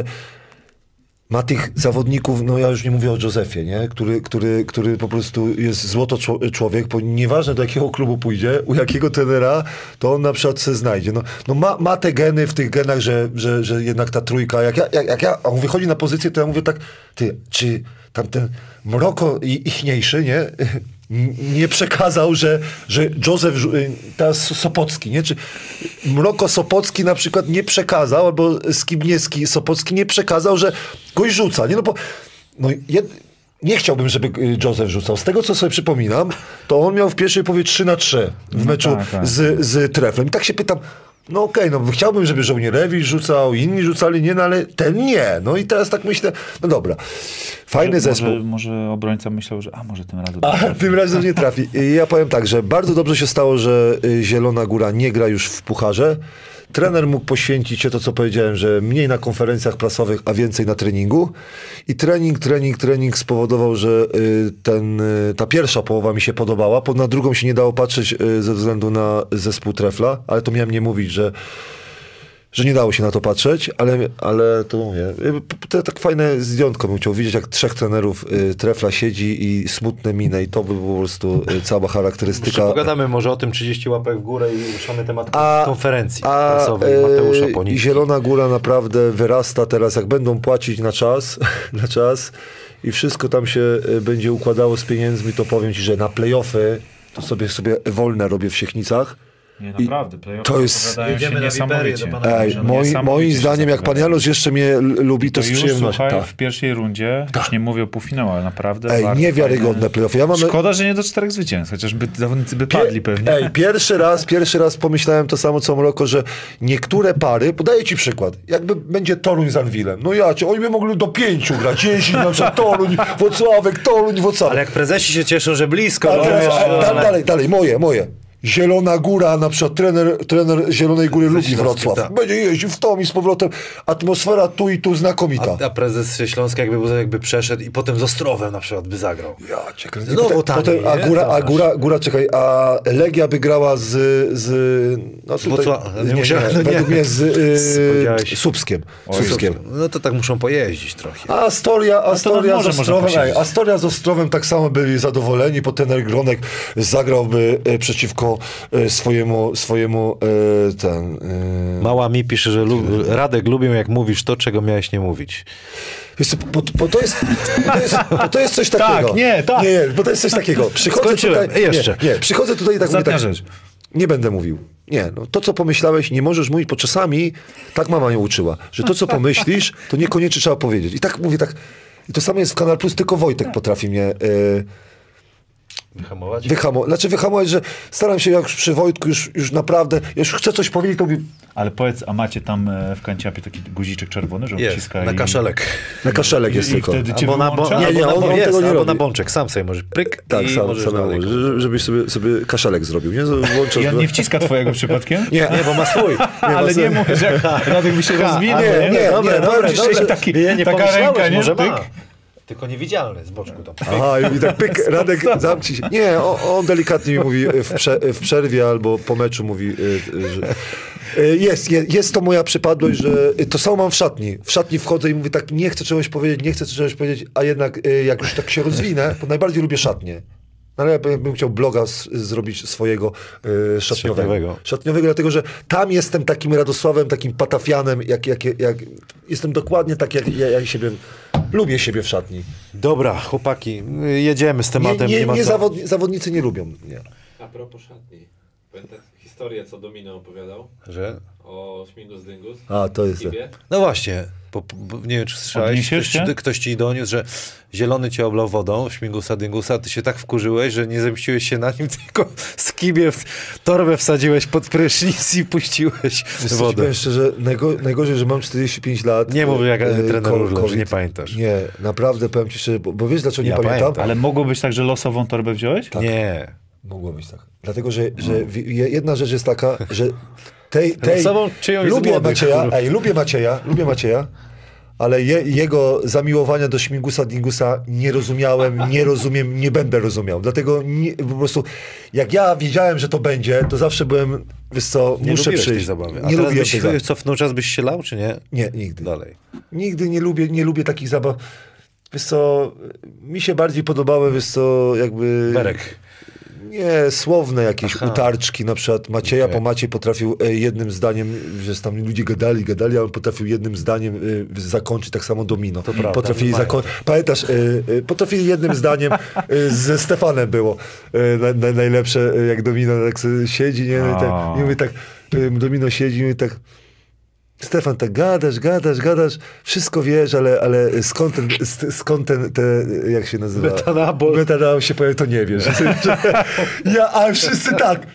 Speaker 2: ma tych zawodników, no ja już nie mówię o Józefie, nie? Który, który, który po prostu jest złoto czło- człowiek, bo nieważne do jakiego klubu pójdzie, u jakiego trenera, to on na przykład se znajdzie. No, no ma, ma te geny w tych genach, że, że, że jednak ta trójka, jak ja, jak, jak ja, a on wychodzi na pozycję, to ja mówię tak, ty, czy tamten Mroko i ichniejszy, nie? Nie przekazał, że, że Józef, teraz Sopocki, nie? Czy Mroko Sopocki na przykład nie przekazał, albo Skibniewski Sopocki nie przekazał, że goś rzuca, nie? No bo no jed, nie chciałbym, żeby Józef rzucał. Z tego, co sobie przypominam, to on miał w pierwszej połowie trzy na trzy w
Speaker 3: No
Speaker 2: meczu
Speaker 3: tak, tak.
Speaker 2: z, z Treflem. I tak się pytam, no okej, okay, no chciałbym, żeby Żołnierewicz rzucał, inni rzucali, nie, no ale ten nie. No i teraz tak myślę, no dobra, fajny
Speaker 3: może,
Speaker 2: zespół.
Speaker 3: Może, może obrońca myślał, że a może tym razem...
Speaker 2: A tym razem nie trafi. I ja powiem tak, że bardzo dobrze się stało, że y, Zielona Góra nie gra już w pucharze. trener mógł poświęcić się to, co powiedziałem, że mniej na konferencjach prasowych, a więcej na treningu. I trening, trening, trening spowodował, że y, ten, y, ta pierwsza połowa mi się podobała. Po, na drugą się nie dało patrzeć y, ze względu na zespół Trefla, ale to miałem nie mówić, że że nie dało się na to patrzeć, ale, ale to mówię, to tak fajne zdjątko bym chciał widzieć, jak trzech trenerów y, Trefla siedzi i smutne miny i to by było po prostu y, cała charakterystyka.
Speaker 1: Jeszcze pogadamy może o tym trzydzieści łapek w górę i ruszamy temat
Speaker 2: a,
Speaker 1: konferencji
Speaker 2: a,
Speaker 1: prasowej Mateusza Poniczki.
Speaker 2: Zielona Góra naprawdę wyrasta teraz, jak będą płacić na czas, na czas i wszystko tam się y, będzie układało z pieniędzmi, to powiem ci, że na play-offy to sobie, sobie wolne robię w Siechnicach.
Speaker 3: Nie, naprawdę, play-offy
Speaker 2: to jest...
Speaker 3: się niesamowicie.
Speaker 2: Ej, moi, moim zdaniem, jak pan Janusz jeszcze mnie l- lubi, to,
Speaker 3: to
Speaker 2: z
Speaker 3: już,
Speaker 2: przyjemnością.
Speaker 3: słuchaj,
Speaker 2: Tak.
Speaker 3: w pierwszej rundzie, już nie mówię o półfinału, ale naprawdę
Speaker 2: Ej,
Speaker 3: bardzo
Speaker 2: niewiarygodne
Speaker 3: fajne.
Speaker 2: play-offy. Ja mam...
Speaker 3: Szkoda, że nie do czterech zwycięstw, chociażby zawodnicy by padli pewnie.
Speaker 2: Ej, pierwszy raz, pierwszy raz pomyślałem to samo co Mroko, że niektóre pary, podaję ci przykład, jakby będzie Toruń z Anwilem. No ja cię, oni by mogli do pięciu grać, jeśli na przykład Toruń, Włocławek, Toruń, Włocławek.
Speaker 1: Ale jak prezesi się cieszą, że blisko.
Speaker 2: Ale teraz,
Speaker 1: no,
Speaker 2: e, da,
Speaker 1: ale-
Speaker 2: dalej, dalej, moje, moje. Zielona Góra, na przykład trener, trener Zielonej Góry lubi
Speaker 1: Śląskie,
Speaker 2: Wrocław.
Speaker 1: tak.
Speaker 2: Będzie jeździł w tom i z powrotem. Atmosfera tu i tu znakomita.
Speaker 1: A, a prezes Śląska jakby, był- jakby przeszedł i potem z Ostrowem na przykład by zagrał.
Speaker 2: Ja cię kręcę.
Speaker 1: Znowu
Speaker 2: Potem-
Speaker 1: taniej,
Speaker 2: potem, a
Speaker 1: nie?
Speaker 2: góra, a
Speaker 1: Zobacz.
Speaker 2: góra, góra, czekaj, a Legia by grała z... z no tutaj,
Speaker 1: Wrocław-
Speaker 2: nie,
Speaker 1: nie
Speaker 2: nie,
Speaker 1: musiałem- no nie.
Speaker 2: według mnie z y,
Speaker 1: Powiedziałeś.
Speaker 2: Słupskiem. Słupskiem.
Speaker 1: No to tak muszą pojeździć trochę.
Speaker 2: A Astoria, Astoria
Speaker 3: może
Speaker 2: z
Speaker 3: można
Speaker 2: Ostrowem, ej,
Speaker 3: posiedzieć.
Speaker 2: Astoria z Ostrowem tak samo byli zadowoleni, bo ten Gronek zagrałby e, przeciwko e, swojemu, swojemu e, ten... E,
Speaker 1: Mała mi pisze, że lu- Radek lubią jak mówisz to, czego miałeś nie mówić.
Speaker 2: Wiesz co, bo, bo, to jest, bo, to jest, bo to jest coś takiego.
Speaker 3: Tak, nie, tak.
Speaker 2: Nie, nie, bo to jest coś takiego. Przychodzę
Speaker 1: Skończyłem.
Speaker 2: tutaj...
Speaker 1: Jeszcze.
Speaker 2: Nie, nie, przychodzę tutaj i tak mówię
Speaker 3: Ostatnia
Speaker 2: tak,
Speaker 3: rzecz.
Speaker 2: nie będę mówił. Nie, no to co pomyślałeś, nie możesz mówić, bo czasami tak mama mnie uczyła, że to co pomyślisz, to niekoniecznie trzeba powiedzieć. I tak mówię tak, i to samo jest w Kanal Plus, tylko Wojtek potrafi mnie... E,
Speaker 1: Wyhamować?
Speaker 2: Wyhamo- znaczy wyhamować, że staram się jak przy Wojtku już, już naprawdę, już chcę coś powiedzieć, to mówię
Speaker 3: Ale powiedz, a macie tam e, w kanciapie taki guziczek czerwony, że on
Speaker 1: Jest,
Speaker 3: wciska
Speaker 1: na
Speaker 3: i...
Speaker 1: kaszelek.
Speaker 2: na kaszelek jest
Speaker 3: I
Speaker 2: tylko.
Speaker 3: wtedy cię
Speaker 1: Albo na, bo,
Speaker 3: wyłącza?
Speaker 2: Nie,
Speaker 1: albo
Speaker 2: nie,
Speaker 1: na,
Speaker 2: on-
Speaker 1: bo
Speaker 2: on
Speaker 1: jest,
Speaker 2: tego nie
Speaker 1: albo
Speaker 2: robi.
Speaker 1: na bączek. Sam sobie możesz pryk
Speaker 2: Tak,
Speaker 1: i
Speaker 2: sam,
Speaker 1: możesz
Speaker 2: samemu,
Speaker 1: dalej.
Speaker 2: że- żebyś sobie, sobie kaszelek zrobił, nie? Włączasz
Speaker 3: I on
Speaker 2: go-
Speaker 3: nie wciska twojego przypadkiem?
Speaker 2: Nie,
Speaker 1: Nie, bo ma swój.
Speaker 3: Ale nie mówisz, jak Radek by się rozwinął,
Speaker 2: nie,
Speaker 3: nie?
Speaker 2: nie,
Speaker 1: Dobre,
Speaker 2: nie,
Speaker 1: dobre,
Speaker 2: powiem ci
Speaker 1: dobre.
Speaker 2: szczerze,
Speaker 3: taki-
Speaker 1: nie, nie
Speaker 3: taka
Speaker 1: pomyślałeś,
Speaker 3: ręka, nie?
Speaker 1: może ma.
Speaker 3: Pyk.
Speaker 1: Tylko niewidzialny z boczku tam.
Speaker 2: Aha, i tak pyk, Radek, zamknij się. Nie, on, on delikatnie mi mówi w, prze, w przerwie albo po meczu mówi, y, y, że... y, Jest, jest, jest to moja przypadłość, że y, to samo mam w szatni. W szatni wchodzę i mówię tak, nie chcę czegoś powiedzieć, nie chcę czegoś powiedzieć, a jednak y, jak już tak się rozwinę, to najbardziej lubię szatnię. No, ale ja bym bym chciał bloga s, zrobić swojego y, szatniowego.
Speaker 1: Szatniowego.
Speaker 2: Szatniowego, dlatego że tam jestem takim Radosławem, takim patafianem, jak, jak, jak, jestem dokładnie tak, jak, jak, jak siebie, lubię siebie w szatni.
Speaker 1: Dobra, chłopaki, jedziemy z
Speaker 2: Nie,
Speaker 1: tematem.
Speaker 2: nie,
Speaker 1: ma
Speaker 2: nie
Speaker 1: co.
Speaker 2: zawodni, zawodnicy nie lubią mnie.
Speaker 4: A propos szatni. Pamiętasz historię, co Domino opowiadał
Speaker 1: Że?
Speaker 4: o Śmigus Dyngus?
Speaker 2: A, to jest...
Speaker 4: Skibie?
Speaker 1: No właśnie, bo, bo, nie wiem, czy słyszałeś,
Speaker 3: Odniesiesz
Speaker 1: ktoś,
Speaker 3: się?
Speaker 1: ktoś ci doniósł, że zielony cię oblał wodą, śmigusa, dyngusa, ty się tak wkurzyłeś, że nie zemściłeś się na nim, tylko skibie w torbę wsadziłeś pod prysznic i puściłeś
Speaker 2: Wiesz co, ci
Speaker 1: wodę.
Speaker 2: powiem szczerze, najgo, najgorzej, że mam czterdzieści pięć lat.
Speaker 1: Nie mów jak
Speaker 2: e,
Speaker 1: trener
Speaker 2: ko-
Speaker 1: Urlop, że
Speaker 2: COVID.
Speaker 1: nie pamiętasz.
Speaker 2: Nie, naprawdę powiem ci szczerze, bo, bo wiesz dlaczego
Speaker 1: Ja
Speaker 2: nie pamiętam?
Speaker 1: pamiętam.
Speaker 3: Ale mogło być tak, że losową torbę wziąłeś?
Speaker 1: Nie.
Speaker 2: Mogło być tak. Dlatego, że, że w- je- jedna rzecz jest taka, że tej, tej
Speaker 1: Losową czyjąś z
Speaker 2: lubię
Speaker 1: młodych,
Speaker 2: Macieja,
Speaker 1: kurwa.
Speaker 2: ej, lubię Macieja, lubię Macieja, ale je, jego zamiłowania do Śmigusa Dingusa nie rozumiałem, nie rozumiem, nie będę rozumiał. Dlatego nie, po prostu, jak ja wiedziałem, że to będzie, to zawsze byłem, wiesz co,
Speaker 1: Nie
Speaker 2: muszę
Speaker 1: lubiłeś tej
Speaker 2: przyjść.
Speaker 1: zabawy. A
Speaker 2: Nie
Speaker 1: teraz
Speaker 2: lubiłem
Speaker 1: byś
Speaker 2: tej zabawy.
Speaker 1: cofnął czas, byś się lał, czy nie?
Speaker 2: Nie, nigdy.
Speaker 1: Dalej.
Speaker 2: Nigdy nie lubię, nie lubię takich zabaw. Wiesz co, mi się bardziej podobały, wiesz co, jakby...
Speaker 1: Berek.
Speaker 2: Nie, słowne jakieś
Speaker 1: Aha.
Speaker 2: utarczki, na przykład Macieja,
Speaker 1: Okej.
Speaker 2: po Maciej potrafił e, jednym zdaniem, że tam ludzie gadali, gadali, a on potrafił jednym zdaniem e, zakończyć, tak samo Domino.
Speaker 1: To prawda,
Speaker 2: Potrafili
Speaker 1: mają.
Speaker 2: zakończyć. Pamiętasz, e, e, potrafili jednym zdaniem, e, ze Stefanem było e, na, na, najlepsze, e, jak Domino tak sobie siedzi, nie, no i tak, i mówi tak, e, Domino siedzi i mówi tak, Stefan, tak gadasz, gadasz, gadasz, wszystko wiesz, ale, ale skąd ten, st- skąd ten, te, jak się nazywa?
Speaker 1: Metanabol.
Speaker 2: Metanabol się pojawił, to nie wiesz. Ja, a wszyscy tak.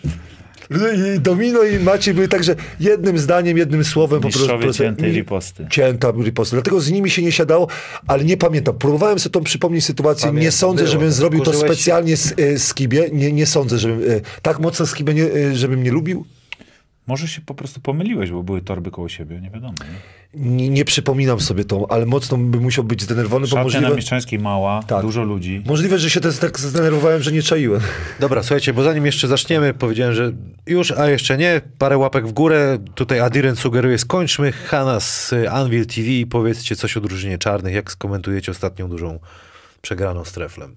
Speaker 2: I Domino i Maciej byli tak, że jednym zdaniem, jednym słowem po prostu...
Speaker 3: Mistrzowie
Speaker 2: po prostu-
Speaker 3: ciętej riposty.
Speaker 2: Cięta riposty. Dlatego z nimi się nie siadało, ale nie pamiętam. Próbowałem sobie tą przypomnieć sytuację.
Speaker 1: Pamiętam,
Speaker 2: nie sądzę,
Speaker 1: było
Speaker 2: żebym
Speaker 1: tak.
Speaker 2: zrobił to
Speaker 1: Wkurzyłeś się?
Speaker 2: specjalnie z, y, z Kibie. Nie, nie sądzę, żebym... Y, tak mocno Skibę nie, y, żebym nie lubił.
Speaker 3: Może się po prostu pomyliłeś, bo były torby koło siebie, nie wiadomo. Nie,
Speaker 2: Nie, nie przypominam sobie to, ale mocno bym musiał być zdenerwowany, bo
Speaker 3: Szatnia
Speaker 2: możliwe...
Speaker 3: na Mieszczańskiej mała,
Speaker 2: Tak.
Speaker 3: dużo ludzi.
Speaker 2: Możliwe, że się też tak zdenerwowałem, że nie czaiłem.
Speaker 1: Dobra, słuchajcie, bo zanim jeszcze zaczniemy, powiedziałem, że już, a jeszcze nie, parę łapek w górę. Tutaj Adiren sugeruje, skończmy Hanna z Anvil T V i powiedzcie coś o drużynie czarnych, jak skomentujecie ostatnią dużą przegraną z Treflem.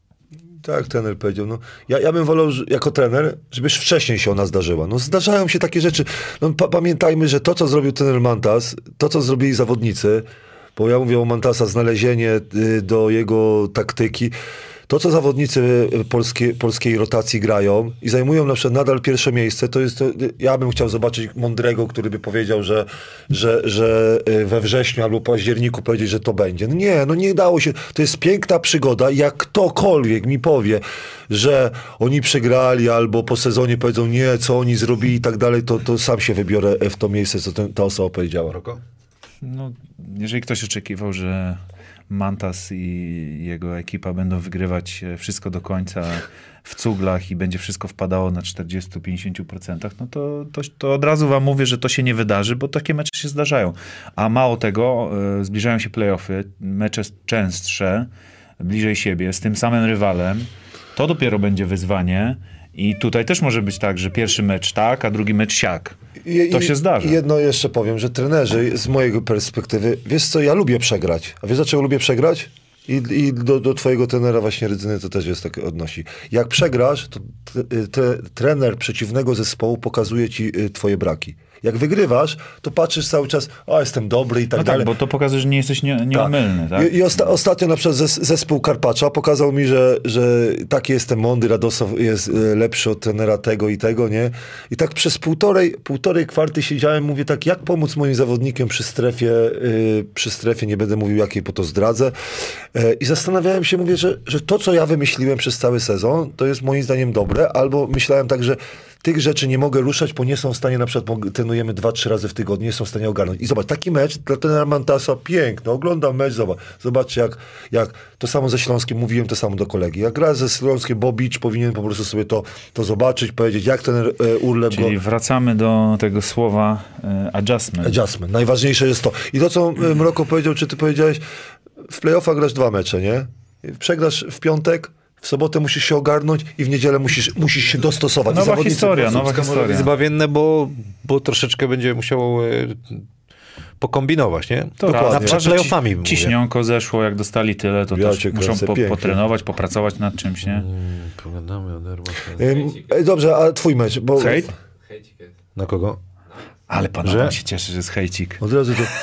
Speaker 2: Tak, trener powiedział. No, ja, ja bym wolał że, jako trener, żebyś wcześniej się ona zdarzyła. No, zdarzają się takie rzeczy. No, pa, pamiętajmy, że to, co zrobił trener Mantas, to, co zrobili zawodnicy, bo ja mówię o Mantasa, znalezienie y, do jego taktyki, to, co zawodnicy polskie, polskiej rotacji grają i zajmują na przykład nadal pierwsze miejsce, to jest, to, ja bym chciał zobaczyć mądrego, który by powiedział, że, że, że we wrześniu albo październiku powiedzieć, że to będzie. No nie, no nie dało się. To jest piękna przygoda. Jak ktokolwiek mi powie, że oni przegrali albo po sezonie powiedzą nie, co oni zrobili i tak dalej, to, to sam się wybiorę w to miejsce, co ten, ta osoba powiedziała.
Speaker 1: Roko?
Speaker 3: No, jeżeli ktoś oczekiwał, że Mantas i jego ekipa będą wygrywać wszystko do końca w cuglach i będzie wszystko wpadało na czterdzieści do pięćdziesięciu procent, no to, to, to od razu wam mówię, że to się nie wydarzy, bo takie mecze się zdarzają. A mało tego, y, zbliżają się play-offy, mecze częstsze, bliżej siebie, z tym samym rywalem. To dopiero będzie wyzwanie i tutaj też może być tak, że pierwszy mecz tak, a drugi mecz siak.
Speaker 2: I,
Speaker 3: to
Speaker 2: i,
Speaker 3: się zdarza.
Speaker 2: Jedno jeszcze powiem, że trenerzy z mojej perspektywy, wiesz co, ja lubię przegrać. A wiesz dlaczego lubię przegrać? I, i do, do twojego trenera właśnie Rydzyny to też jest tak odnosi. Jak przegrasz, to t, t, trener przeciwnego zespołu pokazuje ci y, twoje braki. Jak wygrywasz, to patrzysz cały czas, o, jestem dobry i tak
Speaker 3: no
Speaker 2: dalej.
Speaker 3: Tak, bo to pokazuje, że nie jesteś nie, nieomylny. Tak?
Speaker 2: I, i osta ostatnio na przykład zes zespół Karpacza pokazał mi, że, że taki jestem mądry, Radosław jest y, lepszy od trenera tego i tego, nie? I tak przez półtorej, półtorej kwarty siedziałem, mówię tak, jak pomóc moim zawodnikom przy strefie, y, przy strefie, nie będę mówił jakiej, bo to zdradzę. Y, I zastanawiałem się, mówię, że, że to, co ja wymyśliłem przez cały sezon, to jest moim zdaniem dobre, albo myślałem tak, że tych rzeczy nie mogę ruszać, bo nie są w stanie, na przykład trenujemy dwa, trzy razy w tygodniu, nie są w stanie ogarnąć. I zobacz, taki mecz dla trenera Mantasa, piękny, oglądam mecz, zobacz, zobaczcie jak, jak to samo ze Śląskiem, mówiłem to samo do kolegi. Jak gra ze Śląskiem, Bobicz powinien po prostu sobie to, to zobaczyć, powiedzieć, jak ten e, Urlep
Speaker 3: Czyli
Speaker 2: go...
Speaker 3: wracamy do tego słowa e, adjustment.
Speaker 2: Adjustment. Najważniejsze jest to. I to, co e, Mroko powiedział, czy ty powiedziałeś, w play-offach grasz dwa mecze, nie? Przegrasz w piątek, w sobotę musisz się ogarnąć i w niedzielę musisz, musisz się dostosować.
Speaker 3: Nowa historia, nowa
Speaker 1: Może
Speaker 3: historia.
Speaker 1: być zbawienne, bo, bo troszeczkę będzie musiał e, pokombinować, nie?
Speaker 3: To
Speaker 1: Dokładnie.
Speaker 3: raz,
Speaker 1: Przed
Speaker 3: że
Speaker 1: playoffami
Speaker 3: ci,
Speaker 1: mówię.
Speaker 3: ciśnionko zeszło, jak dostali tyle, to
Speaker 2: Ja
Speaker 3: też
Speaker 2: cię
Speaker 3: muszą
Speaker 2: kręcę,
Speaker 3: po,
Speaker 2: pięknie.
Speaker 3: potrenować, popracować nad czymś, nie?
Speaker 1: Mm, pogadamy o derbach.
Speaker 2: E, e, dobrze, a twój mecz? Bo
Speaker 3: Hejt?
Speaker 4: Hejcik jest.
Speaker 1: Na kogo?
Speaker 3: Ale pan
Speaker 1: Że?
Speaker 3: się cieszy, że jest hejcik.
Speaker 2: Od razu to...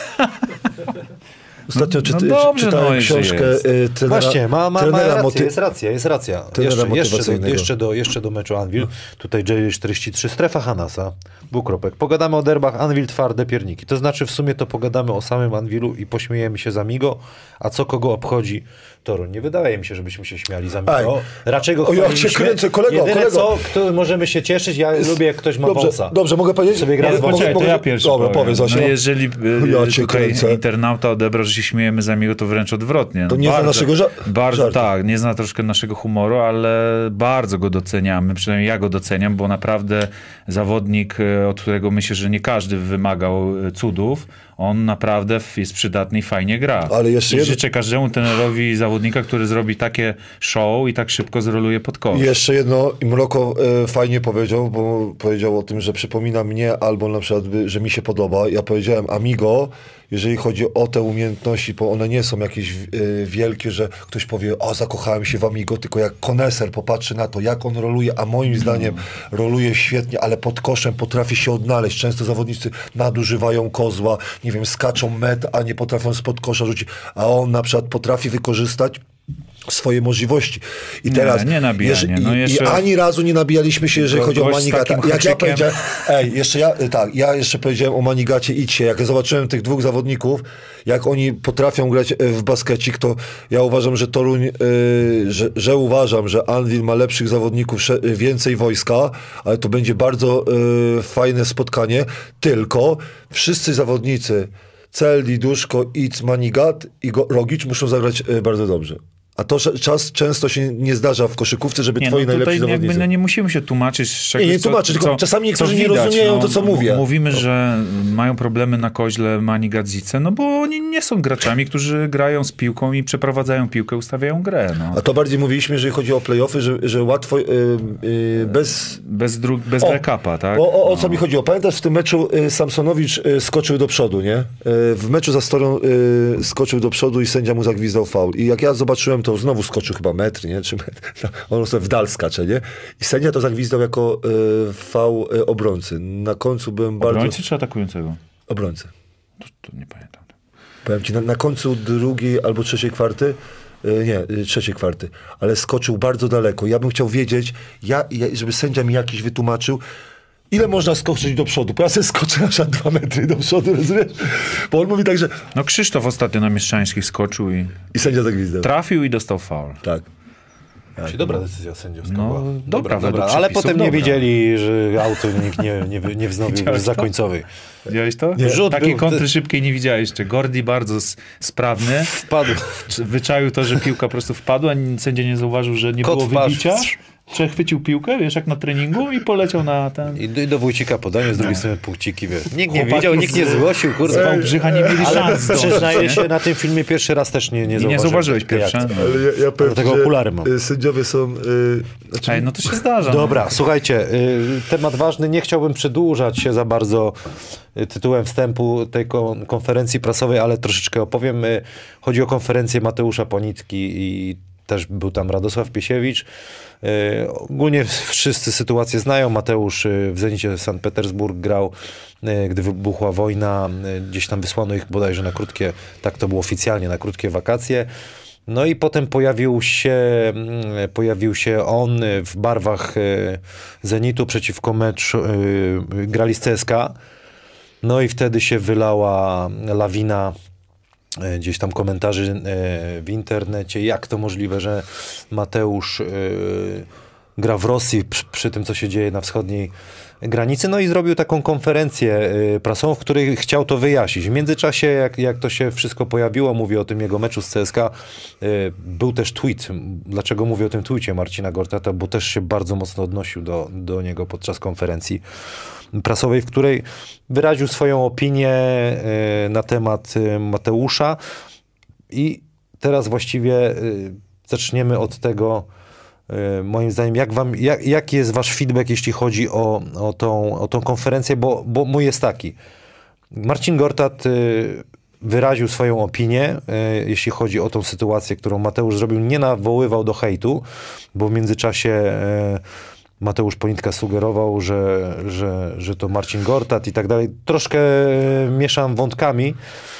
Speaker 2: Ostatnio
Speaker 3: No
Speaker 2: czyty,
Speaker 3: dobrze,
Speaker 2: czytałem
Speaker 3: no, że
Speaker 2: książkę
Speaker 3: jest.
Speaker 2: y, trenera,
Speaker 1: Właśnie, ma, ma, ma
Speaker 2: trenera
Speaker 1: rację,
Speaker 2: moty-
Speaker 1: jest racja, jest racja.
Speaker 2: Trenera
Speaker 1: Jeszcze, jeszcze, do,
Speaker 2: motywacyjnego.
Speaker 1: jeszcze, do, jeszcze, do, jeszcze do meczu Anvil. Tutaj czterdzieści trzy, strefa Hanasa, dwukropek. Pogadamy o derbach Anvil, twarde pierniki. To znaczy w sumie to pogadamy o samym Anvilu i pośmiejemy się z Amigo, a co kogo obchodzi Toruń. Nie wydaje mi się, żebyśmy się śmiali z Amigo.
Speaker 2: Aj.
Speaker 1: Raczej go
Speaker 2: O, ja
Speaker 1: chwaliliśmy.
Speaker 2: cię kręcę, kolego,
Speaker 1: Jedyne
Speaker 2: kolego.
Speaker 1: co, kto możemy się cieszyć, ja lubię jak ktoś ma
Speaker 2: Dobrze,
Speaker 1: wąsa.
Speaker 2: dobrze, mogę powiedzieć?
Speaker 1: Sobie gra
Speaker 3: Nie,
Speaker 1: z
Speaker 3: poczekaj,
Speaker 1: wąsem.
Speaker 3: to
Speaker 2: mogę-
Speaker 3: ja pierwszy
Speaker 2: Dobra,
Speaker 3: powiem.
Speaker 2: powiedz, Asia.
Speaker 3: No jeżeli y,
Speaker 2: Ja cię
Speaker 3: tutaj
Speaker 2: kręcę.
Speaker 3: internauta odebrał, że się śmiejemy z Amigo, to wręcz odwrotnie.
Speaker 2: To nie zna naszego ża-
Speaker 3: Bardzo,
Speaker 2: żartu.
Speaker 3: tak, nie zna troszkę naszego humoru, ale bardzo go doceniamy, przynajmniej ja go doceniam, bo naprawdę zawodnik, y, od którego myślę, że nie każdy wymagał y, cudów, on naprawdę jest przydatny i fajnie gra.
Speaker 2: Ale jeszcze
Speaker 3: I
Speaker 2: jedno-
Speaker 3: życzę każdemu trenerowi zawodnika, który zrobi takie show i tak szybko zroluje pod kosz.
Speaker 2: I jeszcze jedno, i Mroko e, fajnie powiedział, bo powiedział o tym, że przypomina mnie, albo na przykład, by, że mi się podoba. Ja powiedziałem, Amigo, jeżeli chodzi o te umiejętności, bo one nie są jakieś e, wielkie, że ktoś powie, o, zakochałem się w Amigo, tylko jak koneser popatrzy na to, jak on roluje, a moim zdaniem roluje świetnie, ale pod koszem potrafi się odnaleźć. Często zawodnicy nadużywają kozła, nie wiem, skaczą met, a nie potrafią spod kosza rzucić, a on na przykład potrafi wykorzystać swoje możliwości. I
Speaker 3: Nie,
Speaker 2: teraz,
Speaker 3: nie nabijanie.
Speaker 2: jeż-
Speaker 3: No
Speaker 2: i,
Speaker 3: jeszcze-
Speaker 2: i ani razu nie nabijaliśmy się, jeżeli
Speaker 3: Go-
Speaker 2: chodzi o
Speaker 3: gość z
Speaker 2: Manigata.
Speaker 3: takim
Speaker 2: Jak ja
Speaker 3: haczykiem.
Speaker 2: powiedziałem, ej, jeszcze ja, tak, ja jeszcze powiedziałem o Manigacie, idźcie. Jak ja zobaczyłem tych dwóch zawodników, jak oni potrafią grać e, w baskecik, to ja uważam, że Toruń, e, że, że uważam, że Anvil ma lepszych zawodników, sze- więcej wojska, ale to będzie bardzo e, fajne spotkanie, tylko wszyscy zawodnicy Celdi, Duszko, Ic, Manigat i Go- Rogic muszą zagrać e, bardzo dobrze. A to że czas często się nie zdarza w koszykówce, żeby
Speaker 3: Nie,
Speaker 2: twoi
Speaker 3: no
Speaker 2: najlepsi
Speaker 3: tutaj jakby,
Speaker 2: zawodnicy.
Speaker 3: no nie musimy się tłumaczyć z czegoś,
Speaker 2: Nie, nie
Speaker 3: co-
Speaker 2: tłumaczyć, tylko
Speaker 3: co-
Speaker 2: czasami niektórzy
Speaker 3: co
Speaker 2: nie
Speaker 3: widać,
Speaker 2: rozumieją to, co mówię.
Speaker 3: Mówimy, że mają problemy na koźle Mani Gadzice, no bo oni nie są graczami, którzy grają z piłką i przeprowadzają piłkę, ustawiają grę. No.
Speaker 2: A to bardziej mówiliśmy, jeżeli chodzi o play-offy, że, że łatwo yy, yy, bez...
Speaker 3: Bez, dru- bez
Speaker 2: O,
Speaker 3: backupa, tak?
Speaker 2: O, o, o co
Speaker 3: No.
Speaker 2: mi chodziło? Pamiętasz, w tym meczu y, Samsonowicz y, skoczył do przodu, nie? Y, w meczu za Storą y, skoczył do przodu i sędzia mu zagwizdał faul. I jak ja zobaczyłem, to znowu skoczył chyba metr, nie? Czy metr? On sobie w dal skacze, nie? I sędzia to zagwizdał jako y, faul y, obrońcy. Na końcu byłem bardzo...
Speaker 3: Obrońcy czy atakującego?
Speaker 2: Obrońcy.
Speaker 3: To, to nie pamiętam.
Speaker 2: Powiem ci, na, na końcu drugiej albo trzeciej kwarty, y, nie, y, trzeciej kwarty, ale skoczył bardzo daleko. Ja bym chciał wiedzieć, ja, ja, żeby sędzia mi jakiś wytłumaczył, ile można skoczyć do przodu. Bo ja sobie skoczę aż na dwa metry do przodu, rozumiesz? Bo on mówi tak, że...
Speaker 3: No Krzysztof ostatnio na Mieszczańskich skoczył i
Speaker 2: I sędzia zagwizdał.
Speaker 3: trafił i dostał faul.
Speaker 2: Tak.
Speaker 1: Czyli dobra decyzja sędziowska
Speaker 3: No,
Speaker 1: była.
Speaker 3: dobra, według
Speaker 1: ale
Speaker 3: przepisów
Speaker 1: potem nie
Speaker 3: dobra.
Speaker 1: wiedzieli, że auto nikt nie, nie, wy- nie wznowił
Speaker 3: Widziałeś to?
Speaker 1: zakońcowej.
Speaker 3: Widziałeś to?
Speaker 1: Nie. Rzut
Speaker 3: Takiej
Speaker 1: był-
Speaker 3: kontry szybkiej nie widziałeś jeszcze. Gordy bardzo s- sprawny.
Speaker 1: Wpadł.
Speaker 3: Czy- Wyczaił to, że piłka po prostu wpadła, ni- sędzia nie zauważył, że nie
Speaker 1: Kot
Speaker 3: było
Speaker 1: w twarz.
Speaker 3: wybicia. Przechwycił piłkę, wiesz, jak na treningu i poleciał na ten...
Speaker 1: I do, i do Wójcika podanie, z drugiej strony punkciki, wiesz. Nikt nie
Speaker 3: Chłopaki
Speaker 1: widział, nikt nie
Speaker 3: z-
Speaker 1: zgłosił,
Speaker 3: Z
Speaker 1: kurde.
Speaker 3: Wałbrzycha nie mieli
Speaker 1: Ale
Speaker 3: szans zdążyć,
Speaker 1: przyznaję
Speaker 3: nie?
Speaker 1: się, na tym filmie pierwszy raz też nie, nie
Speaker 3: I
Speaker 1: zauważyłem.
Speaker 3: nie zauważyłeś
Speaker 1: tej
Speaker 3: pierwsze?
Speaker 1: akcji.
Speaker 3: No.
Speaker 2: Ale ja, ja powiem,
Speaker 1: Dlatego
Speaker 2: że,
Speaker 1: okulary mam.
Speaker 2: y, Sędziowie są... Y, znaczy,
Speaker 3: Ej, no to się zdarza.
Speaker 1: Dobra, słuchajcie, y, temat ważny, nie chciałbym przedłużać się za bardzo y, tytułem wstępu tej kon- konferencji prasowej, ale troszeczkę opowiem. Y, Chodzi o konferencję Mateusza Ponitki i też był tam Radosław Piesiewicz. Y, Ogólnie wszyscy sytuację znają. Mateusz y, w Zenicie Sankt Petersburg grał, y, gdy wybuchła wojna. y, Gdzieś tam wysłano ich bodajże na krótkie, tak to było oficjalnie, na krótkie wakacje. No i potem pojawił się, mm, pojawił się on y, w barwach y, Zenitu przeciwko mecz, y, grali z C S K. No i wtedy się wylała lawina y, gdzieś tam komentarzy y, w internecie, jak to możliwe, że Mateusz y, gra w Rosji przy, przy tym, co się dzieje na wschodniej granicy. No i zrobił taką konferencję y, prasową, w której chciał to wyjaśnić. W międzyczasie, jak, jak to się wszystko pojawiło, mówię o tym jego meczu z C S K, y, był też tweet. Dlaczego mówię o tym tweetie Marcina Gortata? Bo też się bardzo mocno odnosił do, do niego podczas konferencji prasowej, w której wyraził swoją opinię y, na temat y, Mateusza. I teraz właściwie y, zaczniemy od tego, y, moim zdaniem, jak wam, jak, jaki jest wasz feedback, jeśli chodzi o, o, tą, o tą konferencję, bo, bo mój jest taki. Marcin Gortat y, wyraził swoją opinię, y, jeśli chodzi o tą sytuację, którą Mateusz zrobił, nie nawoływał do hejtu, bo w międzyczasie y, Mateusz Ponitka sugerował, że, że, że to Marcin Gortat i tak dalej. Troszkę mieszam wątkami,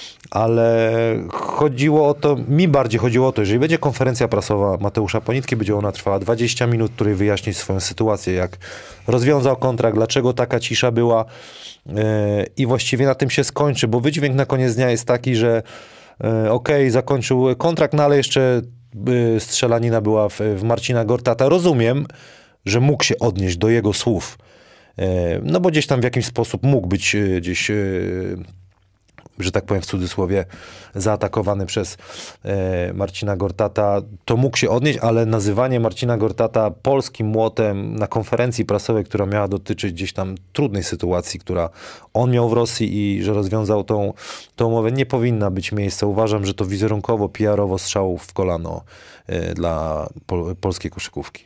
Speaker 1: ale chodziło o to, mi bardziej chodziło o to, jeżeli będzie konferencja prasowa Mateusza Ponitki, będzie ona trwała dwadzieścia minut, której wyjaśni swoją sytuację, jak rozwiązał kontrakt, dlaczego taka cisza była yy, i właściwie na tym się skończy, bo wydźwięk na koniec dnia jest taki, że yy, okej, okay, zakończył kontrakt, no ale jeszcze yy, strzelanina była w, w Marcina Gortata. Rozumiem, że mógł się odnieść do jego słów, yy, no bo gdzieś tam w jakiś sposób mógł być yy, gdzieś... Yy, że tak powiem w cudzysłowie, zaatakowany przez e, Marcina Gortata, to mógł się odnieść, ale nazywanie Marcina Gortata polskim młotem na konferencji prasowej, która miała dotyczyć gdzieś tam trudnej sytuacji, która on miał w Rosji i że rozwiązał tą, tą umowę, nie powinna być miejsca. Uważam, że to wizerunkowo, P R owo strzał w kolano e, dla pol, polskiej koszykówki.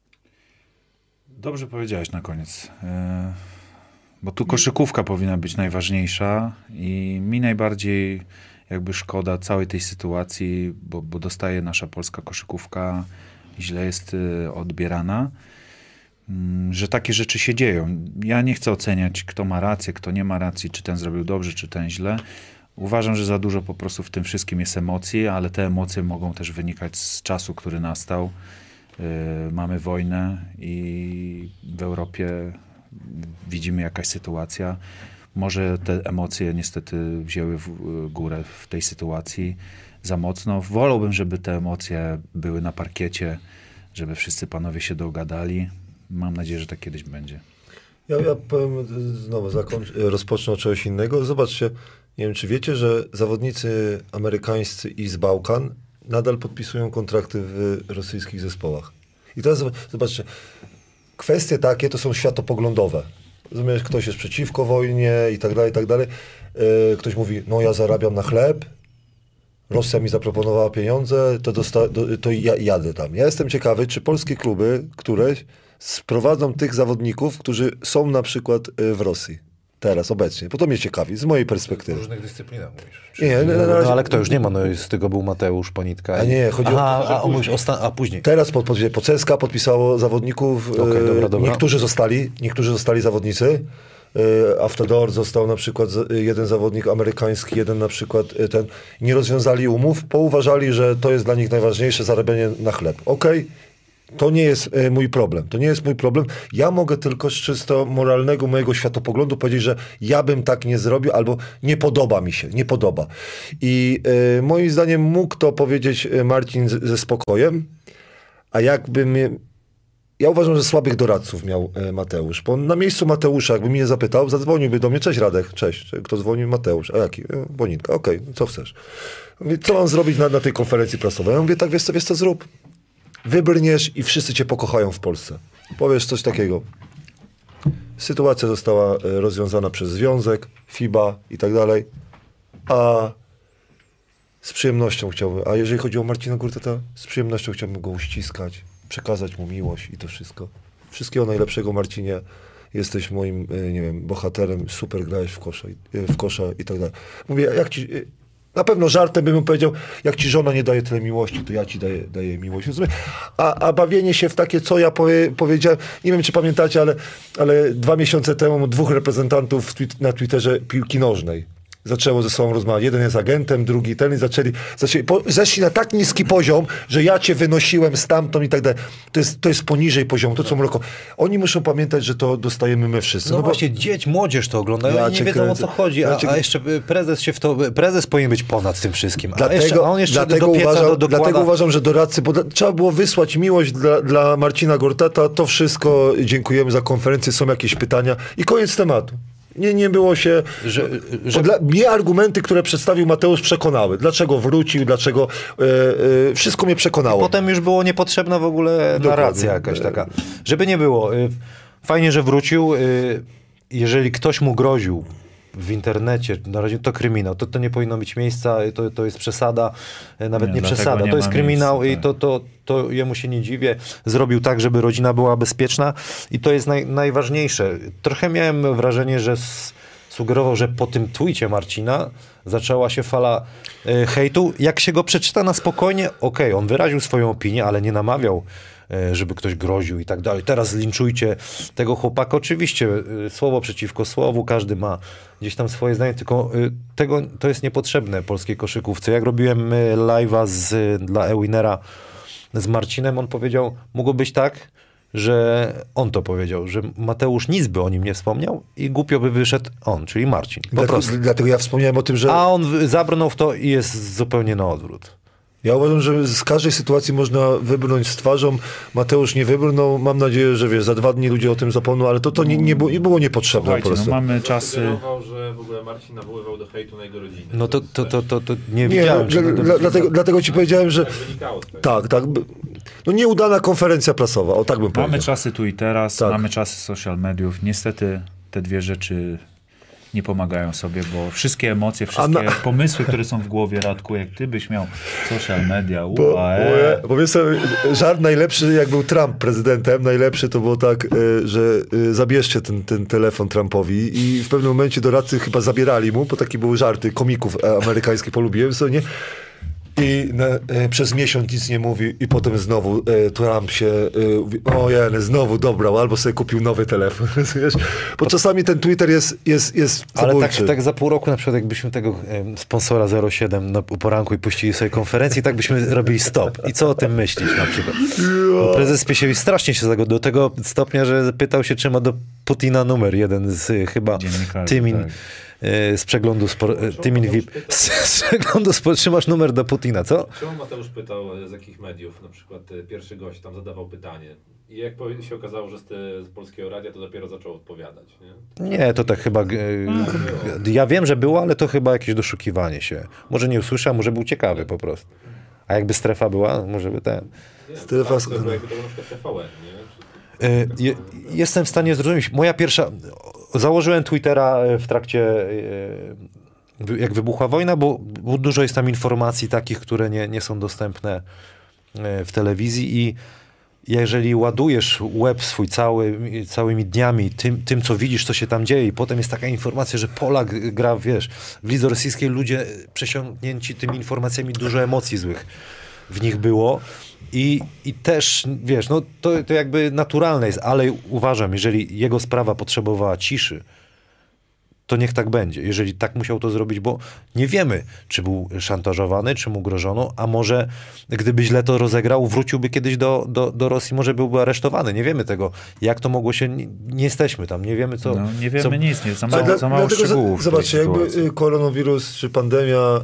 Speaker 3: Dobrze powiedziałeś na koniec. E... Bo tu koszykówka powinna być najważniejsza i mi najbardziej jakby szkoda całej tej sytuacji, bo, bo dostaje nasza polska koszykówka, źle jest y, odbierana, y, że takie rzeczy się dzieją. Ja nie chcę oceniać, kto ma rację, kto nie ma racji, czy ten zrobił dobrze, czy ten źle. Uważam, że za dużo po prostu w tym wszystkim jest emocji, ale te emocje mogą też wynikać z czasu, który nastał. Y, mamy wojnę i w Europie widzimy jakaś sytuacja. Może te emocje niestety wzięły w górę w tej sytuacji za mocno. Wolałbym, żeby te emocje były na parkiecie, żeby wszyscy panowie się dogadali. Mam nadzieję, że tak kiedyś będzie.
Speaker 2: Ja, ja powiem znowu, zakończ, rozpocznę od czegoś innego. Zobaczcie, nie wiem, czy wiecie, że zawodnicy amerykańscy i z Bałkan nadal podpisują kontrakty w rosyjskich zespołach. I teraz zobaczcie, kwestie takie to są światopoglądowe. Rozumiesz, ktoś jest przeciwko wojnie i tak dalej, i tak dalej. Ktoś mówi, no ja zarabiam na chleb, Rosja mi zaproponowała pieniądze, to, dosta- do, to ja jadę tam. Ja jestem ciekawy, czy polskie kluby, któreś sprowadzą tych zawodników, którzy są na przykład w Rosji. Teraz, obecnie. Bo to mnie ciekawi, z mojej perspektywy.
Speaker 1: W różnych dyscyplinach mówisz.
Speaker 2: Nie,
Speaker 1: no,
Speaker 2: no,
Speaker 1: no,
Speaker 2: razie...
Speaker 1: no ale kto już nie ma, no z tego był Mateusz Ponitka.
Speaker 2: A nie, chodzi
Speaker 1: Aha,
Speaker 2: o...
Speaker 1: A, a, mówisz, osta- a później.
Speaker 2: Teraz pod, pod, Poceska podpisało zawodników,
Speaker 1: Okay,
Speaker 2: e,
Speaker 1: dobra, dobra.
Speaker 2: niektórzy zostali, niektórzy zostali zawodnicy. E, Aftador został na przykład jeden zawodnik amerykański, jeden na przykład e, ten. Nie rozwiązali umów, pouważali, że to jest dla nich najważniejsze, zarabianie na chleb. Okej. Okay. To nie jest e, mój problem. To nie jest mój problem. Ja mogę tylko z czysto moralnego mojego światopoglądu powiedzieć, że ja bym tak nie zrobił, albo nie podoba mi się, nie podoba. I e, moim zdaniem mógł to powiedzieć Marcin z, ze spokojem, a jakby mnie... Ja uważam, że słabych doradców miał e, Mateusz, bo na miejscu Mateusza, jakby mnie zapytał, zadzwoniłby do mnie, cześć Radek, cześć, kto dzwonił? Mateusz, a jaki? E, Bonitka, okej, okay, co chcesz? Mówię, co mam zrobić na, na tej konferencji prasowej? Ja mówię, tak, wiesz co, wiesz co, zrób. Wybrniesz i wszyscy cię pokochają w Polsce. Powiesz coś takiego. Sytuacja została rozwiązana przez związek, FIBA i tak dalej, a z przyjemnością chciałbym, a jeżeli chodzi o Marcina Gurteta, z przyjemnością chciałbym go uściskać, przekazać mu miłość i to wszystko. Wszystkiego najlepszego, Marcinie. Jesteś moim, nie wiem, bohaterem, super grałeś w kosza, w kosza i tak dalej. Mówię, jak ci... Na pewno żartem bym mu powiedział, jak ci żona nie daje tyle miłości, to ja ci daję, daję miłość. A, a bawienie się w takie, co ja powie, powiedziałem, nie wiem, czy pamiętacie, ale, ale dwa miesiące temu dwóch reprezentantów twit- na Twitterze piłki nożnej zaczęło ze sobą rozmawiać. Jeden jest agentem, drugi ten i zaczęli, zaczęli po, zeszli na tak niski poziom, że ja cię wynosiłem stamtąd i tak dalej. To jest, to jest poniżej poziomu, to co mleko. Oni muszą pamiętać, że to dostajemy my wszyscy.
Speaker 1: No,
Speaker 2: No
Speaker 1: właśnie,
Speaker 2: bo...
Speaker 1: dzieć, młodzież to oglądają
Speaker 2: Ja
Speaker 1: i nie
Speaker 2: cię
Speaker 1: wiedzą
Speaker 2: kręcę.
Speaker 1: o co chodzi, a,
Speaker 2: Ja cię-
Speaker 1: a jeszcze prezes się w to, prezes powinien być ponad tym wszystkim, a,
Speaker 2: Dlatego,
Speaker 1: jeszcze, a on jeszcze
Speaker 2: dlatego,
Speaker 1: do pieca
Speaker 2: uważam,
Speaker 1: do, dokłada...
Speaker 2: dlatego uważam, że doradcy, bo da, trzeba było wysłać miłość dla, dla Marcina Gortata, to wszystko, dziękujemy za konferencję, są jakieś pytania i koniec tematu. Nie, nie było się...
Speaker 1: Że, że...
Speaker 2: Bo dla mnie argumenty, które przedstawił Mateusz, przekonały. Dlaczego wrócił, dlaczego... E, e, wszystko mnie przekonało.
Speaker 1: Potem już było niepotrzebna w ogóle
Speaker 2: Dokładnie.
Speaker 1: narracja jakaś taka. Żeby nie było. y, Fajnie, że wrócił. y, Jeżeli ktoś mu groził w internecie, na razie to kryminał, to, to nie powinno mieć miejsca, to, to jest przesada, y, nawet
Speaker 3: Nie,
Speaker 1: nie,
Speaker 3: dlatego
Speaker 1: przesada,
Speaker 3: nie
Speaker 1: to jest
Speaker 3: ma
Speaker 1: kryminał
Speaker 3: miejsca,
Speaker 1: i to, to, to jemu się nie dziwię. Zrobił tak, żeby rodzina była bezpieczna i to jest naj, najważniejsze. Trochę miałem wrażenie, że s- sugerował, że po tym tweetie Marcina zaczęła się fala y, hejtu. Jak się go przeczyta na spokojnie, okej, okay, on wyraził swoją opinię, ale nie namawiał, y, żeby ktoś groził i tak dalej. Teraz linczujcie tego chłopaka. Oczywiście y, słowo przeciwko słowu, każdy ma gdzieś tam swoje zdanie, tylko y, tego to jest niepotrzebne polskiej koszykówce. Jak robiłem y, live'a z, y, dla E-Winera z Marcinem, on powiedział, mogło być tak, że on to powiedział, że Mateusz nic by o nim nie wspomniał i głupio by wyszedł on, czyli Marcin. Po
Speaker 2: Dlatego,
Speaker 1: prostu.
Speaker 2: dlatego ja wspomniałem o tym, że...
Speaker 1: A on w- zabrnął w to i jest zupełnie na odwrót.
Speaker 2: Ja uważam, że z każdej sytuacji można wybrnąć z twarzą. Mateusz nie wybrnął. Mam nadzieję, że wiesz, za dwa dni ludzie o tym zapomną, ale to, to nie, nie, było, nie było niepotrzebne po
Speaker 3: Słuchajcie, no
Speaker 2: prostu.
Speaker 3: mamy czasy...
Speaker 4: Sugerował, że w ogóle Marcin nawoływał do hejtu na jego rodzinę.
Speaker 1: No to, to, to, to, to nie
Speaker 2: Nie,
Speaker 1: wiedziałem.
Speaker 2: no,
Speaker 1: czy
Speaker 2: dla,
Speaker 1: to-
Speaker 2: dla, dlatego, dlatego ci powiedziałem, że
Speaker 4: Tak wynikało z tego.
Speaker 2: tak, tak. No nieudana konferencja prasowa, o tak bym powiedział.
Speaker 3: Mamy czasy tu i teraz,
Speaker 2: Tak.
Speaker 3: mamy czasy social mediów. Niestety te dwie rzeczy nie pomagają sobie, bo wszystkie emocje, wszystkie
Speaker 2: na-
Speaker 3: pomysły, które są w głowie, Radku, jak ty byś miał social media,
Speaker 2: Bo,
Speaker 3: U
Speaker 2: bo,
Speaker 3: A
Speaker 2: ja,
Speaker 3: E,
Speaker 2: bo wiesz, co, żart najlepszy, jak był Trump prezydentem, najlepszy to było tak, y, że y, zabierzcie ten, ten telefon Trumpowi i w pewnym momencie doradcy chyba zabierali mu, bo takie były żarty komików e, amerykańskich, polubiłem sobie, nie? I na, e, przez miesiąc nic nie mówi i potem znowu e, Trump się e, mówi, o jene, znowu dobrał, albo sobie kupił nowy telefon, rozumiesz? Bo czasami ten Twitter jest, jest, jest
Speaker 1: Ale tak,
Speaker 2: zabójczy.
Speaker 1: tak za pół roku na przykład jakbyśmy tego em, sponsora zero siedem na poranku i puścili sobie konferencję, tak byśmy robili stop. I co o tym myślisz na przykład? Bo prezes Piesiewicz strasznie się zagodził do tego stopnia, że pytał się, czy ma do Putina numer jeden z y, chyba
Speaker 3: Dziennikarzy,
Speaker 1: Tymin.
Speaker 3: tak.
Speaker 1: y, Z przeglądu spor- y, Tymin V I P. Z, z przeglądu spor- czy masz numer do Putina, co?
Speaker 4: Czemu Mateusz pytał, e, z jakich mediów, na przykład e, pierwszy gość tam zadawał pytanie i jak powie- się okazało, że z, te, z Polskiego Radia, to dopiero zaczął odpowiadać, nie?
Speaker 1: Nie, to tak chyba... y, Ja wiem, że było, ale to chyba jakieś doszukiwanie się. Może nie usłyszał, może był ciekawy po prostu. A jakby strefa była, może by ten...
Speaker 4: Nie,
Speaker 2: Strefa...
Speaker 4: tak, to jakby to był na przykład T V N, nie?
Speaker 1: Y, je, jestem w stanie zrozumieć. Moja pierwsza... Założyłem Twittera w trakcie... Y, jak wybuchła wojna, bo, bo dużo jest tam informacji takich, które nie, nie są dostępne w telewizji i jeżeli ładujesz web swój cały, całymi dniami tym, tym, co widzisz, co się tam dzieje i potem jest taka informacja, że Polak gra, wiesz, w lidze rosyjskiej, ludzie przesiąknięci tymi informacjami, dużo emocji złych w nich było i, i też, wiesz, no to, to jakby naturalne jest, ale uważam, jeżeli jego sprawa potrzebowała ciszy, to niech tak będzie, jeżeli tak musiał to zrobić, bo nie wiemy, czy był szantażowany, czy mu grożono, a może gdyby źle to rozegrał, wróciłby kiedyś do, do, do Rosji, może byłby aresztowany. Nie wiemy tego, jak to mogło się, nie, nie jesteśmy tam, nie wiemy co...
Speaker 3: No, nie wiemy
Speaker 1: co...
Speaker 3: nic, nie, za
Speaker 2: Ale
Speaker 3: mało,
Speaker 2: dla-
Speaker 3: za mało
Speaker 2: dlatego,
Speaker 3: szczegółów.
Speaker 2: że-
Speaker 3: w tej
Speaker 2: Zobaczcie, jakby
Speaker 3: sytuacji.
Speaker 2: y, koronawirus czy pandemia,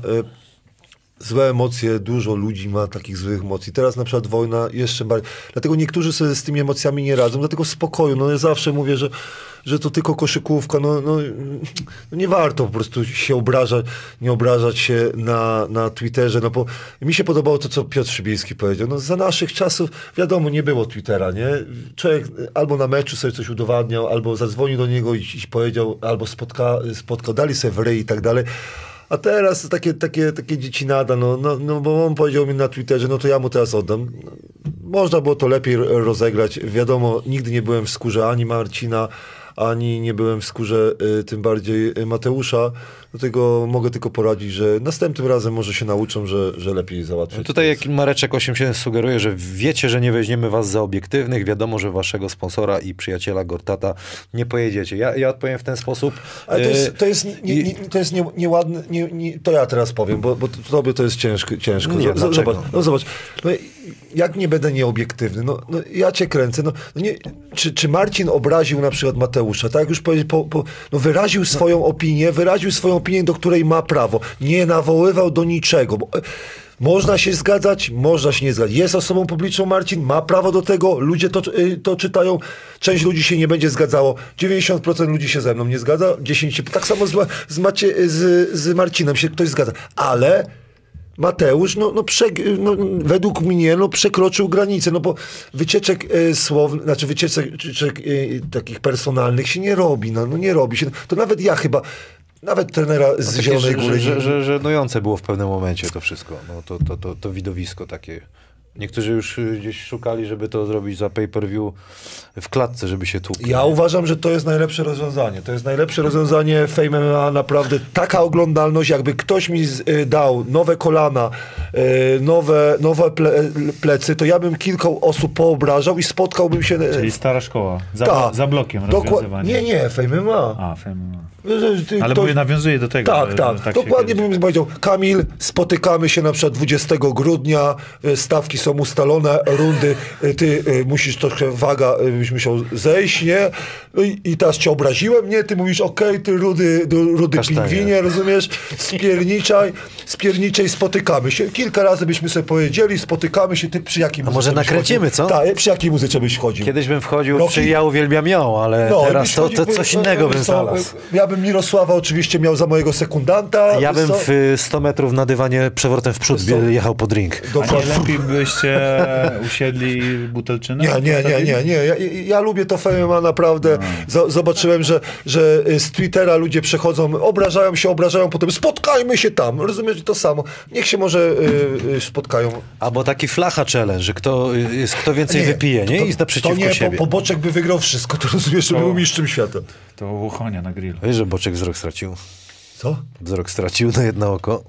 Speaker 2: y, złe emocje, dużo ludzi ma takich złych emocji. Teraz na przykład wojna jeszcze bardziej. Dlatego niektórzy sobie z tymi emocjami nie radzą, dlatego spokoju. No ja zawsze mówię, że, że to tylko koszykówka. No, no, no nie warto po prostu się obrażać, nie obrażać się na, na Twitterze. No bo mi się podobało to, co Piotr Szybiński powiedział. No za naszych czasów, wiadomo, nie było Twittera, nie? Człowiek albo na meczu sobie coś udowadniał, albo zadzwonił do niego i, i powiedział, albo spotka, spotkał, dali sobie w ryj i tak dalej. A teraz takie, takie, takie dzieci nada, no, no, no bo on powiedział mi na Twitterze, no to ja mu teraz oddam. No, można było to lepiej rozegrać. Wiadomo, nigdy nie byłem w skórze ani Marcina, ani nie byłem w skórze y, tym bardziej Mateusza. Dlatego mogę tylko poradzić, że następnym razem może się nauczą, że, że lepiej załatwiać.
Speaker 1: No tutaj jak Mareczek osiem siedem sugeruje, że wiecie, że nie weźmiemy was za obiektywnych, wiadomo, że waszego sponsora i przyjaciela Gortata nie pojedziecie. Ja, ja odpowiem w ten sposób.
Speaker 2: Ale to
Speaker 1: y,
Speaker 2: jest, to jest, nie, nie, to jest nie, nieładne, nie, nie, to ja teraz powiem, bo, bo to- tobie to jest ciężko. ciężko.
Speaker 1: Nie,
Speaker 2: Z-
Speaker 1: dlaczego?
Speaker 2: Zobacz, no zobacz, no, jak nie będę nieobiektywny, no, no ja cię kręcę, no, no nie, czy, czy Marcin obraził na przykład Mateusza, tak jak już powiedział, po, po, no wyraził swoją opinię, wyraził swoją opinię, do której ma prawo, nie nawoływał do niczego, bo, można się zgadzać, można się nie zgadzać. Jest osobą publiczną Marcin, ma prawo do tego, ludzie to, y, to czytają, część ludzi się nie będzie zgadzało, dziewięćdziesiąt procent ludzi się ze mną nie zgadza, dziesięć procent, tak samo z, Ma- z, Macie, z, z Marcinem się ktoś zgadza, ale Mateusz, no, no, prze, no według mnie, no przekroczył granicę, no bo wycieczek y, słownych, znaczy wycieczek czy, czy, y, takich personalnych się nie robi, no, no nie robi się, to nawet ja chyba, nawet trenera z
Speaker 1: takie,
Speaker 2: Zielonej
Speaker 1: że,
Speaker 2: Góry.
Speaker 1: że,
Speaker 2: nie-
Speaker 1: że, że żenujące było w pewnym momencie to wszystko. No, to, to, to, to widowisko takie. Niektórzy już y, gdzieś szukali, żeby to zrobić za pay-per-view w klatce, żeby się tłukli.
Speaker 2: Ja uważam, że to jest najlepsze rozwiązanie. To jest najlepsze rozwiązanie Fame M M A, naprawdę taka oglądalność, jakby ktoś mi z, y, dał nowe kolana, y, nowe, nowe ple, plecy, to ja bym kilka osób poobrażał i spotkałbym się... y,
Speaker 3: Czyli stara szkoła, za,
Speaker 2: Ta.
Speaker 3: za blokiem
Speaker 2: dokła-
Speaker 3: rozwiązywanie.
Speaker 2: Nie, nie, Fame M M A.
Speaker 3: A, fem.
Speaker 2: Że- że ty-
Speaker 3: Ale
Speaker 2: ktoś-
Speaker 3: mówię, nawiązuje do tego.
Speaker 2: Tak,
Speaker 3: że-
Speaker 2: tak.
Speaker 3: że tak się
Speaker 2: Dokładnie
Speaker 3: kiedyś-
Speaker 2: bym powiedział, Kamil, spotykamy się na przykład dwudziestego grudnia, y, stawki są ustalone, rundy, y, ty y, musisz trochę, waga, y, byś musiał zejść, nie? No i, i teraz cię obraziłem, nie? Ty mówisz, okej, ty rudy, du- rudy
Speaker 1: Kasztanie.
Speaker 2: pingwinie, rozumiesz? Spierniczaj, spierniczaj, spotykamy się. Kilka razy byśmy sobie powiedzieli, spotykamy się, ty przy jakim
Speaker 1: A może nakręcimy, co?
Speaker 2: Tak, przy jakiej muzyce byś chodził?
Speaker 1: Kiedyś bym wchodził,
Speaker 2: Rocky-
Speaker 1: czy ja uwielbiam ją, ale
Speaker 2: No,
Speaker 1: teraz
Speaker 2: byś
Speaker 1: to,
Speaker 2: chodził,
Speaker 1: to coś
Speaker 2: e,
Speaker 1: innego
Speaker 2: wiesz
Speaker 1: bym
Speaker 2: co,
Speaker 1: znalazł.
Speaker 2: e, Ja bym Mirosława oczywiście miał za mojego sekundanta.
Speaker 1: Ja
Speaker 2: wiesz
Speaker 1: bym
Speaker 2: co?
Speaker 1: w y, sto metrów na dywanie przewrotem w przód
Speaker 2: Wiesz co?
Speaker 1: jechał po drink.
Speaker 3: A nie
Speaker 2: Dokładnie.
Speaker 3: lepiej byście usiedli butelczynę?
Speaker 2: Nie, nie, nie, nie, nie. Ja, ja lubię to Fame M M A naprawdę. Z, zobaczyłem, że, że z Twittera ludzie przechodzą, obrażają się, obrażają, potem spotkajmy się tam. Rozumiesz? To samo. Niech się może y, y, spotkają.
Speaker 1: Albo taki flacha challenge, że kto, y, kto więcej wypije, nie? I
Speaker 2: to,
Speaker 1: naprzeciwko
Speaker 2: to nie,
Speaker 1: siebie.
Speaker 2: Po, po Boczek by wygrał wszystko, to rozumiesz, że
Speaker 3: To-
Speaker 2: był mistrzem świata.
Speaker 3: To łuchonia na grillu.
Speaker 1: Wiesz, że Boczek wzrok stracił.
Speaker 2: Co?
Speaker 1: Wzrok stracił na jedno oko.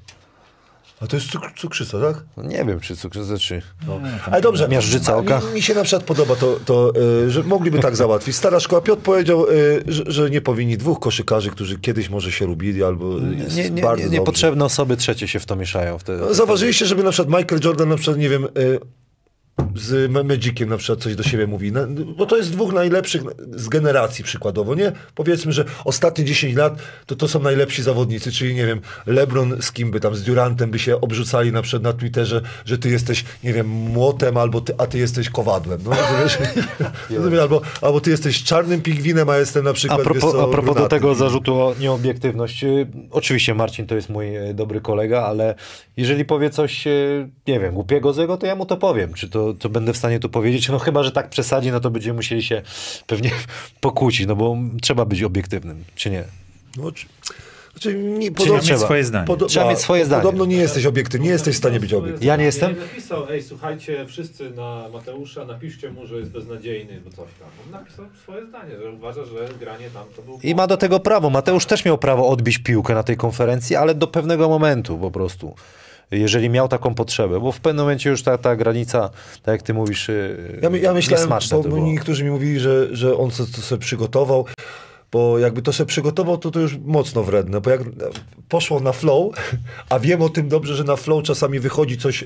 Speaker 2: A to jest cuk cukrzyca, tak?
Speaker 1: No nie wiem, czy cukrzyca, czy...
Speaker 2: Ale dobrze,
Speaker 1: Miażdżyca oka?
Speaker 2: Mi, mi się na przykład podoba to, to y, że mogliby tak załatwić. Stara szkoła, Piotr powiedział, y, że, że nie powinni dwóch koszykarzy, którzy kiedyś może się lubili, albo jest
Speaker 1: Nie, nie,
Speaker 2: bardzo
Speaker 1: nie,
Speaker 2: dobrze.
Speaker 1: niepotrzebne osoby trzecie się w to mieszają. Wtedy,
Speaker 2: Zauważyliście, żeby na przykład Michael Jordan, na przykład, nie wiem, y, z Magiciem na przykład coś do siebie mówi, no, bo to jest dwóch najlepszych z generacji przykładowo, nie? Powiedzmy, że ostatnie dziesięć lat to to są najlepsi zawodnicy, czyli nie wiem, LeBron z kim by tam, z Durantem by się obrzucali na przykład na Twitterze, że ty jesteś, nie wiem, młotem, albo ty, a ty jesteś kowadłem, no rozumiesz? albo, albo ty jesteś czarnym pingwinem, a jestem na przykład...
Speaker 1: A propos,
Speaker 2: co,
Speaker 1: a propos do tego
Speaker 2: i...
Speaker 1: zarzutu o nieobiektywność, y, oczywiście Marcin to jest mój y, dobry kolega, ale jeżeli powie coś, y, nie wiem, głupiego, złego, to ja mu to powiem, czy to to będę w stanie tu powiedzieć, no chyba, że tak przesadzi, no to będziemy musieli się pewnie pokłócić, no bo trzeba być obiektywnym, czy nie?
Speaker 2: No, czy, znaczy, nie,
Speaker 3: Trzeba mieć swoje zdanie.
Speaker 2: Podo-
Speaker 1: Trzeba mieć swoje zdanie.
Speaker 2: Podobno nie jesteś obiektywny, nie jesteś w stanie być obiektywny.
Speaker 1: Ja nie jestem?
Speaker 4: Nie napisał, ej, słuchajcie, wszyscy na Mateusza, napiszcie mu, że jest beznadziejny, bo coś tam. On napisał swoje zdanie, że uważa, że granie tam to był...
Speaker 1: I ma do tego prawo. Mateusz też miał prawo odbić piłkę na tej konferencji, ale do pewnego momentu po prostu. Jeżeli miał taką potrzebę, bo w pewnym momencie już ta, ta granica, tak jak ty mówisz,
Speaker 2: ja, my, ja myślałem,
Speaker 1: niesmaczna
Speaker 2: bo
Speaker 1: to było.
Speaker 2: niektórzy mi mówili, że, że on to, to sobie przygotował, bo jakby to sobie przygotował, to to już mocno wredne, bo jak poszło na flow, a wiem o tym dobrze, że na flow czasami wychodzi coś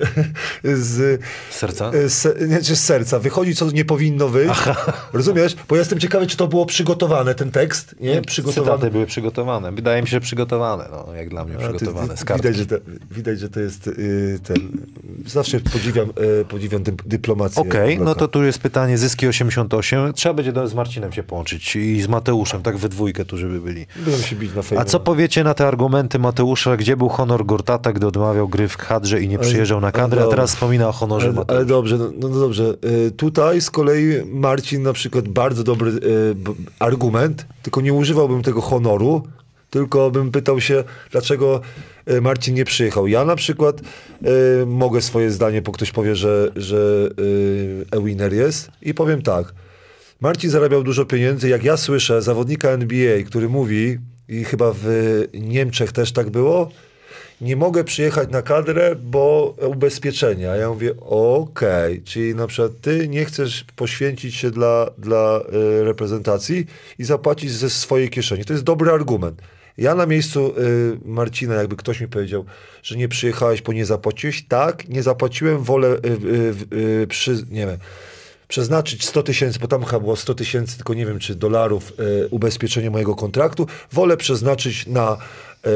Speaker 2: z
Speaker 1: serca,
Speaker 2: z, nie, czy z serca, wychodzi co nie powinno wyjść, Aha. rozumiesz? Bo ja jestem ciekawy, czy to było przygotowane, ten tekst, nie? Przygotowane.
Speaker 1: Cytaty były przygotowane, wydaje mi się, że przygotowane, no, jak dla mnie
Speaker 2: a,
Speaker 1: przygotowane,
Speaker 2: ty,
Speaker 1: z
Speaker 2: ty, widać, że te, widać, że to jest y, ten, zawsze podziwiam, y, podziwiam dy, dyplomację.
Speaker 1: Okej, okay, no to tu jest pytanie, Zyski osiemdziesiąt osiem, trzeba będzie do, z Marcinem się połączyć i z Mateuszem, tak we dwójkę tu, żeby byli.
Speaker 2: Będą się bić na fejmie.
Speaker 1: A co powiecie na te argumenty Mateusza, gdzie był honor Gortata, gdy odmawiał gry w kadrze i nie przyjeżdżał na kadrę, a teraz wspomina o honorze
Speaker 2: ale,
Speaker 1: Mateusza.
Speaker 2: ale dobrze, no, no dobrze. Y, tutaj z kolei Marcin na przykład bardzo dobry y, b, argument, tylko nie używałbym tego honoru, tylko bym pytał się, dlaczego y, Marcin nie przyjechał. Ja na przykład y, mogę swoje zdanie, bo ktoś powie, że, że y, e-winner jest i powiem tak. Marcin zarabiał dużo pieniędzy. Jak ja słyszę zawodnika N B A, który mówi, i chyba w Niemczech też tak było, nie mogę przyjechać na kadrę, bo ubezpieczenia. A ja mówię, okej, okay. Czyli na przykład ty nie chcesz poświęcić się dla, dla y, reprezentacji i zapłacić ze swojej kieszeni. To jest dobry argument. Ja na miejscu y, Marcina, jakby ktoś mi powiedział, że nie przyjechałeś, bo nie zapłaciłeś. Tak, nie zapłaciłem, wolę y, y, y, przy, nie wiem, przeznaczyć sto tysięcy, bo tam chyba było sto tysięcy, tylko nie wiem, czy dolarów e, ubezpieczenie mojego kontraktu, wolę przeznaczyć na e,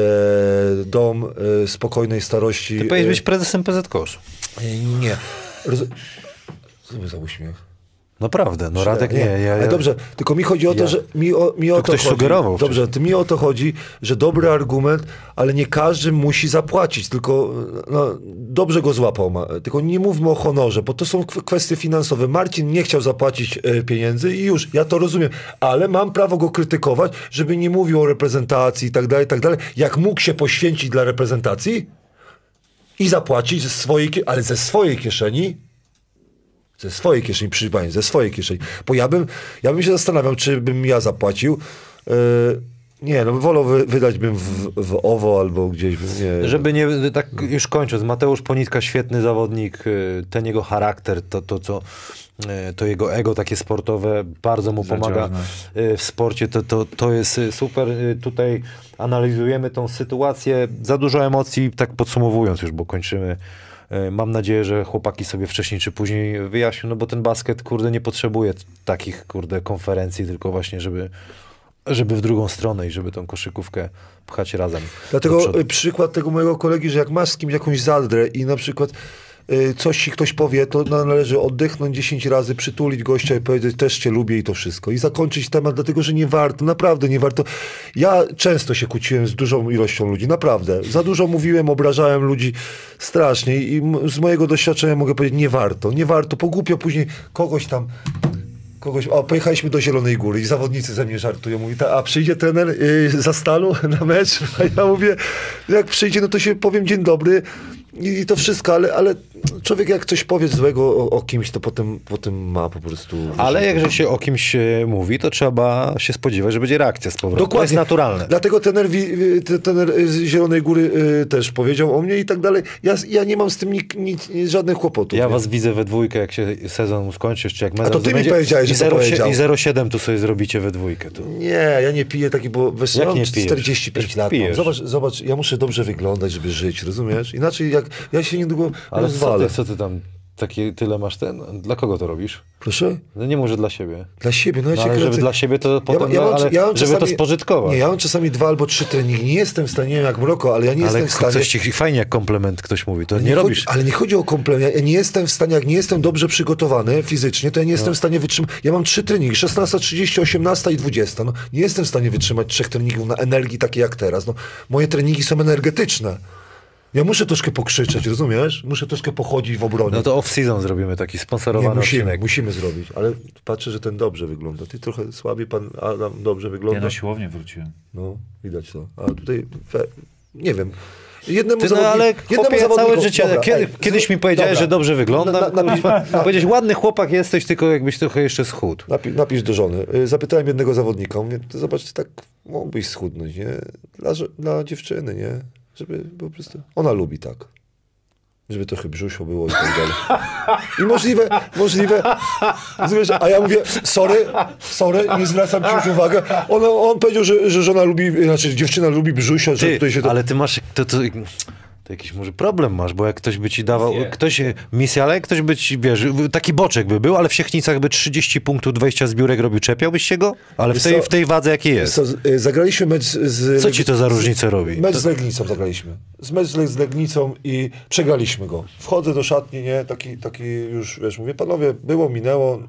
Speaker 2: dom e, spokojnej starości.
Speaker 1: Ty powinieneś być prezesem P Z Kosz.
Speaker 2: E, nie. Roz... Co to za uśmiech?
Speaker 1: Naprawdę, no Radek nie. nie ja, ja...
Speaker 2: Ale dobrze, tylko mi chodzi o to,
Speaker 1: ja.
Speaker 2: że mi o, mi o to,
Speaker 1: to ktoś
Speaker 2: chodzi.
Speaker 1: sugerował.
Speaker 2: Dobrze, to mi o to chodzi, że dobry argument, ale nie każdy musi zapłacić, tylko no, dobrze go złapał. Ma. Tylko nie mówmy o honorze, bo to są kwestie finansowe. Marcin nie chciał zapłacić e, pieniędzy i już, ja to rozumiem, ale mam prawo go krytykować, żeby nie mówił o reprezentacji i tak dalej, i tak dalej. Jak mógł się poświęcić dla reprezentacji i zapłacić ze swojej, ale ze swojej kieszeni, ze swojej kieszeni, proszę pani, ze swojej kieszeni. Bo ja bym, ja bym się zastanawiał, czy bym ja zapłacił. Yy, nie, no wolał wy, wydać bym w, w O W O albo gdzieś. Nie.
Speaker 1: Żeby nie, tak już kończąc, Mateusz Ponitka, świetny zawodnik, ten jego charakter, to, to co, to jego ego takie sportowe, bardzo mu pomaga w sporcie, to, to, to jest super. Tutaj analizujemy tą sytuację, za dużo emocji, tak podsumowując już, bo kończymy. Mam nadzieję, że chłopaki sobie wcześniej czy później wyjaśnią, no bo ten basket, kurde, nie potrzebuje takich, kurde, konferencji, tylko właśnie, żeby, żeby w drugą stronę i żeby tą koszykówkę pchać razem.
Speaker 2: Dlatego przykład tego mojego kolegi, że jak masz z kimś jakąś zadrę i na przykład y, coś ci ktoś powie, to należy oddechnąć dziesięć razy, przytulić gościa i powiedzieć, też cię lubię i to wszystko. I zakończyć temat, dlatego, że nie warto, naprawdę nie warto. Ja często się kłóciłem z dużą ilością ludzi, naprawdę. Za dużo mówiłem, obrażałem ludzi strasznie i z mojego doświadczenia mogę powiedzieć, nie warto, nie warto, pogłupio później kogoś tam kogoś, o, pojechaliśmy do Zielonej Góry i zawodnicy ze mnie żartują, mówi, a przyjdzie trener yy, za Stalu na mecz? A ja mówię, jak przyjdzie, no to się powiem dzień dobry i, i to wszystko, ale, ale człowiek jak coś powie złego o, o kimś, to potem, potem ma po prostu...
Speaker 1: Ale jakże się o kimś mówi, to trzeba się spodziewać, że będzie reakcja z powrotem.
Speaker 2: Dokładnie.
Speaker 1: To jest naturalne.
Speaker 2: Dlatego trener, trener z Zielonej Góry y, też powiedział o mnie i tak dalej. Ja, ja nie mam z tym nic, nic, żadnych kłopotów.
Speaker 1: Ja
Speaker 2: nie?
Speaker 1: was widzę we dwójkę, jak się sezon skończy, czy jak mecz.
Speaker 2: A to ty mi powiedziałeś, że to powiedział.
Speaker 1: I zero przecinek siedem tu sobie zrobicie we dwójkę. Tu.
Speaker 2: Nie, ja nie piję taki, bo wiesz, ja mam czterdzieści pięć lat. Mam. Zobacz, zobacz, ja muszę dobrze wyglądać, żeby żyć, rozumiesz? Inaczej jak ja się niedługo
Speaker 1: Ale
Speaker 2: rozwalę.
Speaker 1: Co ty, co ty tam Takie, tyle masz ten? Dla kogo to robisz?
Speaker 2: Proszę?
Speaker 1: No nie może dla siebie.
Speaker 2: Dla siebie, no ja
Speaker 1: No,
Speaker 2: cię
Speaker 1: ale żeby
Speaker 2: kręcę.
Speaker 1: dla siebie to potem,
Speaker 2: ja mam,
Speaker 1: ale
Speaker 2: ja mam
Speaker 1: żeby
Speaker 2: czasami,
Speaker 1: to spożytkować.
Speaker 2: Nie, ja mam czasami dwa albo trzy treningi. Nie jestem w stanie, nie wiem jak Mroko, ale ja nie
Speaker 1: ale
Speaker 2: jestem w stanie...
Speaker 1: coś ci fajnie jak komplement ktoś mówi, to nie,
Speaker 2: nie
Speaker 1: robisz.
Speaker 2: Chodzi, ale nie chodzi o komplement. Ja nie jestem w stanie, jak nie jestem dobrze przygotowany fizycznie, to ja nie jestem
Speaker 1: No.
Speaker 2: w stanie wytrzymać. Ja mam trzy treningi, szesnasta, trzydzieści, osiemnasta i dwudziesta. No, nie jestem w stanie wytrzymać trzech treningów na energii takiej jak teraz. No, moje treningi są energetyczne. Ja muszę troszkę pokrzyczeć, rozumiesz? Muszę troszkę pochodzić w obronie.
Speaker 1: No to off-season zrobimy taki sponsorowany
Speaker 2: Nie, musimy,
Speaker 1: odcinek.
Speaker 2: musimy zrobić, ale patrzę, że ten dobrze wygląda. Ty trochę słabiej, pan Adam dobrze
Speaker 3: Ja
Speaker 2: wygląda.
Speaker 3: na siłownię wróciłem.
Speaker 2: No, widać to. A tutaj, fe, nie wiem. Jednemu
Speaker 1: Ty, no
Speaker 2: zawodnik-
Speaker 1: ale
Speaker 2: jednemu
Speaker 1: chłopie, całe
Speaker 2: zawodniku-
Speaker 1: życie,
Speaker 2: dobra,
Speaker 1: kiedy,
Speaker 2: ej,
Speaker 1: kiedyś mi powiedziałeś,
Speaker 2: dobra.
Speaker 1: że dobrze wyglądam.
Speaker 2: Na- na- napisz- na-
Speaker 1: Powiedziałeś, ładny chłopak jesteś, tylko jakbyś trochę jeszcze schudł.
Speaker 2: Napi- napisz do żony. Y, Zapytałem jednego zawodnika, mówię, to zobacz, ty tak mógłbyś schudnąć, nie? Dla, żo- dla dziewczyny, nie? Żeby po prostu... Ona lubi tak. Żeby trochę brzusio było i tak dalej. I możliwe, możliwe... Rozumiesz? A ja mówię, sorry, sorry, nie zwracam ci już uwagę. On, on powiedział, że, że żona lubi, znaczy dziewczyna lubi brzusio, że
Speaker 1: Ty,
Speaker 2: tutaj się to...
Speaker 1: ale ty masz, to, to, to jakiś może problem masz, bo jak ktoś by ci dawał,
Speaker 4: Misję.
Speaker 1: ktoś, misja, ale jak ktoś by ci, wiesz, taki boczek by był, ale w Siechnicach by trzydzieści punktów, dwadzieścia zbiórek robił, czepiałbyś się go? Ale w
Speaker 2: Wiesz
Speaker 1: tej,
Speaker 2: co?
Speaker 1: w tej wadze jakiej jest.
Speaker 2: Co, y, zagraliśmy mecz z...
Speaker 1: Co ci to za różnicę robi?
Speaker 2: Mecz
Speaker 1: To-
Speaker 2: z Legnicą zagraliśmy. Z mecz z Legnicą i przegraliśmy go. Wchodzę do szatni, nie? Taki, taki już, wiesz, mówię, panowie, było, minęło.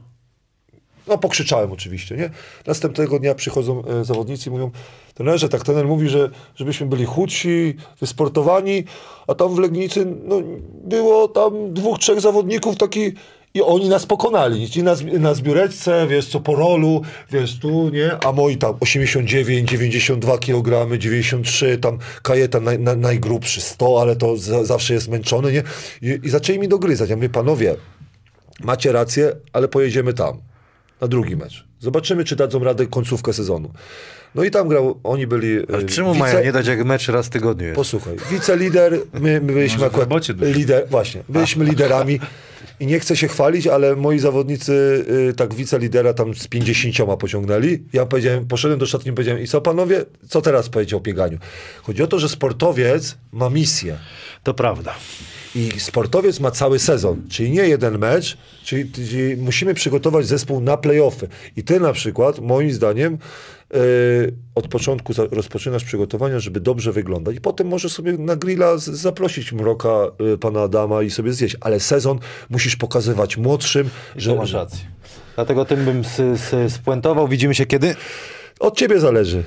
Speaker 2: No pokrzyczałem oczywiście, nie? Następnego dnia przychodzą e, zawodnicy i mówią, trenerze, tak trener mówi, że żebyśmy byli chudsi, wysportowani, a tam w Legnicy, no, było tam dwóch, trzech zawodników taki i oni nas pokonali. Ci na, zbi- na zbióreczce, wiesz, co po rolu, wiesz, tu, nie? A moi tam osiemdziesiąt dziewięć, dziewięćdziesiąt dwa kilogramy, dziewięćdziesiąt trzy, tam Kajetan naj, na, najgrubszy sto, ale to za, zawsze jest męczony, nie? I, I zaczęli mi dogryzać. Ja mówię, panowie, macie rację, ale pojedziemy tam. Na drugi mecz. Zobaczymy, czy dadzą radę końcówkę sezonu. No i tam grał, oni byli...
Speaker 1: Ale
Speaker 2: y,
Speaker 1: czemu
Speaker 2: wice-
Speaker 1: mają nie dać jak mecz raz w tygodniu jest?
Speaker 2: Posłuchaj, wicelider, my, my byliśmy
Speaker 3: Może w
Speaker 2: akurat
Speaker 3: robocie dużo.
Speaker 2: lider, właśnie, byliśmy liderami i nie chcę się chwalić, ale moi zawodnicy y, tak wicelidera tam z pięćdziesięcioma pociągnęli. Ja powiedziałem, poszedłem do szatni i powiedziałem, i co panowie, co teraz powiedzieć o bieganiu? Chodzi o to, że sportowiec ma misję.
Speaker 1: To prawda.
Speaker 2: I sportowiec ma cały sezon, czyli nie jeden mecz, czyli, czyli musimy przygotować zespół na play-offy. I ty na przykład, moim zdaniem, yy, od początku za, rozpoczynasz przygotowania, żeby dobrze wyglądać. I potem możesz sobie na grilla z, zaprosić Mroka, yy, pana Adama i sobie zjeść. Ale sezon musisz pokazywać młodszym,
Speaker 1: Że masz rację. Dlatego tym bym s, s, spuentował. Widzimy się kiedy?
Speaker 2: Od ciebie zależy.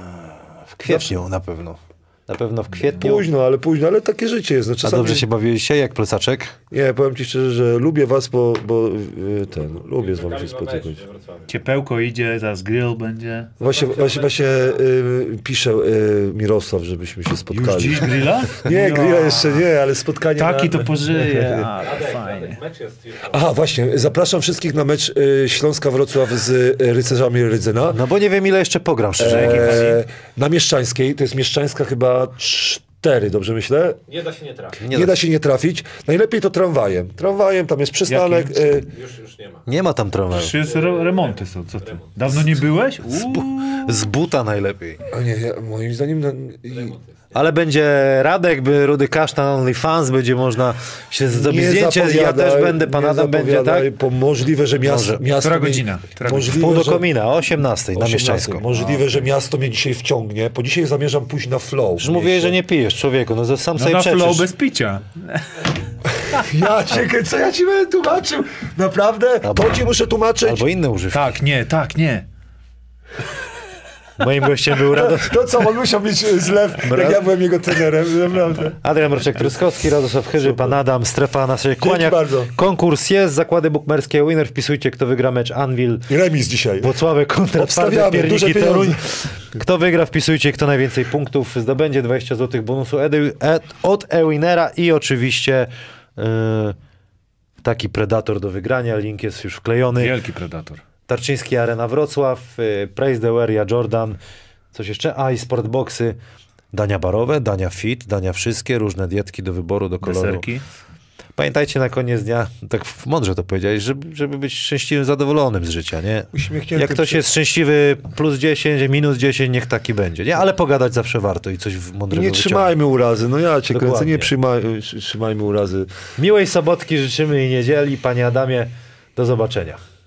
Speaker 1: W kwietniu na pewno. Na pewno w kwietniu.
Speaker 2: Późno, ale późno, ale takie życie jest. No,
Speaker 1: A
Speaker 2: czasami...
Speaker 1: dobrze się bawiliście jak plecaczek?
Speaker 2: Nie, powiem ci szczerze, że lubię was, bo, bo yy, ten, lubię z wami się
Speaker 4: Czekali na mecz
Speaker 2: spotykać.
Speaker 4: we Wrocławiu.
Speaker 3: Ciepełko idzie, zaraz grill będzie.
Speaker 2: Właśnie, właśnie, właśnie y, pisze y, Mirosław, żebyśmy się
Speaker 3: Już
Speaker 2: spotkali.
Speaker 3: dziś grilla?
Speaker 2: Nie,
Speaker 3: No.
Speaker 2: grilla jeszcze nie, ale spotkanie
Speaker 3: Taki
Speaker 2: na...
Speaker 3: to pożyje, ale
Speaker 4: Radek,
Speaker 3: fajnie.
Speaker 4: Radek, mecz jest jutro.
Speaker 2: Aha, właśnie, zapraszam wszystkich na mecz y, Śląska-Wrocław z y, Rycerzami Rydzyna.
Speaker 1: No bo nie wiem ile jeszcze pogram, szczerze.
Speaker 2: E, na Mieszczańskiej, to jest Mieszczańska chyba cztery, dobrze myślę?
Speaker 4: Nie da się nie trafić.
Speaker 2: Nie, da się nie trafić. Najlepiej to tramwajem. Tramwajem, tam jest przystanek.
Speaker 3: Jakim?
Speaker 2: Y,
Speaker 4: Już, już nie ma.
Speaker 1: Nie ma tam tramwaju.
Speaker 3: Trzy re remonty są, co ty? Dawno nie byłeś? Uuu.
Speaker 1: Z buta najlepiej.
Speaker 2: a nie, ja, moim zdaniem... Na, i,
Speaker 4: Remont jest.
Speaker 1: Ale będzie Radek, by Rudy Kasztan OnlyFans, będzie można się zrobić
Speaker 2: nie
Speaker 1: zdjęcie, ja
Speaker 2: zapowiadaj,
Speaker 1: też będę, pan
Speaker 2: nie
Speaker 1: Adam będzie, tak?
Speaker 2: zapowiadaj, Bo możliwe, że miasto...
Speaker 1: Może.
Speaker 2: miasto
Speaker 3: Która
Speaker 2: mnie-
Speaker 3: godzina? Która
Speaker 2: możliwe,
Speaker 1: Pół do
Speaker 2: że-
Speaker 1: komina, o osiemnastej na
Speaker 2: osiemnastej.
Speaker 1: Mieszczańską.
Speaker 2: Możliwe, że miasto mnie dzisiaj wciągnie, bo dzisiaj zamierzam pójść na flow.
Speaker 1: Już mówiłeś, że nie pijesz, człowieku, no to sam
Speaker 3: No
Speaker 1: sobie
Speaker 3: na
Speaker 1: przeczysz.
Speaker 3: flow bez picia.
Speaker 2: Ja cię, co ja ci będę tłumaczył? Naprawdę? To ci muszę tłumaczyć?
Speaker 1: Albo inne używki.
Speaker 3: Tak, nie, tak, nie.
Speaker 1: Moim gościem był Radosław,
Speaker 2: To co, on musiał mieć zlew, jak ja byłem jego trenerem, naprawdę.
Speaker 1: Adrian Mroczek-Truskowski, Radosław Chyży, pan Adam, strefa na sobie kłania.
Speaker 2: bardzo.
Speaker 1: Konkurs jest, zakłady bukmerskie Winner, wpisujcie kto wygra mecz Anvil,
Speaker 2: I remis dzisiaj.
Speaker 1: Włocławek kontra
Speaker 2: Obstawiamy,
Speaker 1: Twarde
Speaker 2: duże
Speaker 1: Pierniki
Speaker 2: pieniądze.
Speaker 1: Toruń. Kto wygra, wpisujcie kto najwięcej punktów, zdobędzie dwadzieścia złotych bonusu edy, ed, od e-Winnera i oczywiście yy, taki Predator do wygrania, link jest już wklejony.
Speaker 3: Wielki predator.
Speaker 1: Tarczyński Arena Wrocław, y, Praise the Wear, Jordan, coś jeszcze? A i Sportboxy, dania barowe, dania fit, dania wszystkie, różne dietki do wyboru, do koloru.
Speaker 3: Deserki.
Speaker 1: pamiętajcie na koniec dnia, tak mądrze to powiedziałeś, żeby, żeby być szczęśliwym, zadowolonym z życia, nie? Jak ktoś jest szczęśliwy plus dziesięć, minus dziesięć, niech taki będzie, nie? Ale pogadać zawsze warto i coś mądrego
Speaker 2: Nie trzymajmy urazy, no ja cię
Speaker 1: Dokładnie.
Speaker 2: kręcę, nie trzymaj, trzymajmy urazy.
Speaker 1: Miłej sobotki życzymy i niedzieli. Panie Adamie, do zobaczenia.